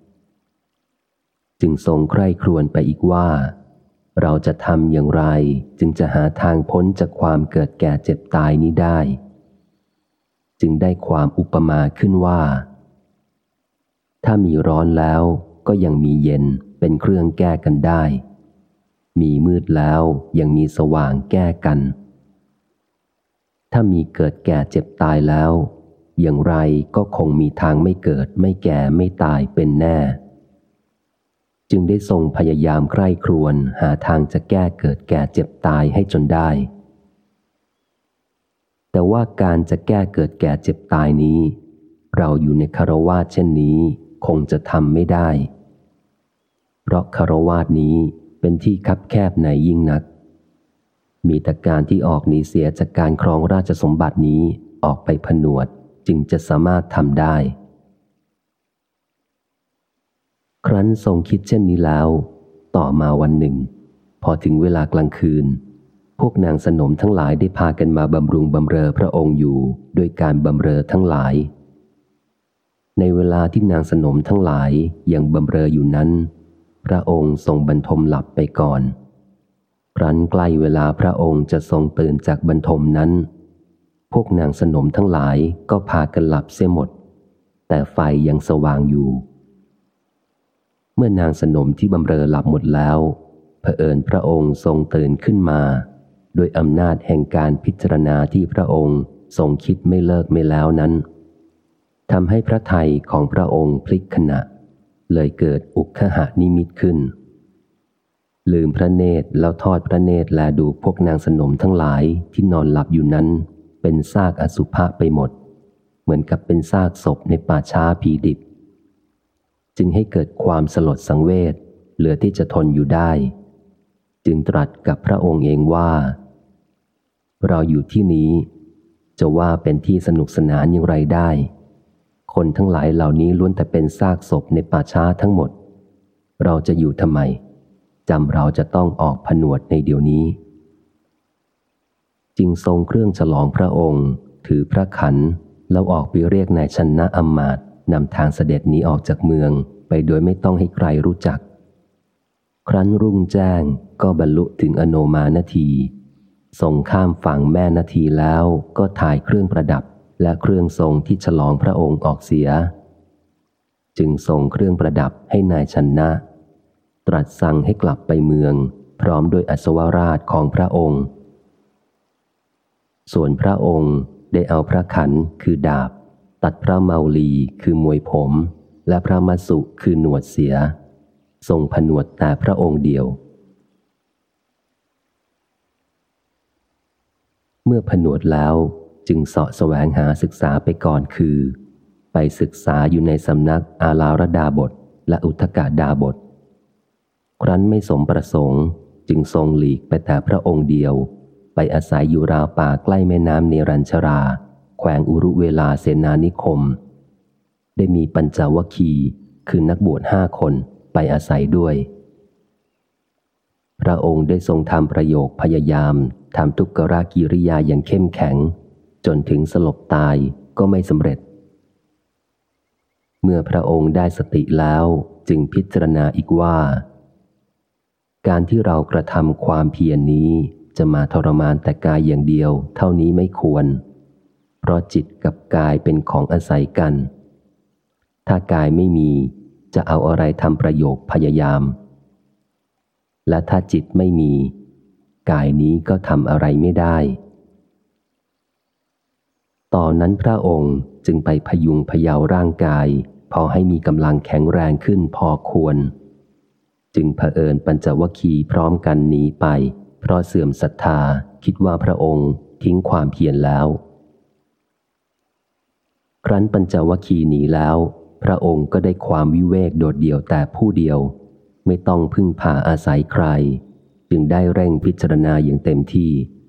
จึงทรงใคร่ครวญไปอีกว่าเราจะทำอย่างไรจึงจะหาทางพ้นจากความเกิดแก่เจ็บตายนี้ได้จึงได้ความอุปมาขึ้นว่าถ้ามีร้อนแล้วก็ยังมีเย็นเป็นเครื่องแก้กันได้มีมืดแล้วยังมีสว่างแก้กันถ้ามีเกิดแก่เจ็บตายแล้วอย่างไรก็คงมีทางไม่เกิดไม่แก่ไม่ตายเป็นแน่จึงได้ทรงพยายามใคร่ครวญหาทางจะแก้เกิดแก่เจ็บตายให้จนได้แต่ว่าการจะแก้เกิดแก่เจ็บตายนี้เราอยู่ในคฤหัสถ์เช่นนี้คงจะทำไม่ได้เพราะคฤหัสถ์นี้เป็นที่คับแคบในยิ่งนักมีแต่การที่ออกหนีเสียจากการครองราชสมบัตินี้ออกไปผนวดจึงจะสามารถทำได้ครั้นทรงคิดเช่นนี้แล้วต่อมาวันหนึ่งพอถึงเวลากลางคืนพวกนางสนมทั้งหลายได้พากันมาบำรุงบำเรอพระองค์อยู่ด้วยการบำเรอทั้งหลายในเวลาที่นางสนมทั้งหลายยังบำเรออยู่นั้นพระองค์ทรงบรรทมหลับไปก่อนครั้นใกล้เวลาพระองค์จะทรงตื่นจากบรรทมนั้นพวกนางสนมทั้งหลายก็พากันหลับเสียหมดแต่ไฟยังสว่างอยู่เมื่อนางสนมที่บำเรอหลับหมดแล้วเผอิญพระองค์ทรงตื่นขึ้นมาโดยอำนาจแห่งการพิจารณาที่พระองค์ทรงคิดไม่เลิกไม่แล้วนั้นทำให้พระทัยของพระองค์พลิกขณะเลยเกิดอุกขหนิมิตขึ้นลืมพระเนตรแล้วทอดพระเนตรแลดูพวกนางสนมทั้งหลายที่นอนหลับอยู่นั้นเป็นซากอสุภะไปหมดเหมือนกับเป็นซากศพในป่าช้าผีดิบจึงให้เกิดความสลดสังเวชเหลือที่จะทนอยู่ได้จึงตรัสกับพระองค์เองว่าเราอยู่ที่นี้จะว่าเป็นที่สนุกสนานอย่างไรได้คนทั้งหลายเหล่านี้ล้วนแต่เป็นซากศพในป่าช้าทั้งหมดเราจะอยู่ทำไมจำเราจะต้องออกผนวดในเดี๋ยวนี้จึงทรงเครื่องฉลองพระองค์ถือพระขันแล้วออกไปเรียกนายชนะอำมาตย์นำทางเสด็จหนีออกจากเมืองไปโดยไม่ต้องให้ใครรู้จักครั้นรุ่งแจ้งก็บรรลุถึงอโนมานาทีทรงข้ามฝั่งแม่นาทีแล้วก็ถ่ายเครื่องประดับและเครื่องทรงที่ฉลองพระองค์ออกเสียจึงส่งเครื่องประดับให้นายชนะตรัสสั่งให้กลับไปเมืองพร้อมด้วยอัศวราชของพระองค์ส่วนพระองค์ได้เอาพระขันคือดาบตัดพระเมาลีคือมวยผมและพระมัสสุคือหนวดเสียทรงผนวดแต่พระองค์เดียวเมื่อผนวดแล้วจึงเสาะแสวงหาศึกษาไปก่อนคือไปศึกษาอยู่ในสำนักอาลารดาบทและอุทกดาบทครั้นไม่สมประสงค์จึงทรงหลีกไปแต่พระองค์เดียวไปอาศัยอยู่ราวป่าใกล้แม่น้ำเนรัญชราแขวงอุรุเวลาเสนานิคมได้มีปัญจวัคคีย์คือนักบวช5 คนไปอาศัยด้วยพระองค์ได้ทรงทำประโยคพยายามทำทุกขกิริยาอย่างเข้มแข็งจนถึงสลบตายก็ไม่สำเร็จเมื่อพระองค์ได้สติแล้วจึงพิจารณาอีกว่าการที่เรากระทำความเพียรนี้จะมาทรมานแต่กายอย่างเดียวเท่านี้ไม่ควรเพราะจิตกับกายเป็นของอาศัยกันถ้ากายไม่มีจะเอาอะไรทำประโยคพยายามและถ้าจิตไม่มีกายนี้ก็ทำอะไรไม่ได้ตอนนั้นพระองค์จึงไปพยุงพยาวร่างกายพอให้มีกำลังแข็งแรงขึ้นพอควรจึงเผอิญปัญจวัคคีย์พร้อมกันหนีไปเพราะเสื่อมศรัทธาคิดว่าพระองค์ทิ้งความเพียรแล้วครั้นปัญจวัคคีย์หนีแล้วพระองค์ก็ได้ความวิเวกโดดเดี่ยวแต่ผู้เดียวไม่ต้องพึ่งพาอาศัยใครจึงได้เร่งพิจารณาอย่างเต็มที่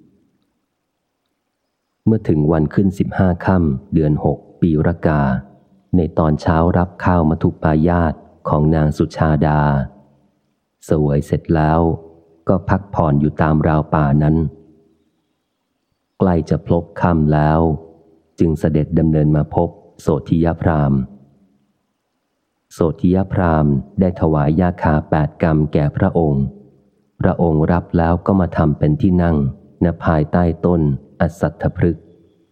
เมื่อถึงวันขึ้น15 ค่ำเดือน 6 ปีรากาในตอนเช้ารับข้าวมัทุปายาตของนางสุชาดาเสวยเสร็จแล้วก็พักผ่อนอยู่ตามราวป่านั้นใกล้จะพลบค่ำแล้วจึงเสด็จดำเนินมาพบโสธิยพราหมณ์โสธิยพราหมณ์ได้ถวายยาคา8 กำแก่พระองค์พระองค์รับแล้วก็มาทำเป็นที่นั่งณภายใต้ต้นอัสสัทธพฤกษ์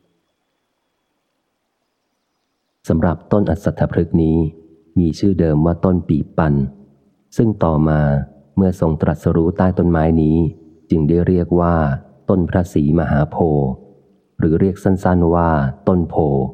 สำหรับต้นอัสสัทธพฤกษ์นี้มีชื่อเดิมว่าต้นปีปันซึ่งต่อมาเมื่อทรงตรัสรู้ใต้ต้นไม้นี้จึงได้เรียกว่าต้นพระศรีมหาโพธิ์หรือเรียกสั้นๆว่าต้นโพธิ์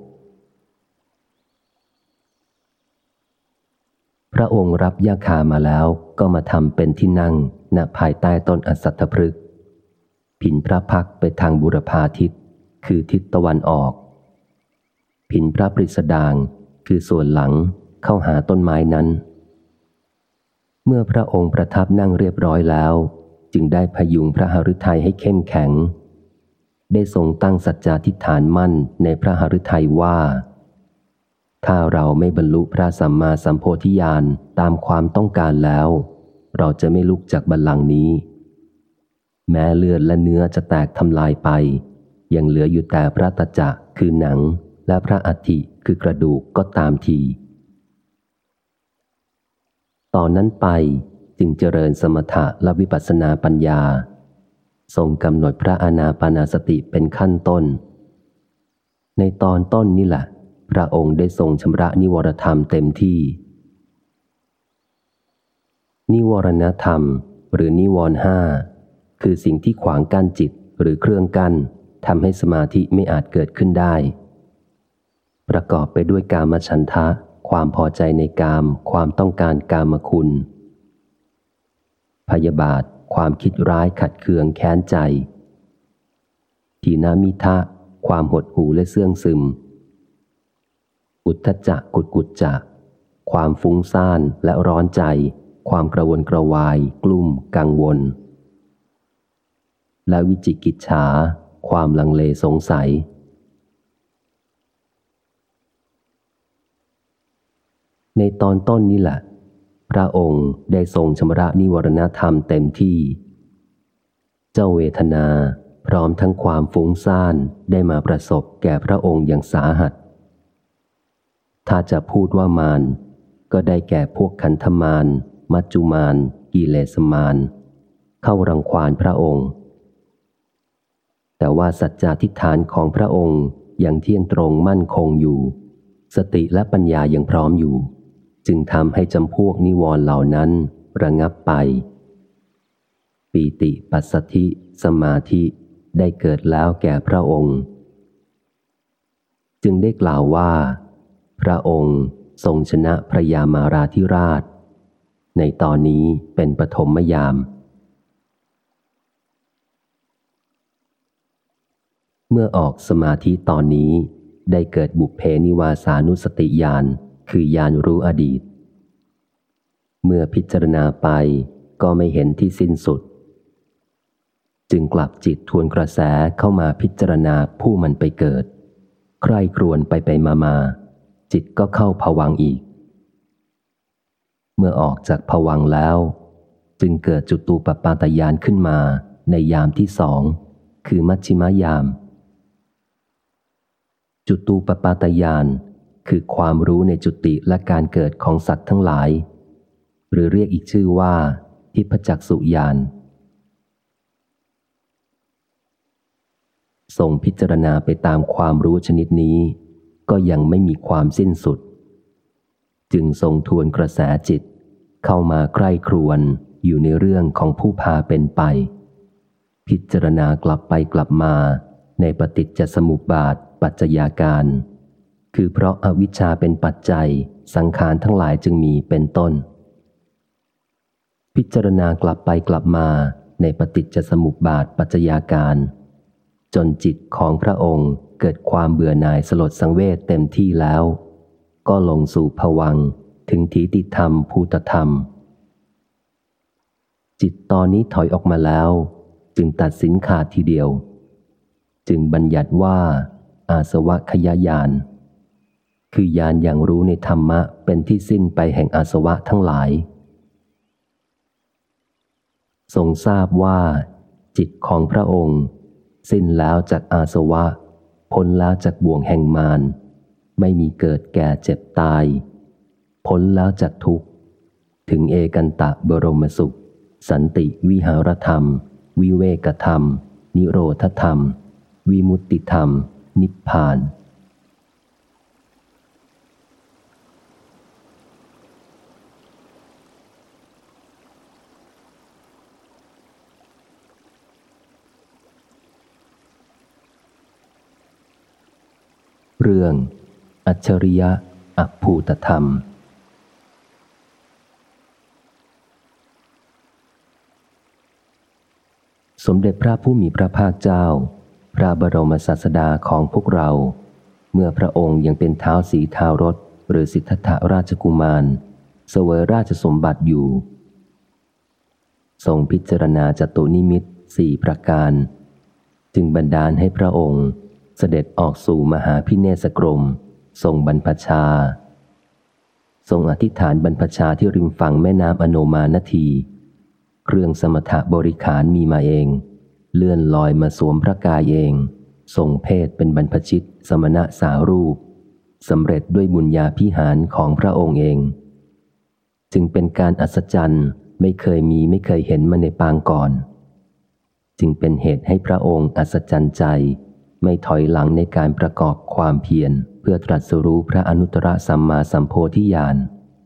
พระองค์รับยาคามาแล้วก็มาทำเป็นที่นั่งณภายใต้ต้นอัสสัทธพฤกษ์ผินพระพักตร์ไปทางบุรพาทิศคือทิศตะวันออกผินพระปริสดางคือส่วนหลังเข้าหาต้นไม้นั้นเมื่อพระองค์ประทับนั่งเรียบร้อยแล้วจึงได้พยุงพระหฤทัยให้เข้มแข็งได้ทรงตั้งสัจจาธิษฐานมั่นในพระหฤทัยว่าถ้าเราไม่บรรลุพระสัมมาสัมโพธิญาณตามความต้องการแล้วเราจะไม่ลุกจากบัลลังก์นี้แม้เลือดและเนื้อจะแตกทำลายไปยังเหลืออยู่แต่พระตจักข์คือหนังและพระอัฐิคือกระดูกก็ตามทีตอนนั้นไปจึงเจริญสมถะและวิปัสสนาปัญญาทรงกำหนดพระอานาปานสติเป็นขั้นต้นในตอนต้นนี่แหละพระองค์ได้ทรงชำระนิวรธรรมเต็มที่นิวรณธรรมหรือนิวรณ์5คือสิ่งที่ขวางกั้นจิตหรือเครื่องกั้นทำให้สมาธิไม่อาจเกิดขึ้นได้ ประกอบไปด้วยกามฉันทะความพอใจในกามความต้องการกามคุณพยาบาทความคิดร้ายขัดเคืองแค้นใจถีนามิทะความหดหู่และเสื่องซึมอุทธัจจะกุจกุจจะความฟุ้งซ่านและร้อนใจความกระวนกระวายกลุ้มกังวลและวิจิกิจฉาความลังเลสงสัยในตอนต้นนี้แหละพระองค์ได้ทรงชำระนิวรณธรรมเต็มที่เจ้าเวทนาพร้อมทั้งความฟุ้งซ่านได้มาประสบแก่พระองค์อย่างสาหัสถ้าจะพูดว่ามารก็ได้แก่พวกขันธมารมัจจุมารกิเลสมารเข้ารังควานพระองค์แต่ว่าสัจจาธิฐานของพระองค์ยังเที่ยงตรงมั่นคงอยู่สติและปัญญายังพร้อมอยู่จึงทำให้จำพวกนิวรณ์เหล่านั้นระงับไปปีติปัสสธิสมาธิได้เกิดแล้วแก่พระองค์จึงได้กล่าวว่าพระองค์ทรงชนะพระยามาราธิราชในตอนนี้เป็นปฐมยามเมื่อออกสมาธิตอนนี้ได้เกิดบุพเพนิวาสานุสติญาณคือญาณรู้อดีตเมื่อพิจารณาไปก็ไม่เห็นที่สิ้นสุดจึงกลับจิตทวนกระแสเข้ามาพิจารณาผู้มันไปเกิดใคร่ครวญไปมาจิตก็เข้าภวังค์อีกเมื่อออกจากภวังค์แล้วจึงเกิดจุตูปปาตญาณขึ้นมาในยามที่สองคือมัชฌิมยามจุตูปปาตญาณคือความรู้ในจุติและการเกิดของสัตว์ทั้งหลายหรือเรียกอีกชื่อว่าทิพจักษุญาณทรงพิจารณาไปตามความรู้ชนิดนี้ก็ยังไม่มีความสิ้นสุดจึงทรงทวนกระแสจิตเข้ามาใกล้ครวนอยู่ในเรื่องของผู้พาเป็นไปพิจารณากลับไปกลับมาในปฏิจจสมุปบาทปัจจัยาการคือเพราะอาวิชชาเป็นปัจจัยสังขารทั้งหลายจึงมีเป็นต้นพิจารณากลับไปกลับมาในปฏิจจสมุปบาทปัจจัยาการจนจิตของพระองค์เกิดความเบื่อหน่ายสลดสังเวชเต็มที่แล้วก็ลงสู่ภวังค์ถึงถีติธรรมภูตธรรมจิตตอนนี้ถอยออกมาแล้วจึงตัดสินขาดทีเดียวจึงบัญญัติว่าอาสวะขยญาณคือญาณอย่างรู้ในธรรมะเป็นที่สิ้นไปแห่งอาสวะทั้งหลายทรงทราบว่าจิตของพระองค์สิ้นแล้วจากอาสวะพ้นแล้วจากบ่วงแห่งมารไม่มีเกิดแก่เจ็บตายพ้นแล้วจากทุกข์ถึงเอกันตะบรมสุขสันติวิหารธรรมวิเวกธรรมนิโรธธรรมวิมุตติธรรมนิพพานเรื่องอัจฉริยะอภูตธรรมสมเด็จพระผู้มีพระภาคเจ้าพระบรมศาสดาของพวกเราเมื่อพระองค์ยังเป็นท้าวสีทารสหรือสิทธัตถราชกุมารเสวยราชสมบัติอยู่ทรงพิจารณาจตุนิมิต4ประการจึงบันดาลให้พระองค์เสด็จออกสู่มหาพิเนศกรมทรงบรรพชาทรงอธิษฐานบรรพชาที่ริมฝั่งแม่น้ำอโนมานทีเครื่องสมถบริขารมีมาเองเลื่อนลอยมาสวมพระกายเองทรงเพศเป็นบรรพชิตสมณะสารูปสำเร็จด้วยบุญญาภิหารของพระองค์เองจึงเป็นการอัศจรรย์ไม่เคยมีไม่เคยเห็นมาในปางก่อนจึงเป็นเหตุให้พระองค์อัศจรรย์ใจไม่ถอยหลังในการประกอบความเพียรเพื่อตรัสรู้พระอนุตตรสัมมาสัมโพธิญาณ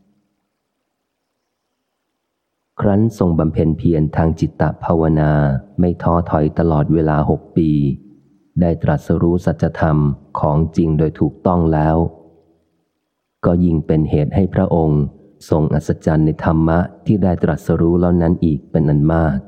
ครั้นทรงบำเพ็ญเพียรทางจิตตภาวนาไม่ท้อถอยตลอดเวลา6 ปีได้ตรัสรู้สัจธรรมของจริงโดยถูกต้องแล้วก็ยิ่งเป็นเหตุให้พระองค์ทรงอัศจรรย์ในธรรมะที่ได้ตรัสรู้แล้วนั้นอีกเป็นอันมาก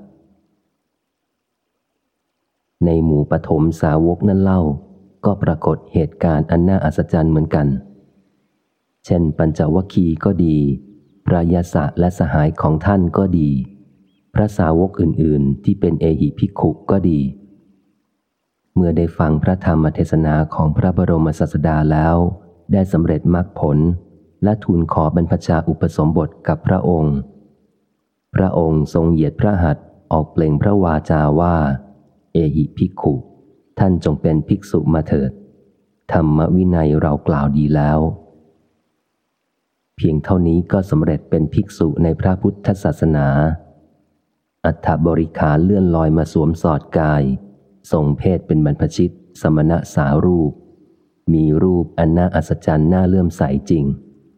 ในหมู่ปฐมสาวกนั้นเล่าก็ปรากฏเหตุการณ์อันน่าอัศจรรย์เหมือนกันเช่นปัญจวัคคีย์ก็ดีพระยาศะและสหายของท่านก็ดีพระสาวกอื่นๆที่เป็นเอหิภิกขุก็ดีเมื่อได้ฟังพระธรรมเทศนาของพระบรมศาสดาแล้วได้สำเร็จมรรคผลและทูลขอบรรพชาอุปสมบทกับพระองค์พระองค์ทรงเหยียดพระหัตถ์ออกเปล่งพระวาจาว่าเอหิภิกขุท่านจงเป็นภิกษุมาเถิดธรรมวินัยเรากล่าวดีแล้วเพียงเท่านี้ก็สำเร็จเป็นภิกษุในพระพุทธศาสนาอัฐบริขารเลื่อนลอยมาสวมสอดกายทรงเพศเป็นบรรพชิตสมณะสารูปมีรูปอันน่าอัศจรรย์น่าเลื่อมใสจริง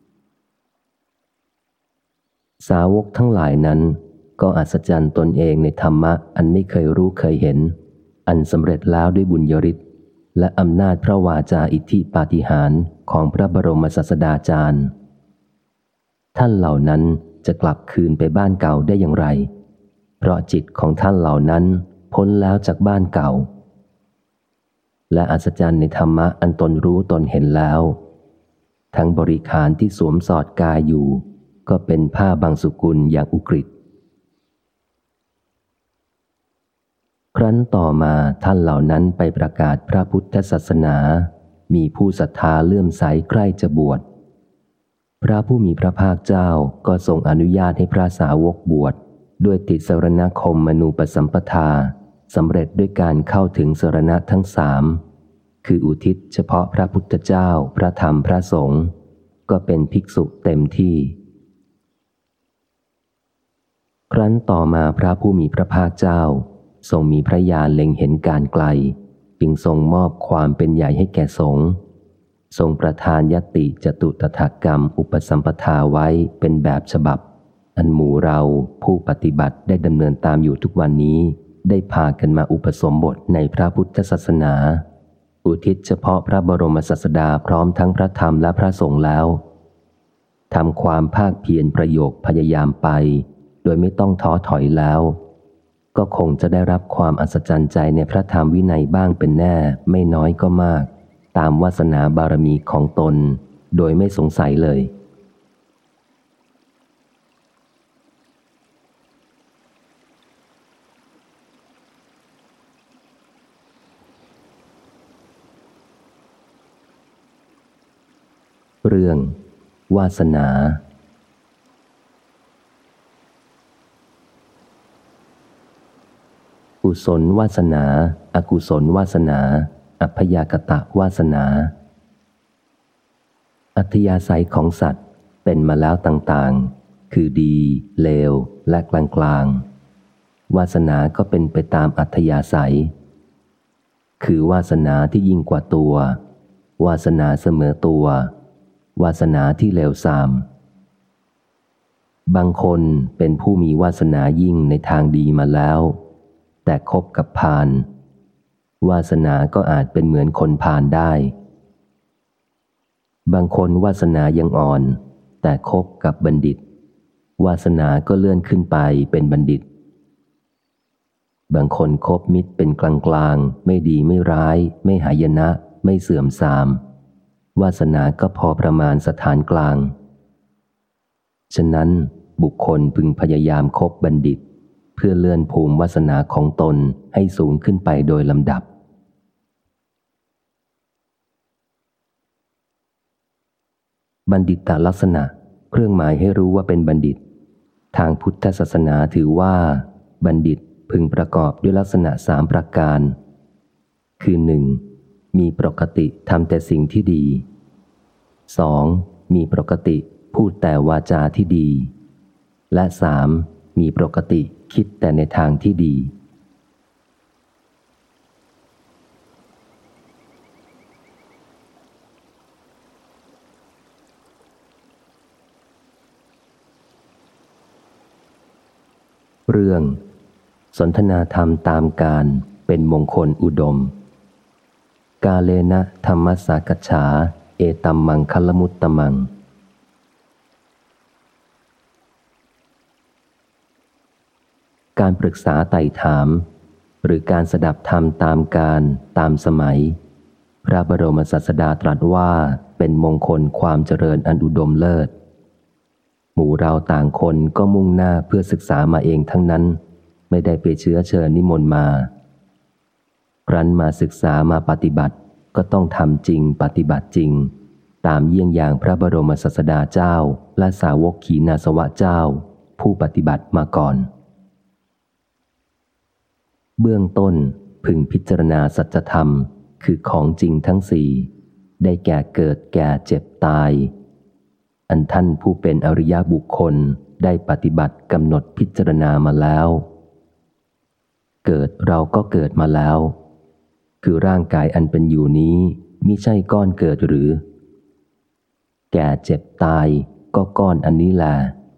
สาวกทั้งหลายนั้นก็อัศจรรย์ตนเองในธรรมะอันไม่เคยรู้เคยเห็นอันสำเร็จแล้วด้วยบุญยฤทธิ์และอำนาจพระวาจาอิทธิปาฏิหาริย์ของพระบรมศาสดาจารย์ท่านเหล่านั้นจะกลับคืนไปบ้านเก่าได้อย่างไรเพราะจิตของท่านเหล่านั้นพ้นแล้วจากบ้านเก่าและอัศจรรย์ในธรรมะอันตนรู้ตนเห็นแล้วทั้งบริขารที่สวมสอดกายอยู่ก็เป็นผ้าบางสุกุลอย่างอุกฤษครั้นต่อมาท่านเหล่านั้นไปประกาศพระพุทธศาสนามีผู้ศรัทธาเลื่อมใสใกล้จะบวชพระผู้มีพระภาคเจ้าก็ทรงอนุญาตให้พระสาวกบวชด้วยติสรณคมมนูปสัมปทาสำเร็จด้วยการเข้าถึงสรณะทั้งสามคืออุทิศเฉพาะพระพุทธเจ้าพระธรรมพระสงฆ์ก็เป็นภิกษุเต็มที่ครั้นต่อมาพระผู้มีพระภาคเจ้าทรงมีพระญาณเล็งเห็นการไกลจึงทรงมอบความเป็นใหญ่ให้แก่สงฆ์ทรงประทานยติจตุตถกรรมอุปสัมปทาไว้เป็นแบบฉบับอันหมู่เราผู้ปฏิบัติได้ดำเนินตามอยู่ทุกวันนี้ได้พากันมาอุปสมบทในพระพุทธศาสนาอุทิศเฉพาะพระบรมศาสดาพร้อมทั้งพระธรรมและพระสงฆ์แล้วทำความภาคเพียรประโยคพยายามไปโดยไม่ต้องท้อถอยแล้วก็คงจะได้รับความอัศจรรย์ใจในพระธรรมวินัยบ้างเป็นแน่ไม่น้อยก็มากตามวาสนาบารมีของตนโดยไม่สงสัยเลยเรื่องวาสนากุศลวาสนาอกุศลวาสนาอัพยากตะวาสนาอัธยาศัยของสัตว์เป็นมาแล้วต่างๆคือดีเลวและกลางๆวาสนาก็เป็นไปตามอัธยาศัยคือวาสนาที่ยิ่งกว่าตัววาสนาเสมอตัววาสนาที่เลวทรามบางคนเป็นผู้มีวาสนายิ่งในทางดีมาแล้วแต่คบกับพาลวาสนาก็อาจเป็นเหมือนคนพาลได้บางคนวาสนายังอ่อนแต่คบกับบัณฑิตวาสนาก็เลื่อนขึ้นไปเป็นบัณฑิตบางคนคบมิตรเป็นกลางๆไม่ดีไม่ร้ายไม่หายนะไม่เสื่อมทรามวาสนาก็พอประมาณสถานกลางฉะนั้นบุคคลพึงพยายามคบบัณฑิตเพื่อเลื่อนภูมิวาสนาของตนให้สูงขึ้นไปโดยลำดับบัณฑิตลักษณะเครื่องหมายให้รู้ว่าเป็นบัณฑิตทางพุทธศาสนาถือว่าบัณฑิตพึงประกอบด้วยลักษณะ3ประการคือ 1. มีปกติทำแต่สิ่งที่ดี 2. มีปกติพูดแต่วาจาที่ดีและ 3. มีปกติคิดแต่ในทางที่ดีเรื่องสนทนาธรรมตามการเป็นมงคลอุดมกาเลนะธรรมสากัจฉาเอตัมมังคัลมุตตมังการปรึกษาไต่ถามหรือการสดับธรรมตามการตามสมัยพระบรมศาสดาตรัสว่าเป็นมงคลความเจริญอันอุดมเลิศหมู่เราต่างคนก็มุ่งหน้าเพื่อศึกษามาเองทั้งนั้นไม่ได้ไปเชื้อเชิญนิมนต์มาครั้นมาศึกษามาปฏิบัติก็ต้องทำจริงปฏิบัติจริงตามเยี่ยงอย่างพระบรมศาสดาเจ้าและสาวกขีณาสวะเจ้าผู้ปฏิบัติมาก่อนเบื้องต้นพึงพิจารณาสัจธรรมคือของจริงทั้งสี่ได้แก่เกิดแก่เจ็บตายอันท่านผู้เป็นอริยบุคคลได้ปฏิบัติกำหนดพิจารณามาแล้วเกิดเราก็เกิดมาแล้วคือร่างกายอันเป็นอยู่นี้มิใช่ก้อนเกิดหรือแก่เจ็บตายก็ก้อนอันนี้แล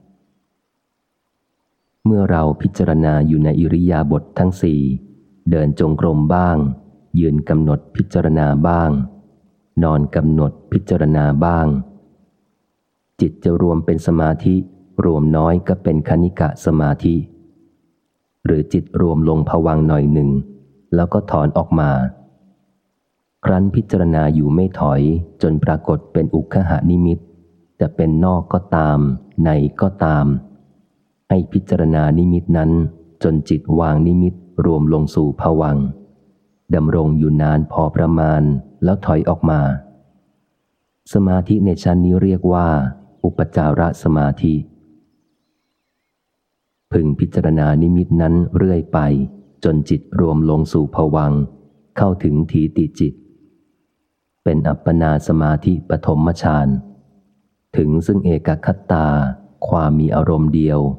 เมื่อเราพิจารณาอยู่ในอิริยาบถทั้งสี่เดินจงกรมบ้างยืนกำหนดพิจารณาบ้างนอนกำหนดพิจารณาบ้างจิตจะรวมเป็นสมาธิรวมน้อยก็เป็นคณิกะสมาธิหรือจิตรวมลงภวังค์หน่อยหนึ่งแล้วก็ถอนออกมาครั้นพิจารณาอยู่ไม่ถอยจนปรากฏเป็นอุคคหนิมิตจะเป็นนอกก็ตามในก็ตามให้พิจารณานิมิตนั้นจนจิตวางนิมิตรวมลงสู่ภวังค์ดำรงอยู่นานพอประมาณแล้วถอยออกมาสมาธิในชั้นนี้เรียกว่าอุปจารสมาธิพึงพิจารณานิมิตนั้นเรื่อยไปจนจิตรวมลงสู่ภวังค์เข้าถึงถีติจิตเป็นอัปปนาสมาธิปฐมฌานถึงซึ่งเอกคตาความมีอารมณ์เดียว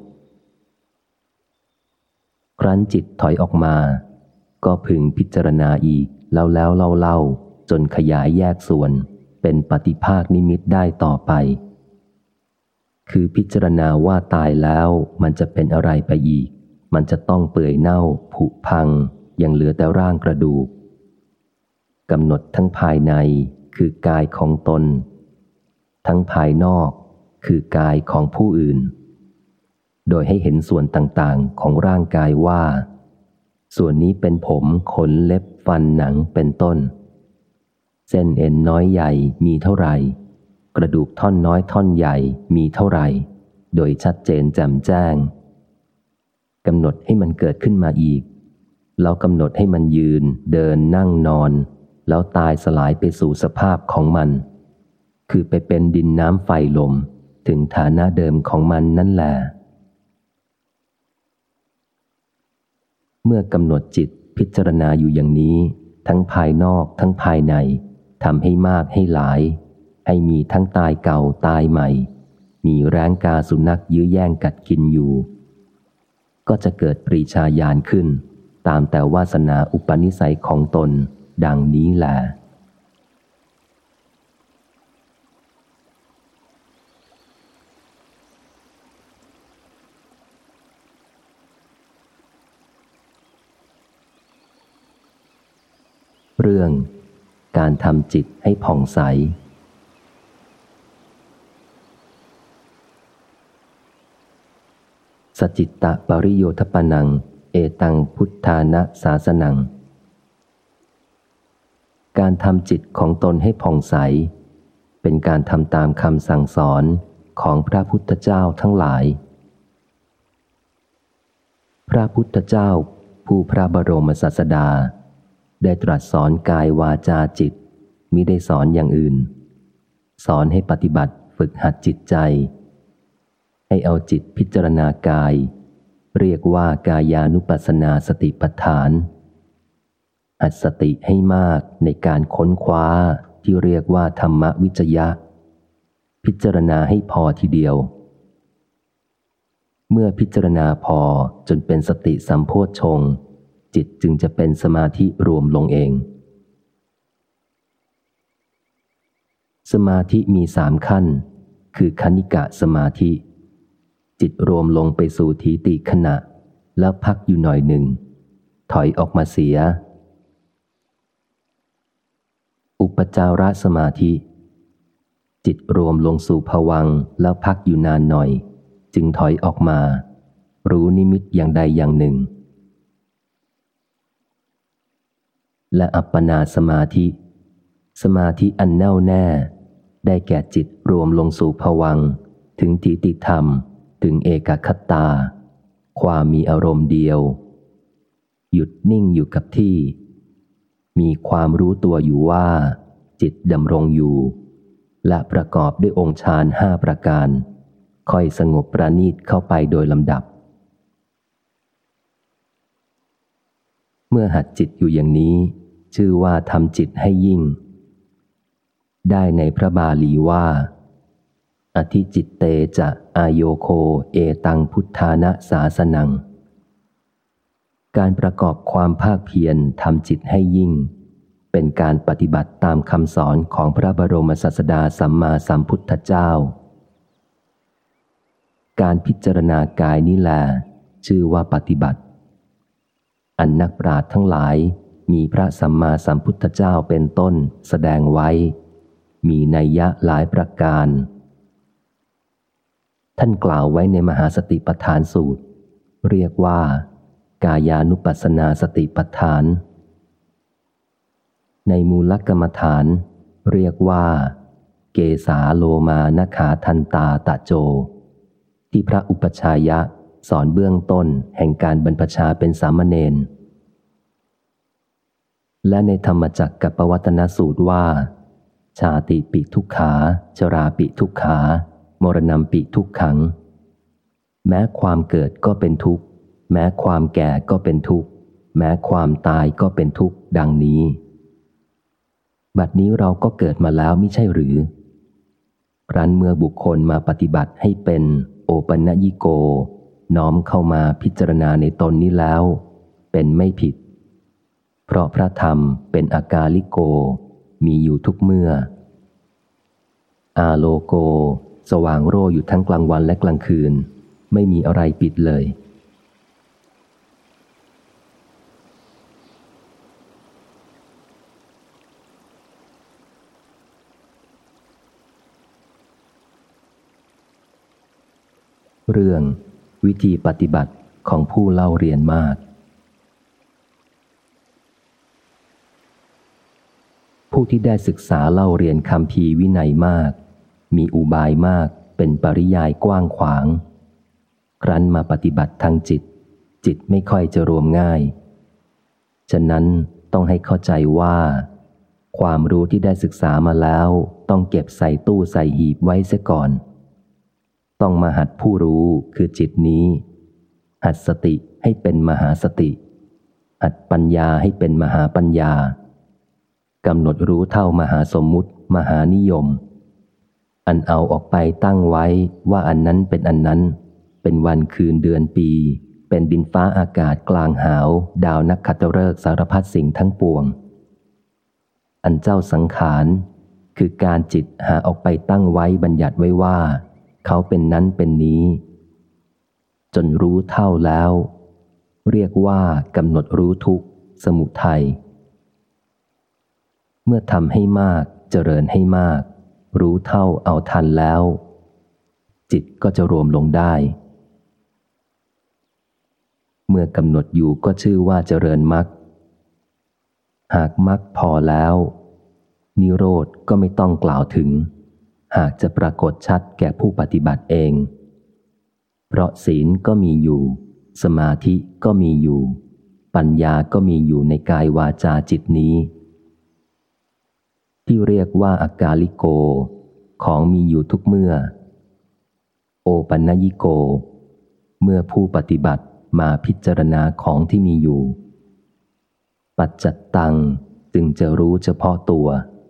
ครั้นจิตถอยออกมาก็พึงพิจารณาอีกแล้วเล่าจนขยายแยกส่วนเป็นปฏิภาคนิมิตได้ต่อไปคือพิจารณาว่าตายแล้วมันจะเป็นอะไรไปอีกมันจะต้องเปื่อยเน่าผุพังยังเหลือแต่ร่างกระดูกกำหนดทั้งภายในคือกายของตนทั้งภายนอกคือกายของผู้อื่นโดยให้เห็นส่วนต่างๆของร่างกายว่าส่วนนี้เป็นผมขนเล็บฟันหนังเป็นต้นเส้นเอ็นน้อยใหญ่มีเท่าไหร่กระดูกท่อนน้อยท่อนใหญ่มีเท่าไหร่โดยชัดเจนแจ่มแจ้งกำหนดให้มันเกิดขึ้นมาอีกแล้วกำหนดให้มันยืนเดินนั่งนอนแล้วตายสลายไปสู่สภาพของมันคือไปเป็นดินน้ำไฟลมถึงฐานะเดิมของมันนั่นแหละเมื่อกำหนดจิตพิจารณาอยู่อย่างนี้ทั้งภายนอกทั้งภายในทำให้มากให้หลายให้มีทั้งตายเก่าตายใหม่มีแร้งกาสุนัขยื้อแย่งกัดกินอยู่ก็จะเกิดปรีชาญาณขึ้นตามแต่วาสนาอุปนิสัยของตนดังนี้แหละเรื่องการทำจิตให้ผ่องใสสจิตตปริโยทปนังเอตังพุทธานะศาสนังการทำจิตของตนให้ผ่องใสเป็นการทำตามคำสั่งสอนของพระพุทธเจ้าทั้งหลายพระพุทธเจ้าผู้พระบรมศาสดาได้ตรัสสอนกายวาจาจิตมิได้สอนอย่างอื่นสอนให้ปฏิบัติฝึกหัดจิตใจให้เอาจิตพิจารณากายเรียกว่ากายานุปัสสนาสติปัฏฐานหัดสติให้มากในการค้นคว้าที่เรียกว่าธรรมวิจยะพิจารณาให้พอทีเดียวเมื่อพิจารณาพอจนเป็นสติสัมโพชฌงค์จิตจึงจะเป็นสมาธิรวมลงเองสมาธิมี3ขั้นคือคณิกะสมาธิจิตรวมลงไปสู่ถีติขณะแล้วพักอยู่หน่อยหนึ่งถอยออกมาเสียอุปจารสมาธิจิตรวมลงสู่ภวังค์แล้วพักอยู่นานหน่อยจึงถอยออกมารู้นิมิตอย่างใดอย่างหนึ่งและอัปปนาสมาธิสมาธิอันแน่วแน่ได้แก่จิตรวมลงสู่ภวังค์ถึงทิฏฐิธรรมถึงเอกคตาความมีอารมณ์เดียวหยุดนิ่งอยู่กับที่มีความรู้ตัวอยู่ว่าจิตดำรงอยู่และประกอบด้วยองค์ฌาน5ประการค่อยสงบประณีตเข้าไปโดยลำดับเมื่อหัดจิตอยู่อย่างนี้ชื่อว่าทำจิตให้ยิ่งได้ในพระบาลีว่าอธิจิตเตจะอายโยโคเอตังพุทธานะสาสนังการประกอบความภาคเพียรทำจิตให้ยิ่งเป็นการปฏิบัติตามคำสอนของพระบรมศาสดาสัมมาสัมพุทธเจ้าการพิจารณากายนี้แลชื่อว่าปฏิบัติอันนักปราชญ์ทั้งหลายมีพระสัมมาสัมพุทธเจ้าเป็นต้นแสดงไว้มีนัยยะหลายประการท่านกล่าวไว้ในมหาสติปัฏฐานสูตรเรียกว่ากายานุปัสสนาสติปัฏฐานในมูลกรรมฐานเรียกว่าเกสาโลมานขาทันตาตะโจที่พระอุปชายะสอนเบื้องต้นแห่งการบรรพชาเป็นสามเณรและในธรรมจักรกับปวัตนสูตรว่าชาติปิทุกขาชราปิทุกขามรณะปิทุกขังแม้ความเกิดก็เป็นทุกข์แม้ความแก่ก็เป็นทุกข์แม้ความตายก็เป็นทุกข์ดังนี้บัดนี้เราก็เกิดมาแล้วมิใช่หรือครั้นเมื่อบุคคลมาปฏิบัติให้เป็นโอปัญญิโกน้อมเข้ามาพิจารณาในตนนี้แล้วเป็นไม่ผิดเพราะพระธรรมเป็นอากาลิโกมีอยู่ทุกเมื่ออาโลโกสว่างโร่อยู่ทั้งกลางวันและกลางคืนไม่มีอะไรปิดเลยเรื่องวิธีปฏิบัติของผู้เล่าเรียนมากผู้ที่ได้ศึกษาเล่าเรียนคัมภีร์วินัยมากมีอุบายมากเป็นปริยายกว้างขวางครั้นมาปฏิบัติทางจิตจิตไม่ค่อยจะรวมง่ายฉะนั้นต้องให้เข้าใจว่าความรู้ที่ได้ศึกษามาแล้วต้องเก็บใส่ตู้ใส่หีบไว้เสียก่อนต้องมาหัดผู้รู้คือจิตนี้หัดสติให้เป็นมหาสติหัดปัญญาให้เป็นมหาปัญญากำหนดรู้เท่ามหาสมมุติมหานิยมอันเอาออกไปตั้งไว้ว่าอันนั้นเป็นอันนั้นเป็นวันคืนเดือนปีเป็นดินฟ้าอากาศกลางหาวดาวนักขัตฤกษ์สารพัดสิ่งทั้งปวงอันเจ้าสังขารคือการจิตหาออกไปตั้งไว้บัญญัติไว้ว่าเขาเป็นนั้นเป็นนี้จนรู้เท่าแล้วเรียกว่ากำหนดรู้ทุกข์สมุทัยเมื่อทำให้มากเจริญให้มากรู้เท่าเอาทันแล้วจิตก็จะรวมลงได้เมื่อกำหนดอยู่ก็ชื่อว่าเจริญมรรคหากมรรคพอแล้วนิโรธก็ไม่ต้องกล่าวถึงหากจะปรากฏชัดแก่ผู้ปฏิบัติเองเพราะศีลก็มีอยู่สมาธิก็มีอยู่ปัญญาก็มีอยู่ในกายวาจาจิตนี้ที่เรียกว่าอากาลิโกของมีอยู่ทุกเมื่อโอปัญญิโกเมื่อผู้ปฏิบัติมาพิจารณาของที่มีอยู่ปัจจัตตังจึงจะรู้เฉพาะตัว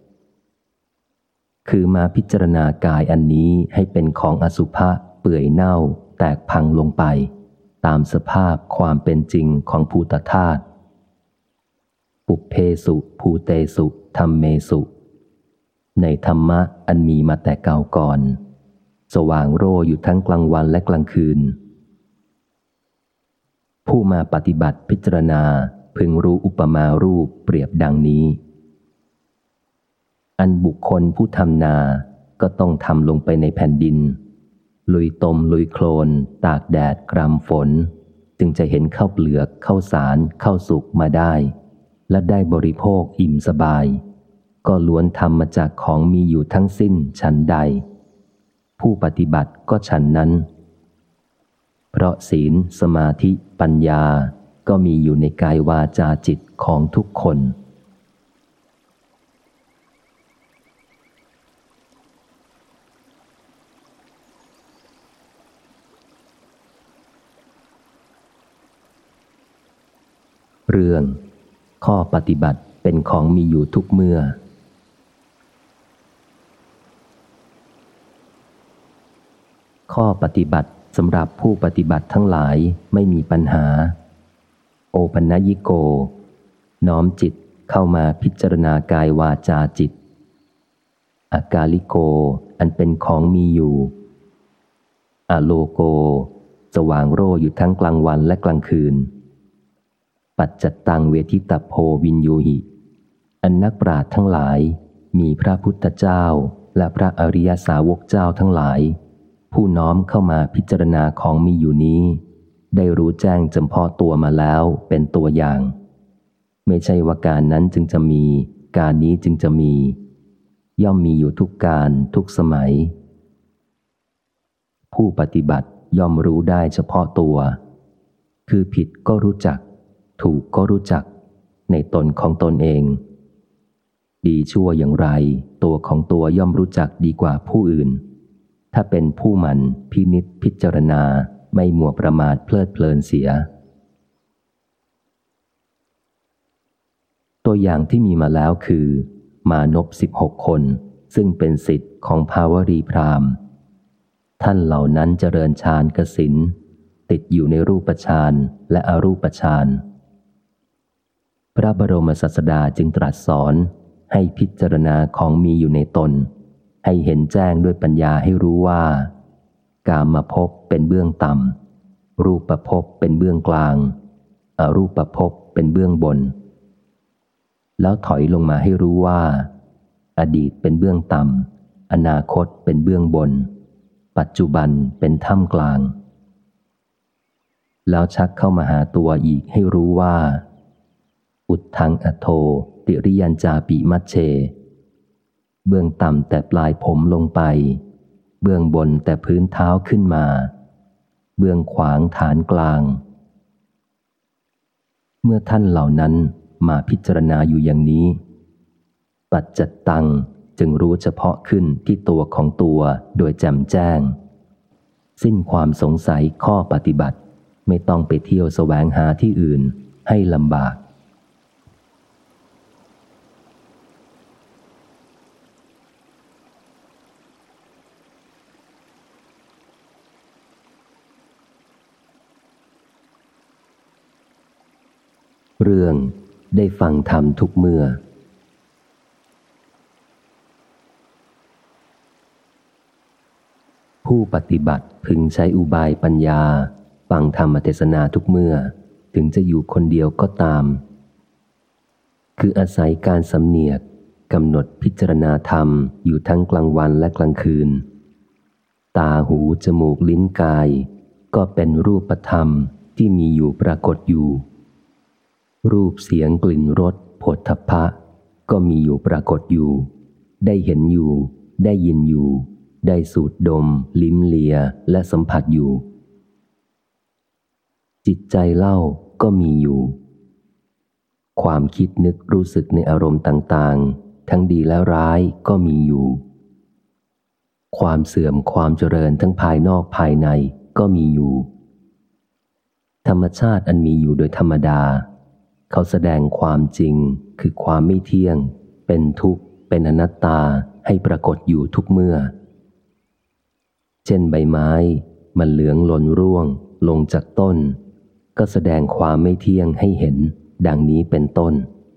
คือมาพิจารณากายอันนี้ให้เป็นของอสุภะเปื่อยเน่าแตกพังลงไปตามสภาพความเป็นจริงของภูตธาตุปุพเพสุภูเตสุธัมเมสุในธรรมะอันมีมาแต่เก่าก่อนสว่างโร่อยู่ทั้งกลางวันและกลางคืนผู้มาปฏิบัติพิจารณาพึงรู้อุปมารูปเปรียบดังนี้อันบุคคลผู้ทำนาก็ต้องทำลงไปในแผ่นดินลุยตมลุยโคลนตากแดดกรำฝนจึงจะเห็นข้าวเปลือกข้าวสารข้าวสุกมาได้และได้บริโภคอิ่มสบายก็ล้วนทำมาจากของมีอยู่ทั้งสิ้นฉันใดผู้ปฏิบัติก็ฉันนั้นเพราะศีลสมาธิปัญญาก็มีอยู่ในกายวาจาจิตของทุกคนเรื่องข้อปฏิบัติเป็นของมีอยู่ทุกเมื่อข้อปฏิบัติสำหรับผู้ปฏิบัติทั้งหลายไม่มีปัญหาโอปัญญิโกน้อมจิตเข้ามาพิจารณากายวาจาจิตอากาลิโกอันเป็นของมีอยู่อโลโกสว่างโร่อยู่ทั้งกลางวันและกลางคืนปัจจตังเวทิตโพวินยูหิอันนักปราชญ์ทั้งหลายมีพระพุทธเจ้าและพระอริยสาวกเจ้าทั้งหลายผู้น้อมเข้ามาพิจารณาของมีอยู่นี้ได้รู้แจ้งจำเพาะตัวมาแล้วเป็นตัวอย่างไม่ใช่ว่าการนั้นจึงจะมีการนี้จึงจะมีย่อมมีอยู่ทุกการทุกสมัยผู้ปฏิบัติย่อมรู้ได้เฉพาะตัวคือผิดก็รู้จักถูกก็รู้จักในตนของตนเองดีชั่วอย่างไรตัวของตัวย่อมรู้จักดีกว่าผู้อื่นถ้าเป็นผู้หมั่นพินิจพิจารณาไม่มัวประมาทเพลิดเพลินเสียตัวอย่างที่มีมาแล้วคือมานพ16 คนซึ่งเป็นศิษย์ของภาวรีพราหมณ์ท่านเหล่านั้นเจริญฌานกสิณติดอยู่ในรูปฌานและอรูปฌานพระบรมศาสดาจึงตรัสสอนให้พิจารณาของมีอยู่ในตนให้เห็นแจ้งด้วยปัญญาให้รู้ว่ากามภพเป็นเบื้องต่ำรูปภพเป็นเบื้องกลางอรูปภพเป็นเบื้องบนแล้วถอยลงมาให้รู้ว่าอดีตเป็นเบื้องต่ำอนาคตเป็นเบื้องบนปัจจุบันเป็นท่ามกลางแล้วชักเข้ามาหาตัวอีกให้รู้ว่าอุทธังอโทติริยัญจาปิมัชเชเบื้องต่ำแต่ปลายผมลงไปเบื้องบนแต่พื้นเท้าขึ้นมาเบื้องขวางฐานกลางเมื่อท่านเหล่านั้นมาพิจารณาอยู่อย่างนี้ปัจจัตตังจึงรู้เฉพาะขึ้นที่ตัวของตัวโดยแจ่มแจ้งสิ้นความสงสัยข้อปฏิบัติไม่ต้องไปเที่ยวแสวงหาที่อื่นให้ลำบากเรื่องได้ฟังธรรมทุกเมื่อผู้ปฏิบัติพึงใช้อุบายปัญญาฟังธรรมเทศนาทุกเมื่อถึงจะอยู่คนเดียวก็ตามคืออาศัยการสำเนียกกำหนดพิจารณาธรรมอยู่ทั้งกลางวันและกลางคืนตาหูจมูกลิ้นกายก็เป็นรูปธรรมที่มีอยู่ปรากฏอยู่รูปเสียงกลิ่นรสโผฏฐัพพะก็มีอยู่ปรากฏอยู่ได้เห็นอยู่ได้ยินอยู่ได้สูดดมลิ้มเลียและสัมผัสอยู่จิตใจเล่าก็มีอยู่ความคิดนึกรู้สึกในอารมณ์ต่างๆทั้งดีและร้ายก็มีอยู่ความเสื่อมความเจริญทั้งภายนอกภายในก็มีอยู่ธรรมชาติอันมีอยู่โดยธรรมดาเขาแสดงความจริงคือความไม่เที่ยงเป็นทุกข์เป็นอนัตตาให้ปรากฏอยู่ทุกเมื่อเช่นใบไม้มันเหลืองหล่นร่วงลงจากต้นก็แสดงความไม่เที่ยงให้เห็นดังนี้เป็นต้น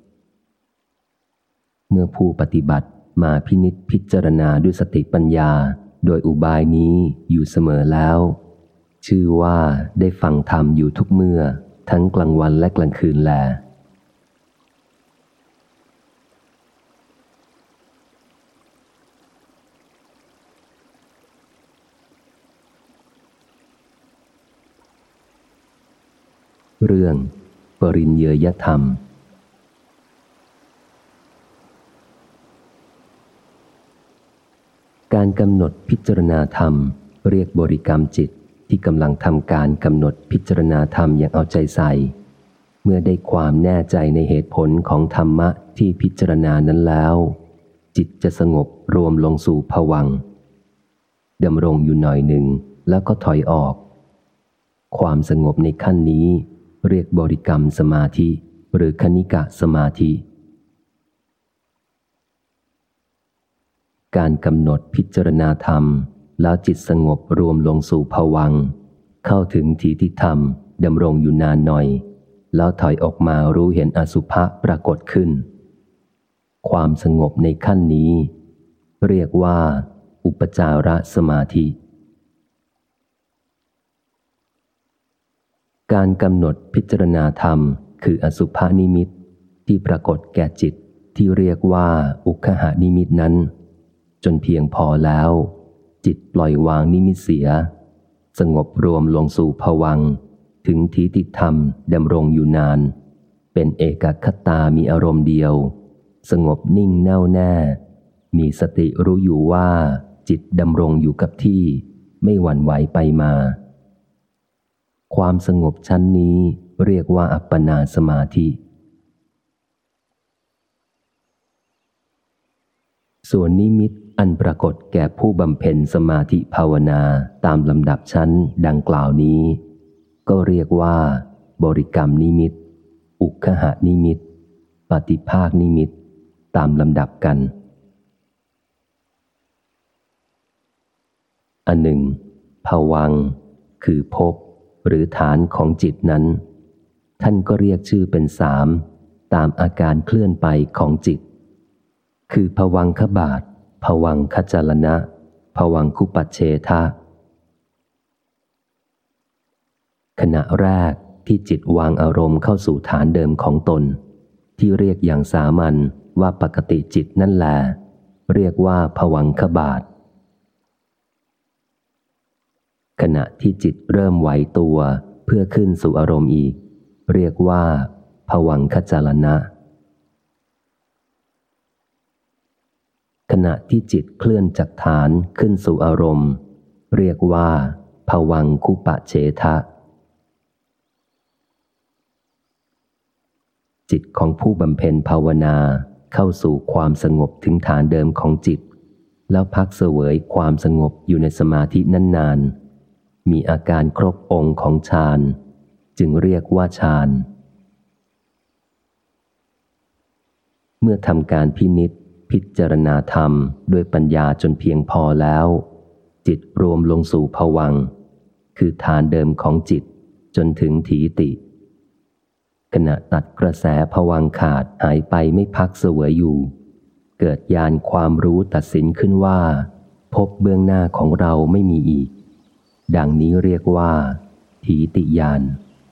เมื่อผู้ปฏิบัติมาพินิจพิจารณาด้วยสติปัญญาโดยอุบายนี้อยู่เสมอแล้วชื่อว่าได้ฟังธรรมอยู่ทุกเมื่อทั้งกลางวันและกลางคืนแลรื่องปริญเยยธรรมการกำหนดพิจารณาธรรมเรียกบริกรรมจิตที่กำลังทำการกำหนดพิจารณาธรรมอย่างเอาใจใส่เมื่อได้ความแน่ใจในเหตุผลของธรรมะที่พิจารณานั้นแล้วจิตจะสงบรวมลงสู่ภวังค์ดำรงอยู่หน่อยหนึ่งแล้วก็ถอยออกความสงบในขั้นนี้เรียกบริกรรมสมาธิหรือคณิกะสมาธิการกำหนดพิจารณาธรรมแล้วจิตสงบรวมลงสู่ภวังค์เข้าถึงทีทิธรรมดำรงอยู่นานหน่อยแล้วถอยออกมารู้เห็นอสุภะปรากฏขึ้นความสงบในขั้นนี้เรียกว่าอุปจารสมาธิการกำหนดพิจารณาธรรมคืออสุภนิมิตที่ปรากฏแก่จิตที่เรียกว่าอุคหานิมิตนั้นจนเพียงพอแล้วจิตปล่อยวางนิมิตเสียสงบรวมลงสู่ภวังค์ถึงทีติธรรมดำรงอยู่นานเป็นเอกคตามีอารมณ์เดียวสงบนิ่งแน่วแน่มีสติรู้อยู่ว่าจิตดำรงอยู่กับที่ไม่หวั่นไหวไปมาความสงบชั้นนี้เรียกว่าอัปปนาสมาธิส่วนนิมิตอันปรากฏแก่ผู้บำเพ็ญสมาธิภาวนาตามลำดับชั้นดังกล่าวนี้ก็เรียกว่าบริกรรมนิมิตอุคหนิมิตปฏิภาคนิมิตตามลำดับกันอันหนึ่งภวังค์คือภพหรือฐานของจิตนั้นท่านก็เรียกชื่อเป็นสามตามอาการเคลื่อนไปของจิตคือภวังคบาทภวังคจลนะภวังคุปัชเชทะขณะแรกที่จิตวางอารมณ์เข้าสู่ฐานเดิมของตนที่เรียกอย่างสามัญว่าปกติจิตนั่นแหละเรียกว่าภวังคบาทขณะที่จิตเริ่มไหวตัวเพื่อขึ้นสู่อารมณ์อีกเรียกว่าภวังคจลนะขณะที่จิตเคลื่อนจากฐานขึ้นสู่อารมณ์เรียกว่าภวังคุปะเฉทะจิตของผู้บำเพ็ญภาวนาเข้าสู่ความสงบถึงฐานเดิมของจิตแล้วพักเสวยความสงบอยู่ในสมาธินานๆมีอาการครบองค์ของฌานจึงเรียกว่าฌานเมื่อทำการพินิจพิจารณาธรรมด้วยปัญญาจนเพียงพอแล้วจิตรวมลงสู่ภวังค์คือฐานเดิมของจิตจนถึงถีติขณะตัดกระแสภวังค์ขาดหายไปไม่พักเสวยอยู่เกิดญาณความรู้ตัดสินขึ้นว่าภพเบื้องหน้าของเราไม่มีอีกดังนี้เรียกว่าถีติญาณ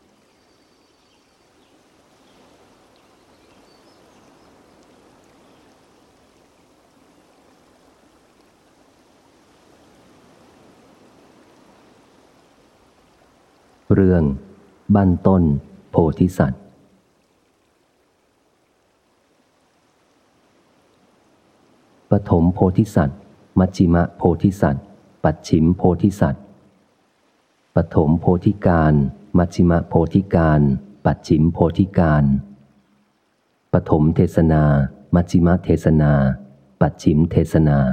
เรื่องบั้นต้นโพธิสัตว์ปฐมโพธิสัตว์มัชฌิมโพธิสัตว์ปัจฉิมโพธิสัตว์ปฐมโพธิการมัชฌิมโพธิการปัจฉิมโพธิการปฐมเทศนามัชฌิมเทศนาปัจฉิมเทศนา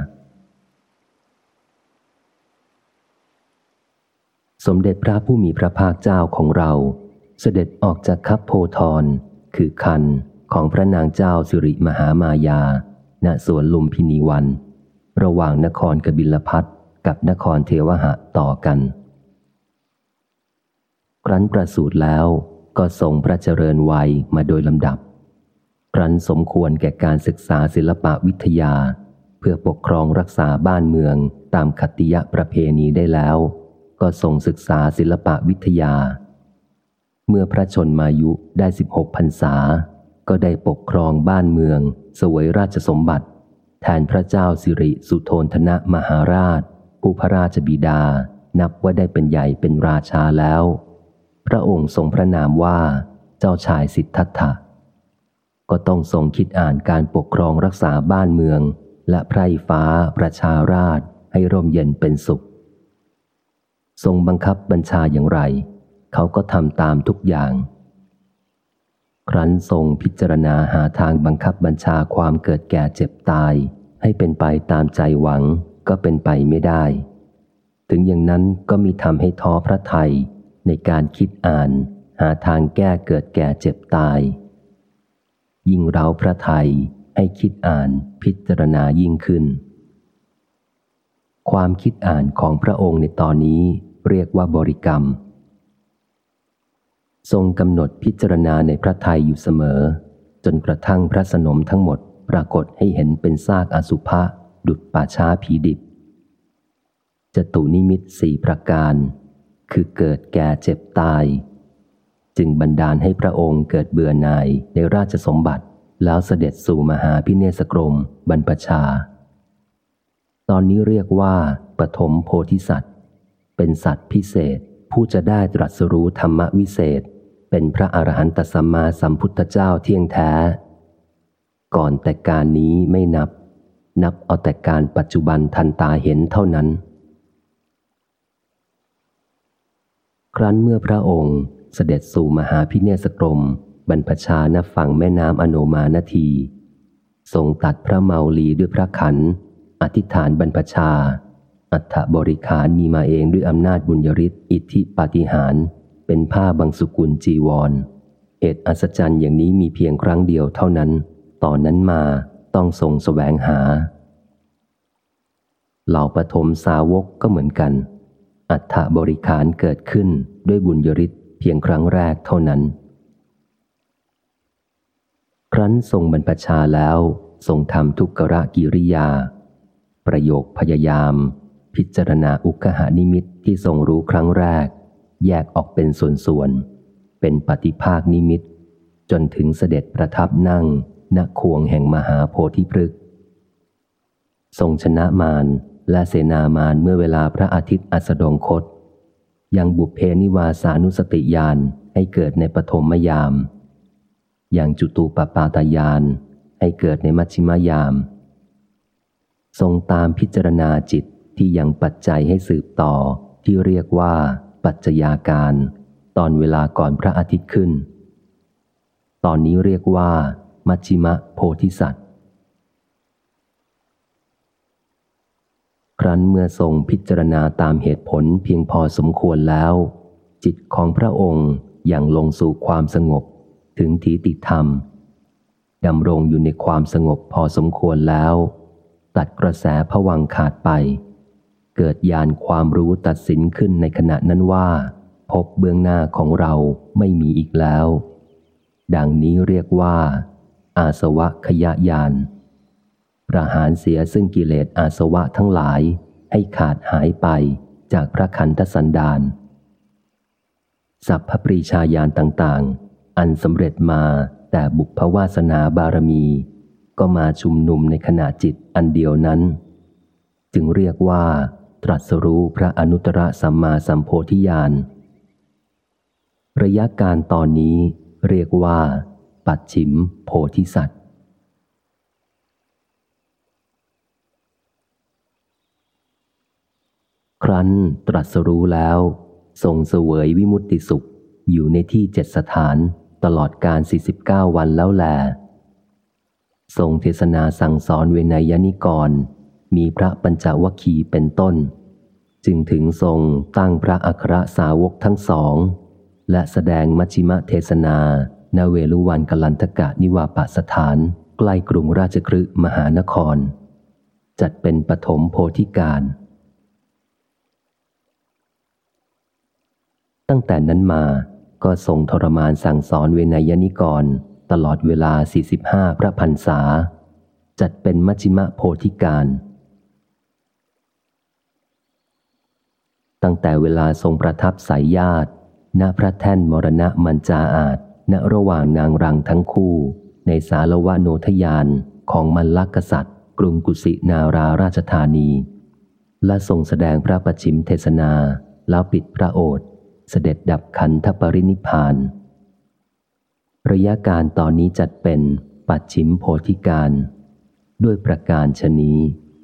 สมเด็จพระผู้มีพระภาคเจ้าของเราเสด็จออกจากคัพโพธรคือคันของพระนางเจ้าสิริมหามายาณสวนลุมพินีวันระหว่างนครกบิลพัสต์กับนครเทวหะต่อกันครั้นประสูติแล้วก็ทรงพระเจริญวัยมาโดยลำดับครั้นสมควรแก่การศึกษาศิลปวิทยาเพื่อปกครองรักษาบ้านเมืองตามคัตติยประเพณีได้แล้วก็ทรงศึกษาศิลปวิทยาเมื่อพระชนมายุได้16 พรรษาก็ได้ปกครองบ้านเมืองเสวยราชสมบัติแทนพระเจ้าสิริสุโธทนะมหาราชผู้พระราชบิดานับว่าได้เป็นใหญ่เป็นราชาแล้วพระองค์ทรงพระนามว่าเจ้าชายสิทธัตถะก็ต้องทรงคิดอ่านการปกครองรักษาบ้านเมืองและไพร่ฟ้าประชาราษฎร์ให้ร่มเย็นเป็นสุขทรงบังคับบัญชาอย่างไรเขาก็ทำตามทุกอย่างครั้นทรงพิจารณาหาทางบังคับบัญชาความเกิดแก่เจ็บตายให้เป็นไปตามใจหวังก็เป็นไปไม่ได้ถึงอย่างนั้นก็มีทำให้ท้อพระทัยในการคิดอ่านหาทางแก้เกิดแก่เจ็บตายยิ่งเร้าพระทัยให้คิดอ่านพิจารณายิ่งขึ้นความคิดอ่านของพระองค์ในตอนนี้เรียกว่าบริกรรมทรงกำหนดพิจารณาในพระทัยอยู่เสมอจนกระทั่งพระสนมทั้งหมดปรากฏให้เห็นเป็นซากอสุภะดุจป่าช้าผีดิบจตุนิมิต4ประการคือเกิดแก่เจ็บตายจึงบันดาลให้พระองค์เกิดเบื่อหน่ายในราชสมบัติแล้วเสด็จสู่มหาพิเนศกรมบรรพชาตอนนี้เรียกว่าปฐมโพธิสัตว์เป็นสัตว์พิเศษผู้จะได้ตรัสรู้ธรรมวิเศษเป็นพระอรหันตสัมมาสัมพุทธเจ้าเที่ยงแท้ก่อนแต่การนี้ไม่นับเอาแต่การปัจจุบันทันตาเห็นเท่านั้นครั้นเมื่อพระองค์เสด็จสู่มหาพิเนศกรมบรรพชาณฝั่งแม่น้ำอโนมานาทีทรงตัดพระเมาลีด้วยพระขันอธิษฐานบรรพชาอัฐบริขารมีมาเองด้วยอำนาจบุญยฤทธิ์อิทธิปาฏิหาริย์เป็นผ้าบังสุกุลจีวรเหตุอัศจรรย์อย่างนี้มีเพียงครั้งเดียวเท่านั้นตอนนั้นมาต้องทรงแสวงหาเหล่าปฐมสาวกก็เหมือนกันอัฐบริขารเกิดขึ้นด้วยบุญยฤทธิ์เพียงครั้งแรกเท่านั้นครั้นทรงบรรพชาแล้วทรงทำทุกขกิริยาประโยคพยายามพิจารณาอุกหานิมิตที่ทรงรู้ครั้งแรกแยกออกเป็นส่วนๆเป็นปฏิภาคนิมิตจนถึงเสด็จประทับนั่งณควงแห่งมหาโพธิพฤกษ์ทรงชนะมารและเสนามารเมื่อเวลาพระอาทิตย์อัสดงคตยังบุพเพนิวาสานุสติญาณให้เกิดในปฐมยามอย่างจุตูปปาตญาณให้เกิดในมัชฌิมยามทรงตามพิจารณาจิตที่ยังปัจจัยให้สืบต่อที่เรียกว่าปัจจยาการตอนเวลาก่อนพระอาทิตย์ขึ้นตอนนี้เรียกว่ามัชฌิมโพธิสัตว์ครั้นเมื่อทรงพิจารณาตามเหตุผลเพียงพอสมควรแล้วจิตของพระองค์อย่างลงสู่ความสงบถึงถีติธรรมดำรงอยู่ในความสงบพอสมควรแล้วตัดกระแสภวังค์ขาดไปเกิดญาณความรู้ตัดสินขึ้นในขณะนั้นว่าภพเบื้องหน้าของเราไม่มีอีกแล้วดังนี้เรียกว่าอาสวะขยญาณประหารเสียซึ่งกิเลสอาสวะทั้งหลายให้ขาดหายไปจากพระขันธสันดานสัพพปรีชาญาณต่างๆอันสำเร็จมาแต่บุพวาสนาบารมีก็มาชุมนุมในขณะจิตอันเดียวนั้นจึงเรียกว่าตรัสรู้พระอนุตตรสัมมาสัมโพธิญาณระยะการตอนนี้เรียกว่าปัจฉิมโพธิสัตว์ครั้นตรัสรู้แล้วทรงเสวยวิมุตติสุขอยู่ในที่7สถานตลอดการ49วันแล้วแลทรงเทศนาสั่งสอนเวนยนิกรมีพระปัญจวัคคีย์เป็นต้นจึงถึงทรงตั้งพระอัครสาวกทั้งสองและแสดงมัชฌิมเทศนาณเวลุวันกลันทกะนิวาปสถานใกล้กรุงราชคฤห์มหานครจัดเป็นปฐมโพธิการตั้งแต่นั้นมาก็ทรงทรมานสั่งสอนเวนยนิกรตลอดเวลา45พระพรรษาจัดเป็นมัชฌิมโพธิการตั้งแต่เวลาทรงประทับสายญาติณพระแท่นมรณะมัญจาอาสณระหว่างนางรังทั้งคู่ในสาลวโนทยานของมัลลกษัตริย์กรุงกุสินาราราชธานีและทรงแสดงพระปัจฉิมเทศนาแล้วปิดพระโอษฐ์เสด็จดับขันธปรินิพพานระยะการตอนนี้จัดเป็นปัจฉิมโพธิการด้วยประการฉนี้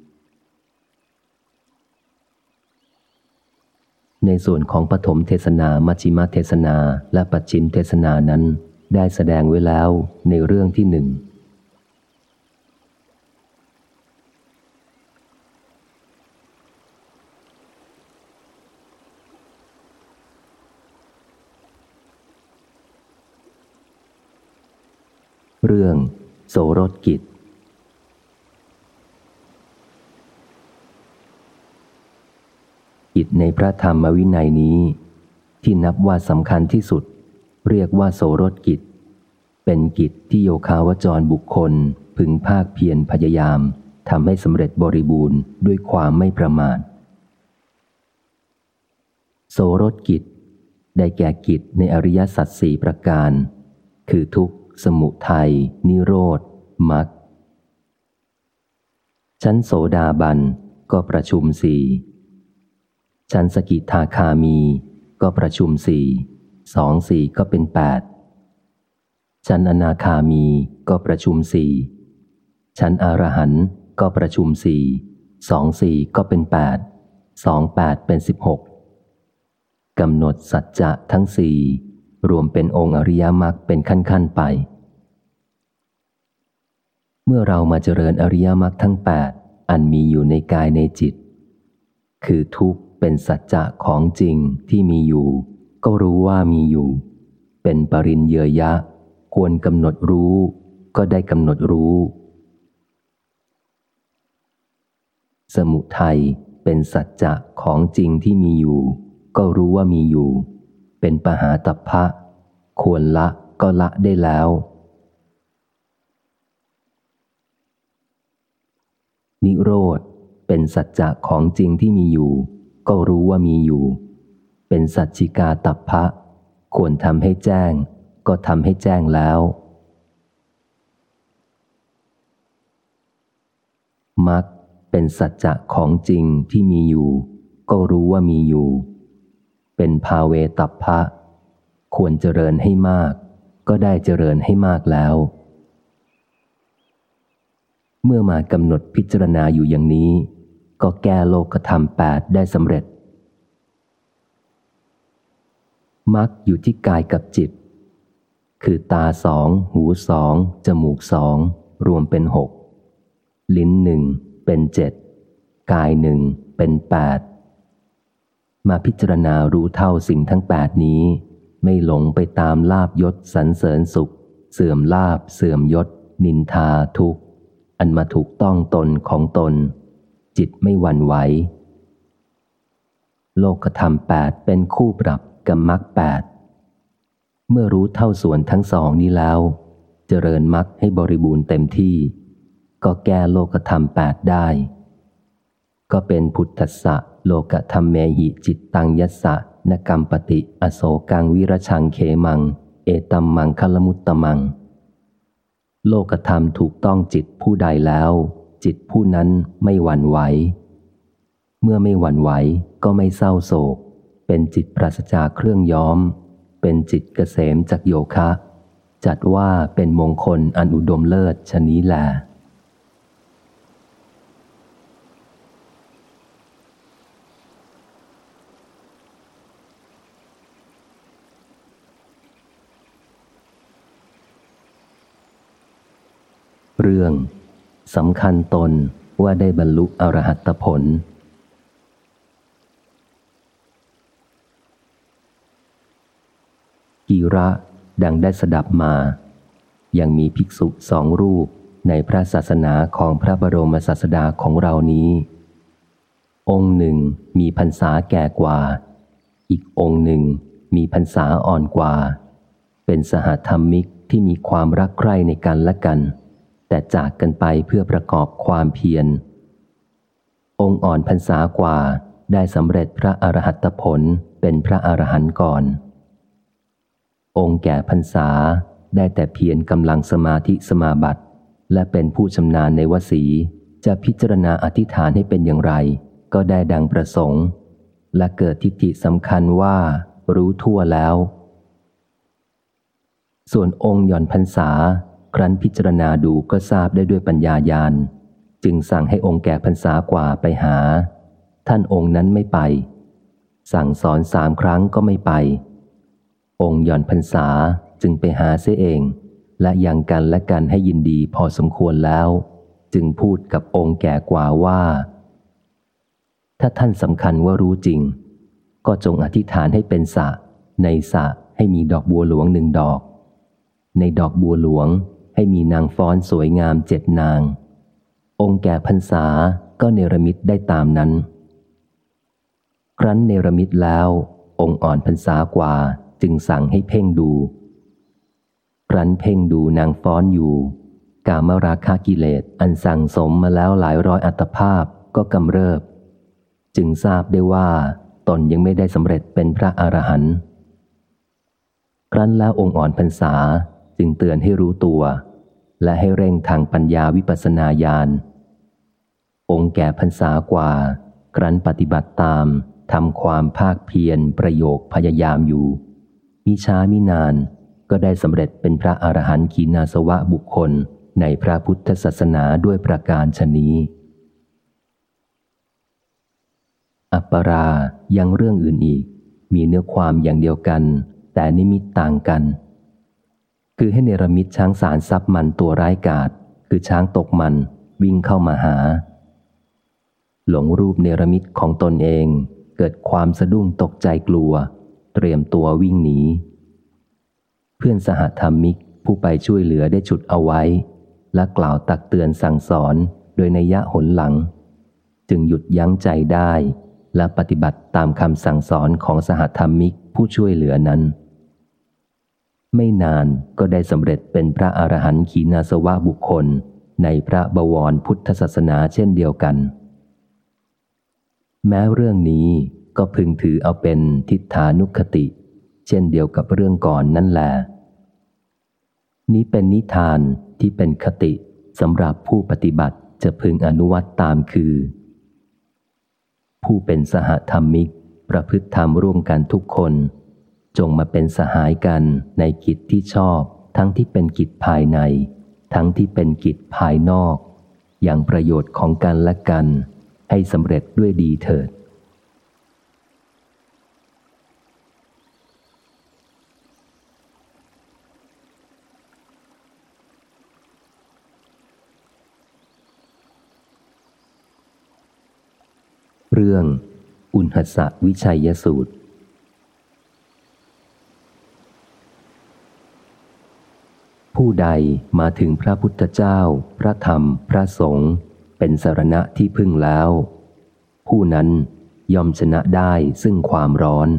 ในส่วนของปฐมเทศนามัชฌิมเทศนาและปัจฉิมเทศนานั้นได้แสดงไว้แล้วในเรื่องที่หนึ่งเรื่องโสรถกิจกิจในพระธรรมวินัยนี้ที่นับว่าสำคัญที่สุดเรียกว่าโสรถกิจเป็นกิจที่โยคาวจรบุคคลพึงภาคเพียรพยายามทำให้สำเร็จบริบูรณ์ด้วยความไม่ประมาทโสรถกิจได้แก่กิจในอริยสัจสี่ประการคือทุกข์สมุทัยนิโรธมรรคชั้นโสดาบันก็ประชุมสี่ชั้นสกิทาคามีก็ประชุมสี่สองสี่ก็เป็นแปดชั้นอนาคามีก็ประชุมสี่ชั้นอรหันต์ก็ประชุมสี่สองสี่ก็เป็นแปดสองแปดเป็น16กำหนดสัจจะทั้งสี่รวมเป็นองค์อริยมรรคเป็นขั้นๆไปเมื่อเรามาเจริญอริยมรรคทั้ง8อันมีอยู่ในกายในจิตคือทุกข์เป็นสัจจะของจริงที่มีอยู่ก็รู้ว่ามีอยู่เป็นปริญเยยะควรกำหนดรู้ก็ได้กำหนดรู้สมุทัยเป็นสัจจะของจริงที่มีอยู่ก็รู้ว่ามีอยู่เป็นปหาตัพพะควรละก็ละได้แล้วนิโรธเป็นสัจจะของจริงที่มีอยู่ก็รู้ว่ามีอยู่เป็นสัจฉิกาตัพพะควรทำให้แจ้งก็ทำให้แจ้งแล้วมรรคเป็นสัจจะของจริงที่มีอยู่ก็รู้ว่ามีอยู่เป็นภาเวตัพพะควรเจริญให้มากก็ได้เจริญให้มากแล้วเมื่อมากำหนดพิจารณาอยู่อย่างนี้ก็แก้โลกธรรม8ได้สำเร็จมรรคอยู่ที่กายกับจิตคือตา2หู2จมูก2รวมเป็น6ลิ้น1เป็น7กาย1เป็น8มาพิจารณารู้เท่าสิ่งทั้ง8นี้ไม่หลงไปตามลาภยศสรรเสริญสุขเสื่อมลาภเสื่อมยศนินทาทุกข์อันมาถูกต้องตนของตนจิตไม่หวั่นไหวโลกธรรม8เป็นคู่ปรับกับมรรค8เมื่อรู้เท่าส่วนทั้งสองนี้แล้วเจริญมรรคให้บริบูรณ์เต็มที่ก็แก้โลกธรรม8ได้ก็เป็นพุทธัสสะโลกธรรมเมหิจิตตังยัสสะนกัมปติอโศกังวิรชังเขมังเอตัมมังคัลมุตตมังโลกธรรมถูกต้องจิตผู้ใดแล้วจิตผู้นั้นไม่หวั่นไหวเมื่อไม่หวั่นไหวก็ไม่เศร้าโศกเป็นจิตปราศจากเครื่องย้อมเป็นจิตเกษมจากโยคะจัดว่าเป็นมงคลอันอุดมเลิศชะนี้แลเรื่องสำคัญตนว่าได้บรรลุอรหัตผลกีระดังได้สดับมายังมีภิกษุ2 รูปในพระศาสนาของพระบรมศาสดาของเรานี้องค์หนึ่งมีพรรษาแก่กว่าอีกองค์หนึ่งมีพรรษาอ่อนกว่าเป็นสหธรรมิกที่มีความรักใคร่ในกันและกันแต่จากกันไปเพื่อประกอบความเพียรองค์อ่อนพรรษากว่าได้สำเร็จพระอรหัตผลเป็นพระอรหันต์ก่อนองค์แก่พรรษาได้แต่เพียรกำลังสมาธิสมาบัติและเป็นผู้ชำนาญในวสีจะพิจารณาอธิษฐานให้เป็นอย่างไรก็ได้ดังประสงค์และเกิดทิฏฐิสำคัญว่ารู้ทั่วแล้วส่วนองค์หย่อนพรรษาครั้นพิจารณาดูก็ทราบได้ด้วยปัญญาญาณจึงสั่งให้องค์แก่พรรษากว่าไปหาท่านองค์นั้นไม่ไปสั่งสอน3 ครั้งก็ไม่ไปองค์หย่อนพรรษาจึงไปหาเสียเองและยังกันและกันให้ยินดีพอสมควรแล้วจึงพูดกับองค์แก่กว่าว่าถ้าท่านสำคัญว่ารู้จริงก็จงอธิษฐานให้เป็นสระในสระให้มีดอกบัวหลวง1 ดอกในดอกบัวหลวงให้มีนางฟ้อนสวยงาม7 นางองค์แก่พรรษาก็เนรมิตได้ตามนั้นครั้นเนรมิตแล้วองค์อ่อนพรรษากว่าจึงสั่งให้เพ่งดูครั้นเพ่งดูนางฟ้อนอยู่กามราคะกิเลสอันสั่งสมมาแล้วหลายร้อยอัตภาพก็กำเริบจึงทราบได้ว่าตนยังไม่ได้สำเร็จเป็นพระอรหันต์ครั้นแล้วองค์อ่อนพรรษาจึงเตือนให้รู้ตัวและให้เร่งทางปัญญาวิปัสสนาญาณองค์แก่พรรษากว่าครั้นปฏิบัติตามทำความภาคเพียรประโยคพยายามอยู่มิช้ามินานก็ได้สำเร็จเป็นพระอรหันต์ขีณาสวะบุคคลในพระพุทธศาสนาด้วยประการฉะนี้อัปปรายังเรื่องอื่นอีกมีเนื้อความอย่างเดียวกันแต่นิมิตต่างกันคือให้เนรมิตช้างสารซับมันตัวร้ายกาจคือช้างตกมันวิ่งเข้ามาหาหลงรูปเนรมิตของตนเองเกิดความสะดุ้งตกใจกลัวเตรียมตัววิ่งหนีเพื่อนสหธรรมิกผู้ไปช่วยเหลือได้ฉุดเอาไว้และกล่าวตักเตือนสั่งสอนโดยนัยยะหนหลังจึงหยุดยั้งใจได้และปฏิบัติตามคำสั่งสอนของสหธรรมิกผู้ช่วยเหลือนั้นไม่นานก็ได้สำเร็จเป็นพระอรหันต์ขีณาสวะบุคคลในพระบวรพุทธศาสนาเช่นเดียวกันแม้เรื่องนี้ก็พึงถือเอาเป็นทิฏฐานุคติเช่นเดียวกับเรื่องก่อนนั่นแหละนี้เป็นนิทานที่เป็นคติสำหรับผู้ปฏิบัติจะพึงอนุวัตตามคือผู้เป็นสหธรรมิกประพฤติธรรมร่วมกันทุกคนจงมาเป็นสหายกันในกิจที่ชอบทั้งที่เป็นกิจภายในทั้งที่เป็นกิจภายนอกอย่างประโยชน์ของกันและกันให้สำเร็จด้วยดีเถิดเรื่องอุณหสวิชัยสูตรผู้ใดมาถึงพระพุทธเจ้าพระธรรมพระสงฆ์เป็นสรณะที่พึ่งแล้วผู้นั้นย่อมชนะได้ซึ่งความร้อน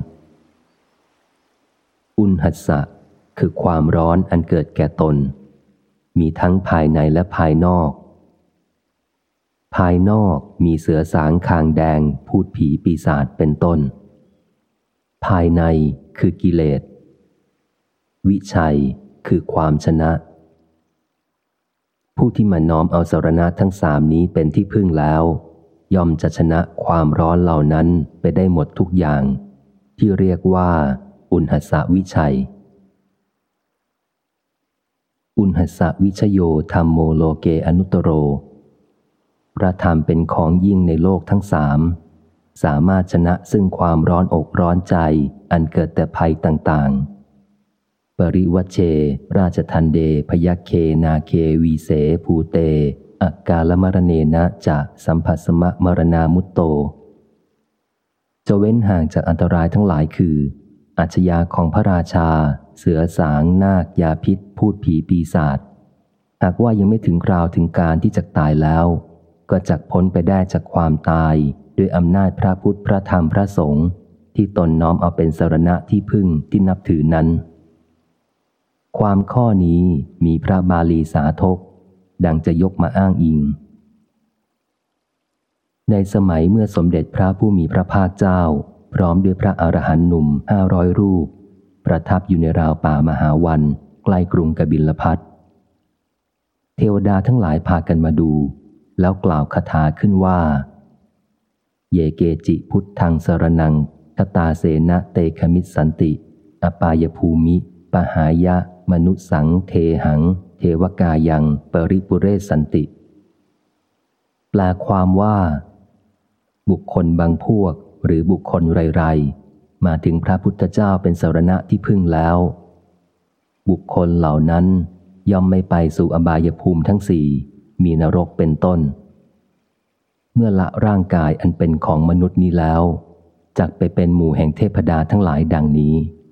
อุณหัสสะคือความร้อนอันเกิดแก่ตนมีทั้งภายในและภายนอกภายนอกมีเสือสางคางแดงพูดผีปีศาจเป็นต้นภายในคือกิเลสวิชัยคือความชนะผู้ที่มาน้อมเอาสรณะทั้ง3นี้เป็นที่พึ่งแล้วย่อมจะชนะความร้อนเหล่านั้นไปได้หมดทุกอย่างที่เรียกว่าอุณหสวิชัยอุณหสวิชโยธัมโมโลเกอนุตโรพระธรรมเป็นของยิ่งในโลกทั้ง3สามารถชนะซึ่งความร้อนอกร้อนใจอันเกิดแต่ภัยต่างๆปริวัชเชราชทันเดพยัคเคนาเควีเสภูเตอักกาลมรเนนะจะสัมภัสมะมรณามุตโตจะเว้นห่างจากอันตรายทั้งหลายคืออาชญาของพระราชาเสือสางนาคยาพิษพูดผีปีศาจหากว่ายังไม่ถึงคราวถึงการที่จะตายแล้วก็จักพ้นไปได้จากความตายด้วยอำนาจพระพุทธพระธรรมพระสงฆ์ที่ตนน้อมเอาเป็นสรณะที่พึ่งที่นับถือนั้นความข้อนี้มีพระบาลีสาธกดังจะยกมาอ้างอิงในสมัยเมื่อสมเด็จพระผู้มีพระภาคเจ้าพร้อมด้วยพระอรหันต์หนุ่ม500 รูปประทับอยู่ในราวป่ามหาวันใกล้กรุงกบิลพัสเทวดาทั้งหลายพากันมาดูแล้วกล่าวคาถาขึ้นว่าเยเกจิพุทธังสรนังทตาเสนะเตคมิสสันติอปายภูมิปหายะมนุสังเทหังเทวกายังปริปุเรสันติแปลความว่าบุคคลบางพวกหรือบุคคลไรๆมาถึงพระพุทธเจ้าเป็นสรณะที่พึ่งแล้วบุคคลเหล่านั้นย่อมไม่ไปสู่อบายภูมิทั้งสี่มีนรกเป็นต้นเมื่อละร่างกายอันเป็นของมนุษย์นี้แล้วจักไปเป็นหมู่แห่งเทพดาทั้งหลายดังนี้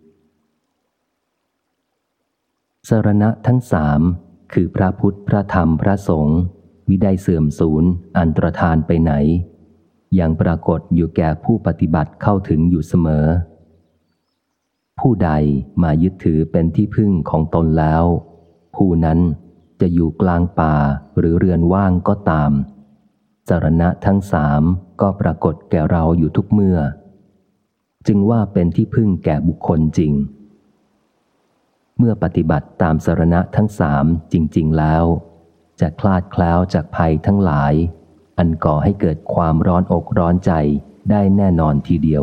สรณะทั้งสามคือพระพุทธพระธรรมพระสงฆ์มิได้เสื่อมสูญอันตรธานไปไหนยังปรากฏอยู่แก่ผู้ปฏิบัติเข้าถึงอยู่เสมอผู้ใดมายึดถือเป็นที่พึ่งของตนแล้วผู้นั้นจะอยู่กลางป่าหรือเรือนว่างก็ตามสรณะทั้งสามก็ปรากฏแก่เราอยู่ทุกเมื่อจึงว่าเป็นที่พึ่งแก่บุคคลจริงเมื่อปฏิบัติตามสรณะทั้งสามจริงๆแล้วจะคลาดแคล้วจากภัยทั้งหลายอันก่อให้เกิดความร้อนอกร้อนใจได้แน่นอนทีเดียว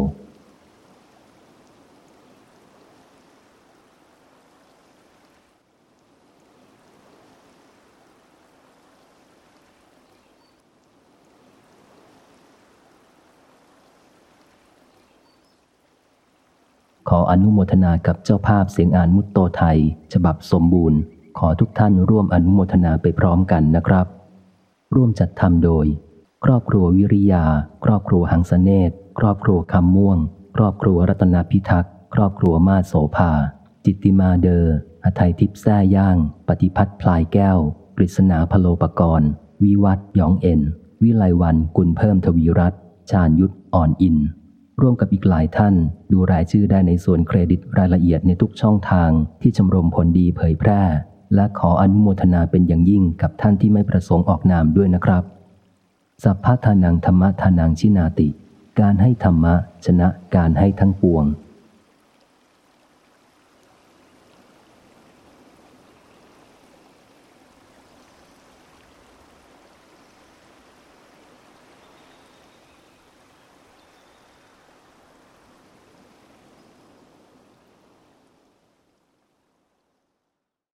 ขออนุโมทนากับเจ้าภาพเสียงอ่านมุตโตไทยฉบับสมบูรณ์ขอทุกท่านร่วมอนุโมทนาไปพร้อมกันนะครับร่วมจัดทำโดยครอบครัววิริยาครอบครัวหังสเนตครอบครัวคำม่วงครอบครัวรัตนพิทักษ์ครอบครัวมาศโสภาจิตติมาเดอหทัยทิพย์แซ่ย่างปฏิพัฒน์พลายแก้วปริศนาพโลปกรณ์วิวัฒน์หยองเอ็นวิไลวันกุลเพิ่มทวีรัตน์ชาญยุทธอ่อนอินร่วมกับอีกหลายท่านดูรายชื่อได้ในส่วนเครดิตรายละเอียดในทุกช่องทางที่ชมรมผลดีเผยแพร่และขออนุโมทนาเป็นอย่างยิ่งกับท่านที่ไม่ประสงค์ออกนามด้วยนะครับสัพพะทานังธรรมะทานังชินาติการให้ธรรมะชนะการให้ทั้งปวง